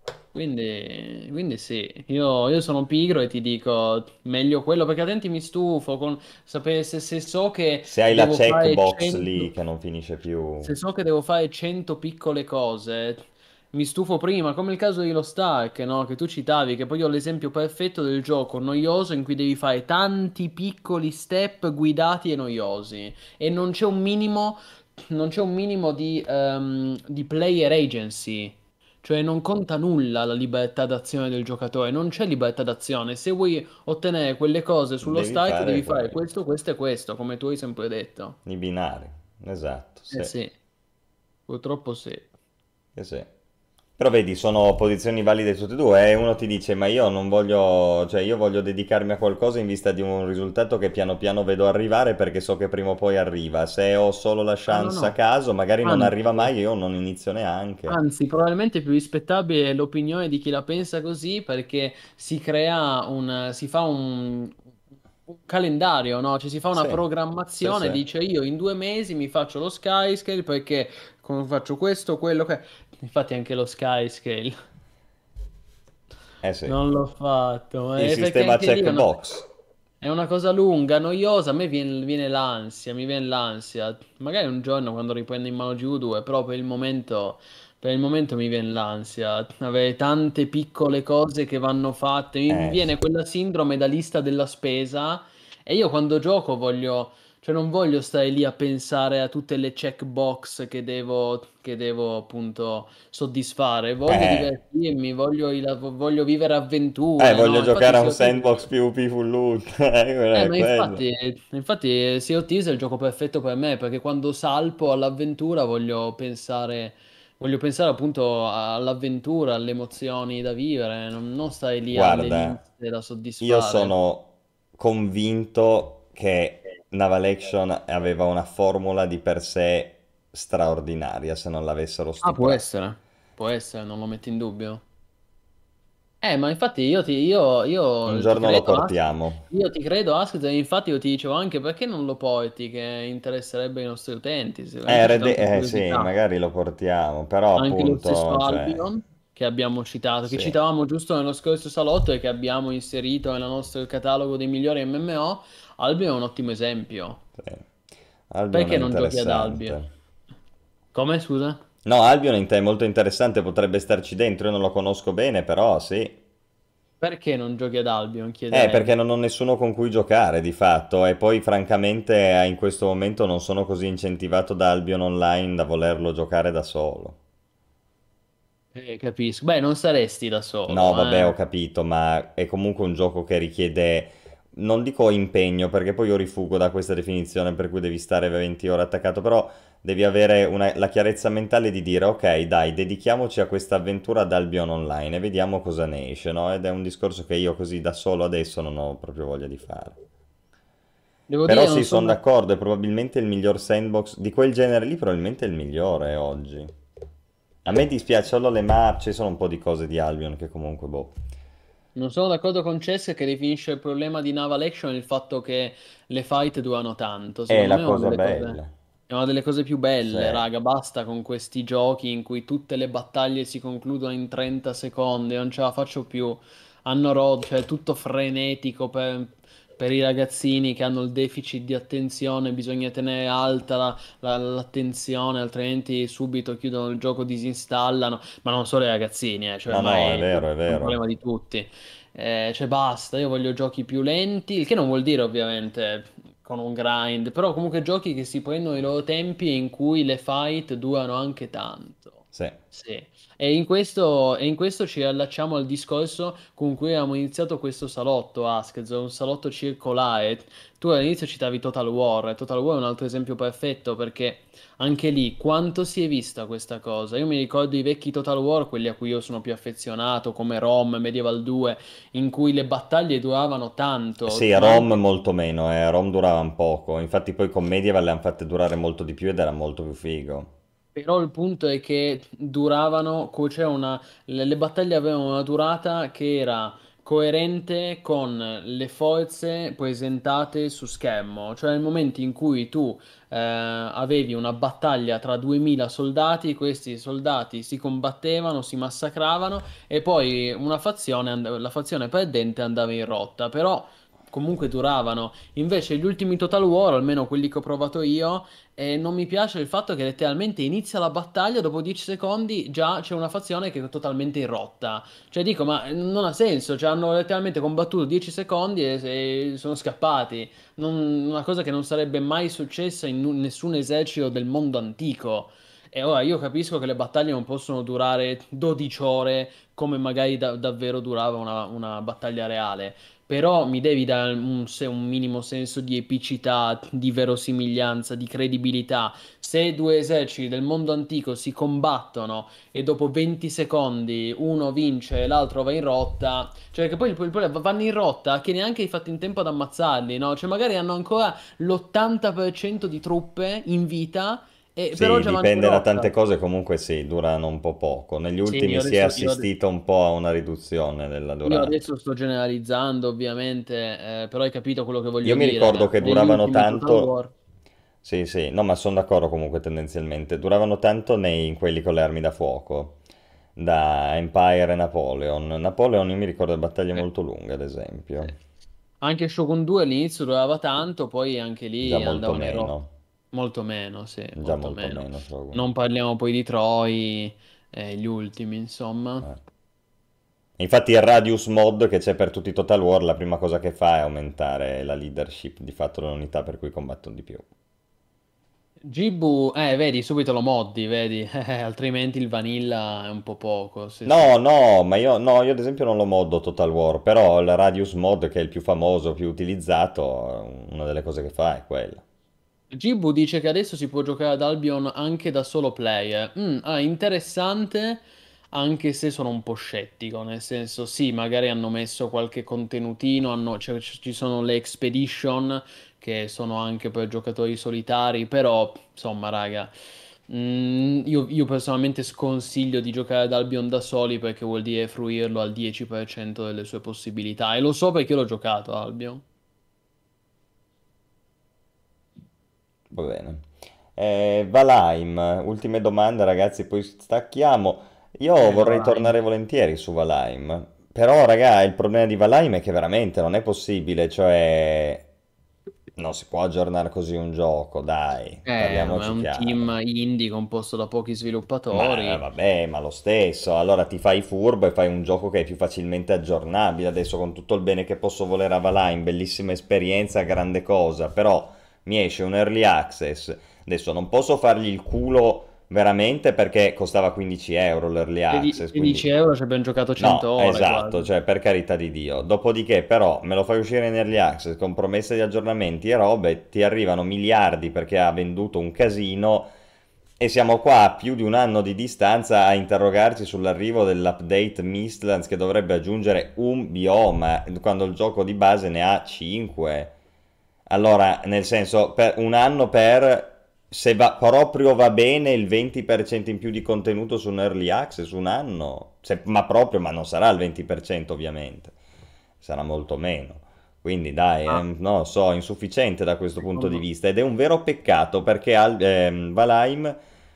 Quindi sì, io sono pigro e ti dico meglio quello perché altrimenti mi stufo con sapere se so che Se hai la devo fare checkbox lì 100, che non finisce più. se so che devo fare 100 piccole cose, mi stufo prima, come il caso di Lost Ark, no? Che tu citavi, che poi ho l'esempio perfetto del gioco noioso in cui devi fare tanti piccoli step guidati e noiosi e non c'è un minimo di player agency. Cioè non conta nulla la libertà d'azione del giocatore, non c'è libertà d'azione. Se vuoi ottenere quelle cose sullo Devi Stark fare devi fare quello. questo, questo e questo, come tu hai sempre detto. I binari, esatto, Eh sì. sì, purtroppo sì. Sì, sì. Però vedi, sono posizioni valide tutte e due, e uno ti dice, ma io non voglio, cioè io voglio dedicarmi a qualcosa in vista di un risultato che piano piano vedo arrivare perché so che prima o poi arriva. Se ho solo la Ah, no, chance a no. caso, magari non arriva Anzi, mai, io non inizio neanche. anzi, probabilmente più rispettabile è l'opinione di chi la pensa così perché si fa un calendario, no? Cioè si fa una Sì, sì, programmazione, sì. dice io in 2 mesi mi faccio lo Skyscale perché faccio questo, quello che... Infatti anche lo Skyscale Eh sì. non l'ho fatto, ma Il è perché sistema anche lì checkbox. è una cosa lunga, noiosa, a me viene l'ansia, mi viene l'ansia. Magari un giorno quando riprendo in mano GU2, però per il momento mi viene l'ansia. Avere tante piccole cose che vanno fatte, mi Sì. viene quella sindrome da lista della spesa e io quando gioco cioè non voglio stare lì a pensare a tutte le checkbox che devo appunto soddisfare. Voglio Eh. divertirmi, voglio vivere avventure, Voglio no? Infatti giocare a Sea un of Thieves sandbox PvP full loot. È Ma quello. infatti Sea of Thieves è il gioco perfetto per me, perché quando salpo all'avventura voglio pensare appunto all'avventura, alle emozioni da vivere, non stare lì alle Guarda, liste da io soddisfare. sono convinto che Naval Action aveva una formula di per sé straordinaria se non l'avessero Ah, stuprata. può essere, non lo metto in dubbio. Ma infatti Un io ti giorno lo credo, portiamo. io ti credo, Ask, e infatti io ti dicevo anche perché non lo porti, che interesserebbe i nostri utenti, sicuramente c'è tanta Sì, curiosità. magari lo portiamo, però Anche lo stesso appunto, cioè, Albion che abbiamo citato, che sì, citavamo giusto nello scorso salotto e che abbiamo inserito nel nostro catalogo dei migliori MMO, Albion è un ottimo esempio. sì. Albion è Perché non giochi ad Albion? interessante. Come, scusa? No, Albion è molto interessante, potrebbe starci dentro, io non lo conosco bene, però sì. Perché non giochi ad Albion? Perché Chiederebbe. non ho nessuno con cui giocare di fatto e poi francamente in questo momento non sono così incentivato da Albion Online da volerlo giocare da solo. Capisco. Beh, non saresti da No, solo, vabbè, ho eh. capito, ma è comunque un gioco che richiede, non dico impegno, perché poi io rifugo da questa definizione per cui devi stare 20 ore attaccato, però devi avere la chiarezza mentale di dire, ok, dai, dedichiamoci a questa avventura ad Albion Online e vediamo cosa ne esce, no? Ed è un discorso che io così da solo adesso non ho proprio voglia di fare. Devo Però dire, non sì, sono sono... d'accordo, è probabilmente il miglior sandbox di quel genere lì, probabilmente è il migliore oggi. A me dispiace solo le map, ci sono un po' di cose di Albion che comunque, boh. Non sono d'accordo con Chess che definisce il problema di Naval Action il fatto che le fight durano tanto. È Secondo la me cosa bella. è una delle cose più Sì. belle, raga. Basta con questi giochi in cui tutte le battaglie si concludono in 30 secondi, non ce la faccio più. Cioè, è tutto frenetico per i ragazzini che hanno il deficit di attenzione, bisogna tenere alta l'attenzione, altrimenti subito chiudono il gioco, disinstallano. Ma non solo i ragazzini, cioè, No, ma no, è è un vero. problema di tutti. Cioè basta, io voglio giochi più lenti, il che non vuol dire ovviamente con un grind, però comunque giochi che si prendono i loro tempi e in cui le fight durano anche tanto. Sì. Sì. E in questo ci allacciamo al discorso con cui abbiamo iniziato questo salotto, Askez, un salotto circolare. Tu all'inizio citavi Total War, e Total War è un altro esempio perfetto perché anche lì quanto si è vista questa cosa? Io mi ricordo i vecchi Total War, quelli a cui io sono più affezionato, come Rom, Medieval 2, in cui le battaglie duravano tanto, Sì, a ma Rom anche... molto meno, a Rom duravano poco, infatti poi con Medieval le hanno fatte durare molto di più ed era molto più figo. Però il punto è che duravano, le battaglie avevano una durata che era coerente con le forze presentate su schermo, cioè nel momento in cui tu avevi una battaglia tra 2000 soldati, questi soldati si combattevano, si massacravano e poi la fazione perdente andava in rotta, però comunque duravano. Invece gli ultimi Total War, almeno quelli che ho provato io, e non mi piace il fatto che letteralmente inizia la battaglia, dopo 10 secondi già c'è una fazione che è totalmente in rotta. Cioè dico, ma non ha senso, cioè hanno letteralmente combattuto 10 secondi e sono scappati. Una cosa che non sarebbe mai successa in nessun esercito del mondo antico. E ora io capisco che le battaglie non possono durare 12 ore come magari davvero durava una battaglia reale, però mi devi dare un minimo senso di epicità, di verosimiglianza, di credibilità. Se due eserciti del mondo antico si combattono e dopo 20 secondi uno vince e l'altro va in rotta, cioè che poi il problema vanno in rotta che neanche hai fatto in tempo ad ammazzarli, no? Cioè magari hanno ancora l'80% di truppe in vita e però Sì, già vanno in dipende da tante rotta. cose, comunque sì, durano un po' poco. Negli Sì, ultimi si è assistito un po' a una riduzione della io durata. adesso sto generalizzando ovviamente, però hai capito quello che Io voglio mi ricordo dire. che Negli duravano ultimi Total tanto, War. sì, sì, no, ma sono d'accordo comunque tendenzialmente, duravano tanto in quelli con le armi da fuoco, da Empire e Napoleon. Napoleon io mi ricordo battaglie Sì, molto lunghe, ad sì. esempio, Anche Shogun 2 all'inizio durava tanto, poi anche già lì molto andavano in rotta. meno, Molto meno, sì, già molto molto meno. meno, Shogun. Non parliamo poi di Troy, gli ultimi, insomma. Eh. Infatti il Radius mod che c'è per tutti i Total War, la prima cosa che fa è aumentare la leadership, di fatto le unità per cui combattono di più. Gibu, vedi, subito lo moddi, vedi, altrimenti il vanilla è un po' poco, sì, sì. No, no, ma io, no, io ad esempio non lo moddo Total War, però il Radius mod che è il più famoso, più utilizzato, una delle cose che fa è quella. Gibu dice che adesso si può giocare ad Albion anche da solo player. Interessante, anche se sono un po' scettico, nel senso, sì, magari hanno messo qualche contenutino, cioè, ci sono le expedition che sono anche per giocatori solitari, però, insomma, raga, io personalmente sconsiglio di giocare ad Albion da soli perché vuol dire fruirlo al 10% delle sue possibilità, e lo so perché io l'ho giocato a Albion. Va bene. Valheim, ultime domande ragazzi, poi stacchiamo. Io vorrei Valheim. tornare volentieri su Valheim, però raga, il problema di Valheim è che veramente non è possibile, cioè non si può aggiornare così un gioco, dai, È parliamoci un team chiaro. indie composto da pochi Ma sviluppatori. vabbè, ma lo stesso, allora ti fai furbo e fai un gioco che è più facilmente aggiornabile. Adesso con tutto il bene che posso volere a Valheim, bellissima esperienza, grande cosa, però mi esce un early access. Adesso non posso fargli il culo veramente perché costava 15 euro l'early access, 16 quindi euro ci abbiamo giocato 100 no, ore esatto, quasi. cioè per carità di Dio. Dopodiché però me lo fai uscire in early access con promesse di aggiornamenti e robe, ti arrivano miliardi perché ha venduto un casino e siamo qua a più di un anno di distanza a interrogarci sull'arrivo dell'update Mistlands che dovrebbe aggiungere un bioma quando il gioco di base ne ha 5. Allora, nel senso, per un anno per se proprio va bene il 20% in più di contenuto su un early access, un anno, ma proprio, ma non sarà il 20% ovviamente, sarà molto meno. Quindi dai, Ah, no, so, insufficiente da questo punto di secondo, vista ed è un vero peccato perché Valheim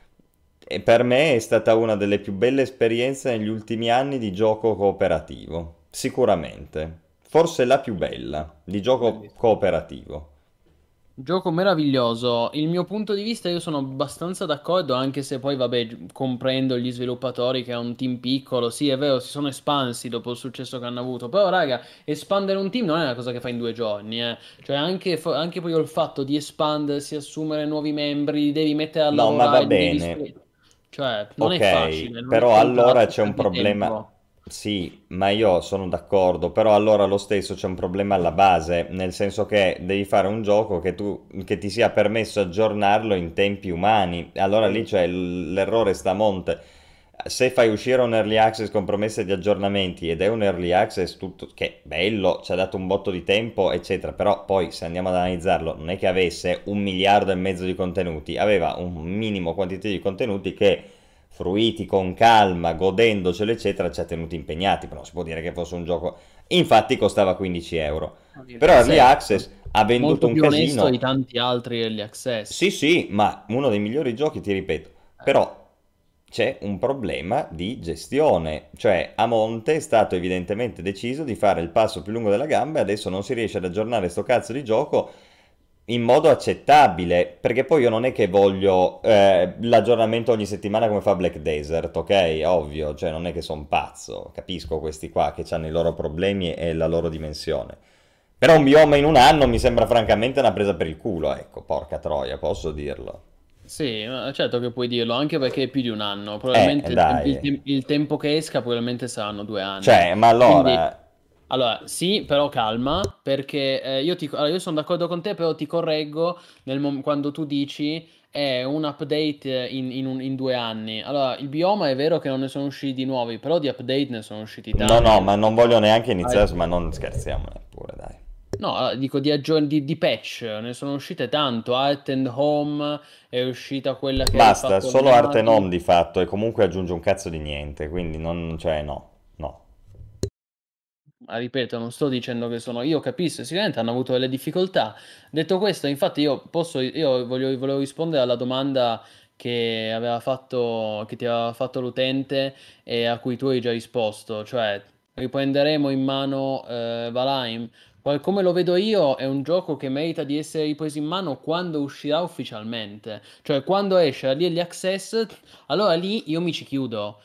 per me è stata una delle più belle esperienze negli ultimi anni di gioco cooperativo, sicuramente. Forse la più bella di gioco bellissimo. cooperativo. Gioco meraviglioso. Il mio punto di vista, io sono abbastanza d'accordo, anche se poi, vabbè, comprendo gli sviluppatori che è un team piccolo. Sì, è vero, si sono espansi dopo il successo che hanno avuto. Però, raga, espandere un team non è una cosa che fai in 2 giorni, eh. Cioè, anche poi il fatto di espandersi, assumere nuovi membri, li devi mettere a No, ma va lavorare, li devi bene. Cioè, non è Ok, facile, non è però allora scontato, c'è un perdi problema. tempo. Sì, ma io sono d'accordo, però allora lo stesso c'è un problema alla base, nel senso che devi fare un gioco che ti sia permesso aggiornarlo in tempi umani. Allora lì c'è l'errore sta a monte. Se fai uscire un early access con promesse di aggiornamenti ed è un early access tutto che bello, ci ha dato un botto di tempo, eccetera, però poi se andiamo ad analizzarlo, non è che avesse 1,5 miliardi di contenuti, aveva un minimo quantità di contenuti che fruiti con calma, godendocelo, eccetera, ci ha tenuti impegnati, però non si può dire che fosse un gioco. Infatti costava 15 euro. Però Early Pazzesco. Access ha venduto Molto un più onesto di casino. tanti altri early Sì, access. sì, ma uno dei migliori giochi, ti ripeto. Però c'è un problema di gestione, cioè a monte è stato evidentemente deciso di fare il passo più lungo della gamba e adesso non si riesce ad aggiornare sto cazzo di gioco in modo accettabile, perché poi io non è che voglio l'aggiornamento ogni settimana come fa Black Desert, ok? Ovvio, cioè non è che sono pazzo, capisco questi qua che hanno i loro problemi e la loro dimensione. Però un bioma in un anno mi sembra francamente una presa per il culo, ecco, porca troia, posso dirlo. Sì, certo che puoi dirlo, anche perché è più di un anno. Probabilmente Dai. il tempo che esca probabilmente saranno 2 anni. Cioè, ma Quindi, allora... allora, sì, però calma, perché allora, io sono d'accordo con te, però ti correggo quando tu dici è un update in 2 anni. Allora, il bioma è vero che non ne sono usciti di nuovi, però di update ne sono usciti No, tanti. no, È ma non voglio uscito... neanche ah, iniziare, ma non scherziamo neppure, dai. No, dico di patch, ne sono uscite tanto. Heart and Home è uscita quella che hai Basta, fatto le solo arte non navi. di fatto e comunque aggiunge un cazzo di niente, quindi non, cioè no, no. Ma ripeto, non sto dicendo che sono io, capisco, sicuramente hanno avuto delle difficoltà. Detto questo, infatti volevo rispondere alla domanda che ti aveva fatto l'utente e a cui tu hai già risposto, cioè riprenderemo in mano Valheim. Come lo vedo io, è un gioco che merita di essere ripreso in mano quando uscirà ufficialmente. Cioè, quando esce l'Early Access, allora lì io mi ci chiudo.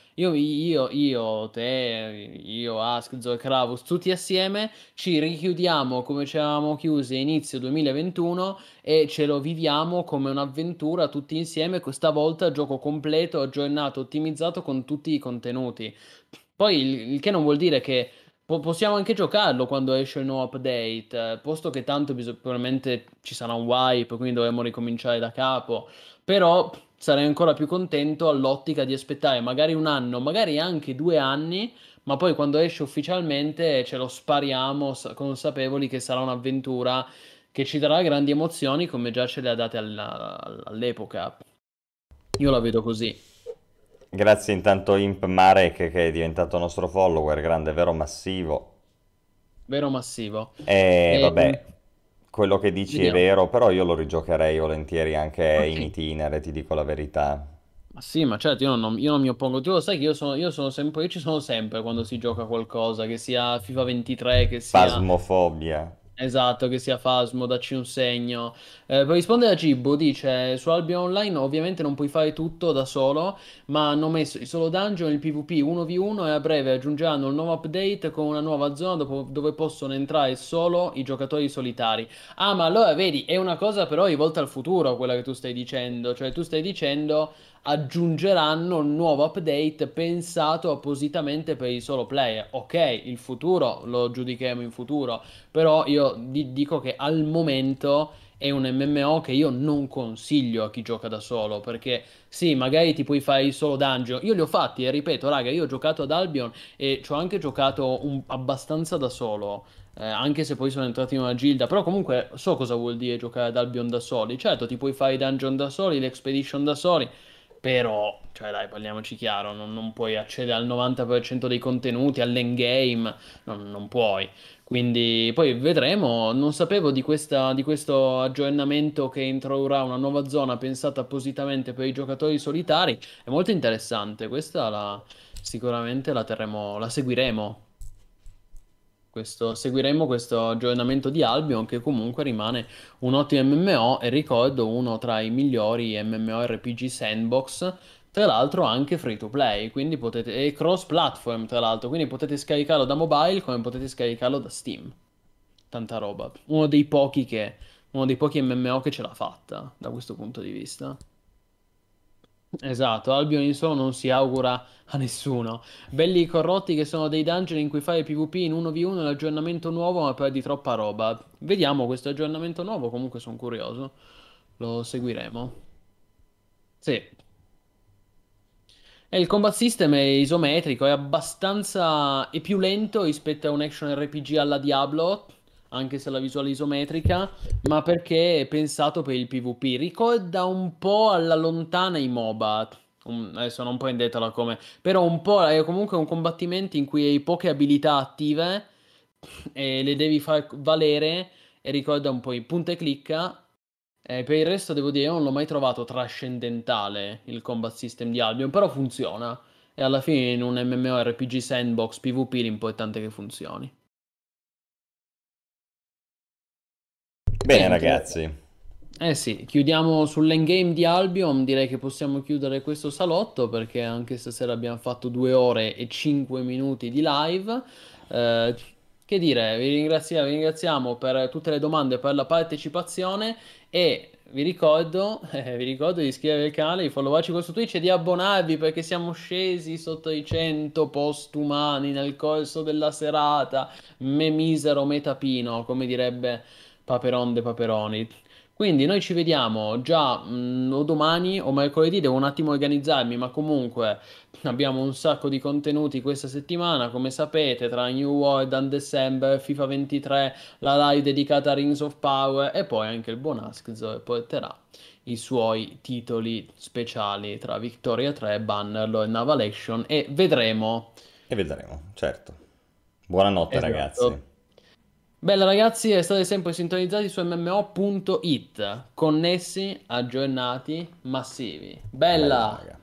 Te, Ask, Zoe Kravus, tutti assieme ci richiudiamo come ci eravamo chiusi a inizio 2021 e ce lo viviamo come un'avventura tutti insieme, questa volta gioco completo, aggiornato, ottimizzato con tutti i contenuti. Poi il che non vuol dire che possiamo anche giocarlo quando esce il nuovo update, posto che tanto probabilmente ci sarà un wipe, quindi dovremo ricominciare da capo. Però sarei ancora più contento all'ottica di aspettare magari un anno, magari anche 2 anni, ma poi quando esce ufficialmente ce lo spariamo consapevoli che sarà un'avventura che ci darà grandi emozioni come già ce le ha date all'epoca. Io la vedo così, Grazie intanto Imp Marek che è diventato nostro follower, grande, vero massivo. vero massivo. E E, vabbè, quello che dici è vediamo. vero, però io lo rigiocherei volentieri anche Ma in sì. itinere, ti dico la verità. Ma sì, ma certo, io non mi oppongo. Tu lo sai che io sono sempre, io ci sono sempre quando si gioca qualcosa, che sia FIFA 23, che sia Phasmophobia. esatto, che sia Fasmo, dacci un segno. Per rispondere a Gibbo, dice su Albion Online ovviamente non puoi fare tutto da solo, ma hanno messo i solo dungeon, il PvP 1v1 e a breve aggiungeranno il nuovo update con una nuova zona dove possono entrare solo i giocatori solitari. Ah, ma allora vedi, è una cosa però rivolta al futuro quella che tu stai dicendo, cioè tu stai dicendo aggiungeranno un nuovo update pensato appositamente per i solo player. Ok, il futuro lo giudicheremo in futuro. Però io dico che al momento è un MMO che io non consiglio a chi gioca da solo, perché sì, magari ti puoi fare il solo dungeon. Io li ho fatti e ripeto, raga, io ho giocato ad Albion e ci ho anche giocato abbastanza da solo. Anche se poi sono entrato in una gilda, però comunque so cosa vuol dire giocare ad Albion da soli. Certo, ti puoi fare i dungeon da soli, l'expedition da soli, però, cioè dai, parliamoci chiaro, non puoi accedere al 90% dei contenuti, all'endgame, non puoi. Quindi poi vedremo, non sapevo di questo aggiornamento che introdurrà una nuova zona pensata appositamente per i giocatori solitari, è molto interessante, sicuramente la seguiremo. Seguiremo questo aggiornamento di Albion che comunque rimane un ottimo MMO e ricordo uno tra i migliori MMORPG sandbox, tra l'altro anche free to play, quindi e cross platform tra l'altro, quindi potete scaricarlo da mobile come potete scaricarlo da Steam. Tanta roba. Uno dei pochi MMO che ce l'ha fatta da questo punto di vista. Esatto, Albion in solo non si augura a nessuno. Belli corrotti che sono dei dungeon in cui fare PvP in 1v1 è l'aggiornamento nuovo ma perdi troppa roba. Vediamo questo aggiornamento nuovo, comunque sono curioso. Lo seguiremo. Sì. E il combat system è isometrico, è più lento rispetto a un action RPG alla Diablo, anche se la visuale è isometrica, ma perché è pensato per il PvP. Ricorda un po' alla lontana i MOBA. Adesso non prendetela come... Però un po' è comunque un combattimento in cui hai poche abilità attive e le devi far valere e ricorda un po' i punta e clicca. Per il resto devo dire, io non l'ho mai trovato trascendentale il combat system di Albion, però funziona. E alla fine in un MMORPG sandbox PvP l'importante è che funzioni. Bene Mentre, ragazzi, eh sì, chiudiamo sull'endgame di Albion, direi che possiamo chiudere questo salotto perché anche stasera abbiamo fatto 2 ore e 5 minuti di live. Eh, che dire, vi ringraziamo per tutte le domande, per la partecipazione e vi ricordo di iscrivervi al canale, di followarci qua su Twitch e di abbonarvi perché siamo scesi sotto i 100 post umani nel corso della serata. Me misero me tapino, come direbbe Paperon de Paperoni. Quindi noi ci vediamo già o domani o mercoledì, devo un attimo organizzarmi, ma comunque abbiamo un sacco di contenuti questa settimana, come sapete, tra New World and December, FIFA 23, la live dedicata a Rings of Power e poi anche il buon Askzo porterà i suoi titoli speciali tra Victoria 3, Bannerlord, Naval Action e vedremo. E vedremo, certo. Buonanotte Esatto. ragazzi. Bella ragazzi, state sempre sintonizzati su MMO.it, connessi, aggiornati, massivi. Bella, Bella! raga.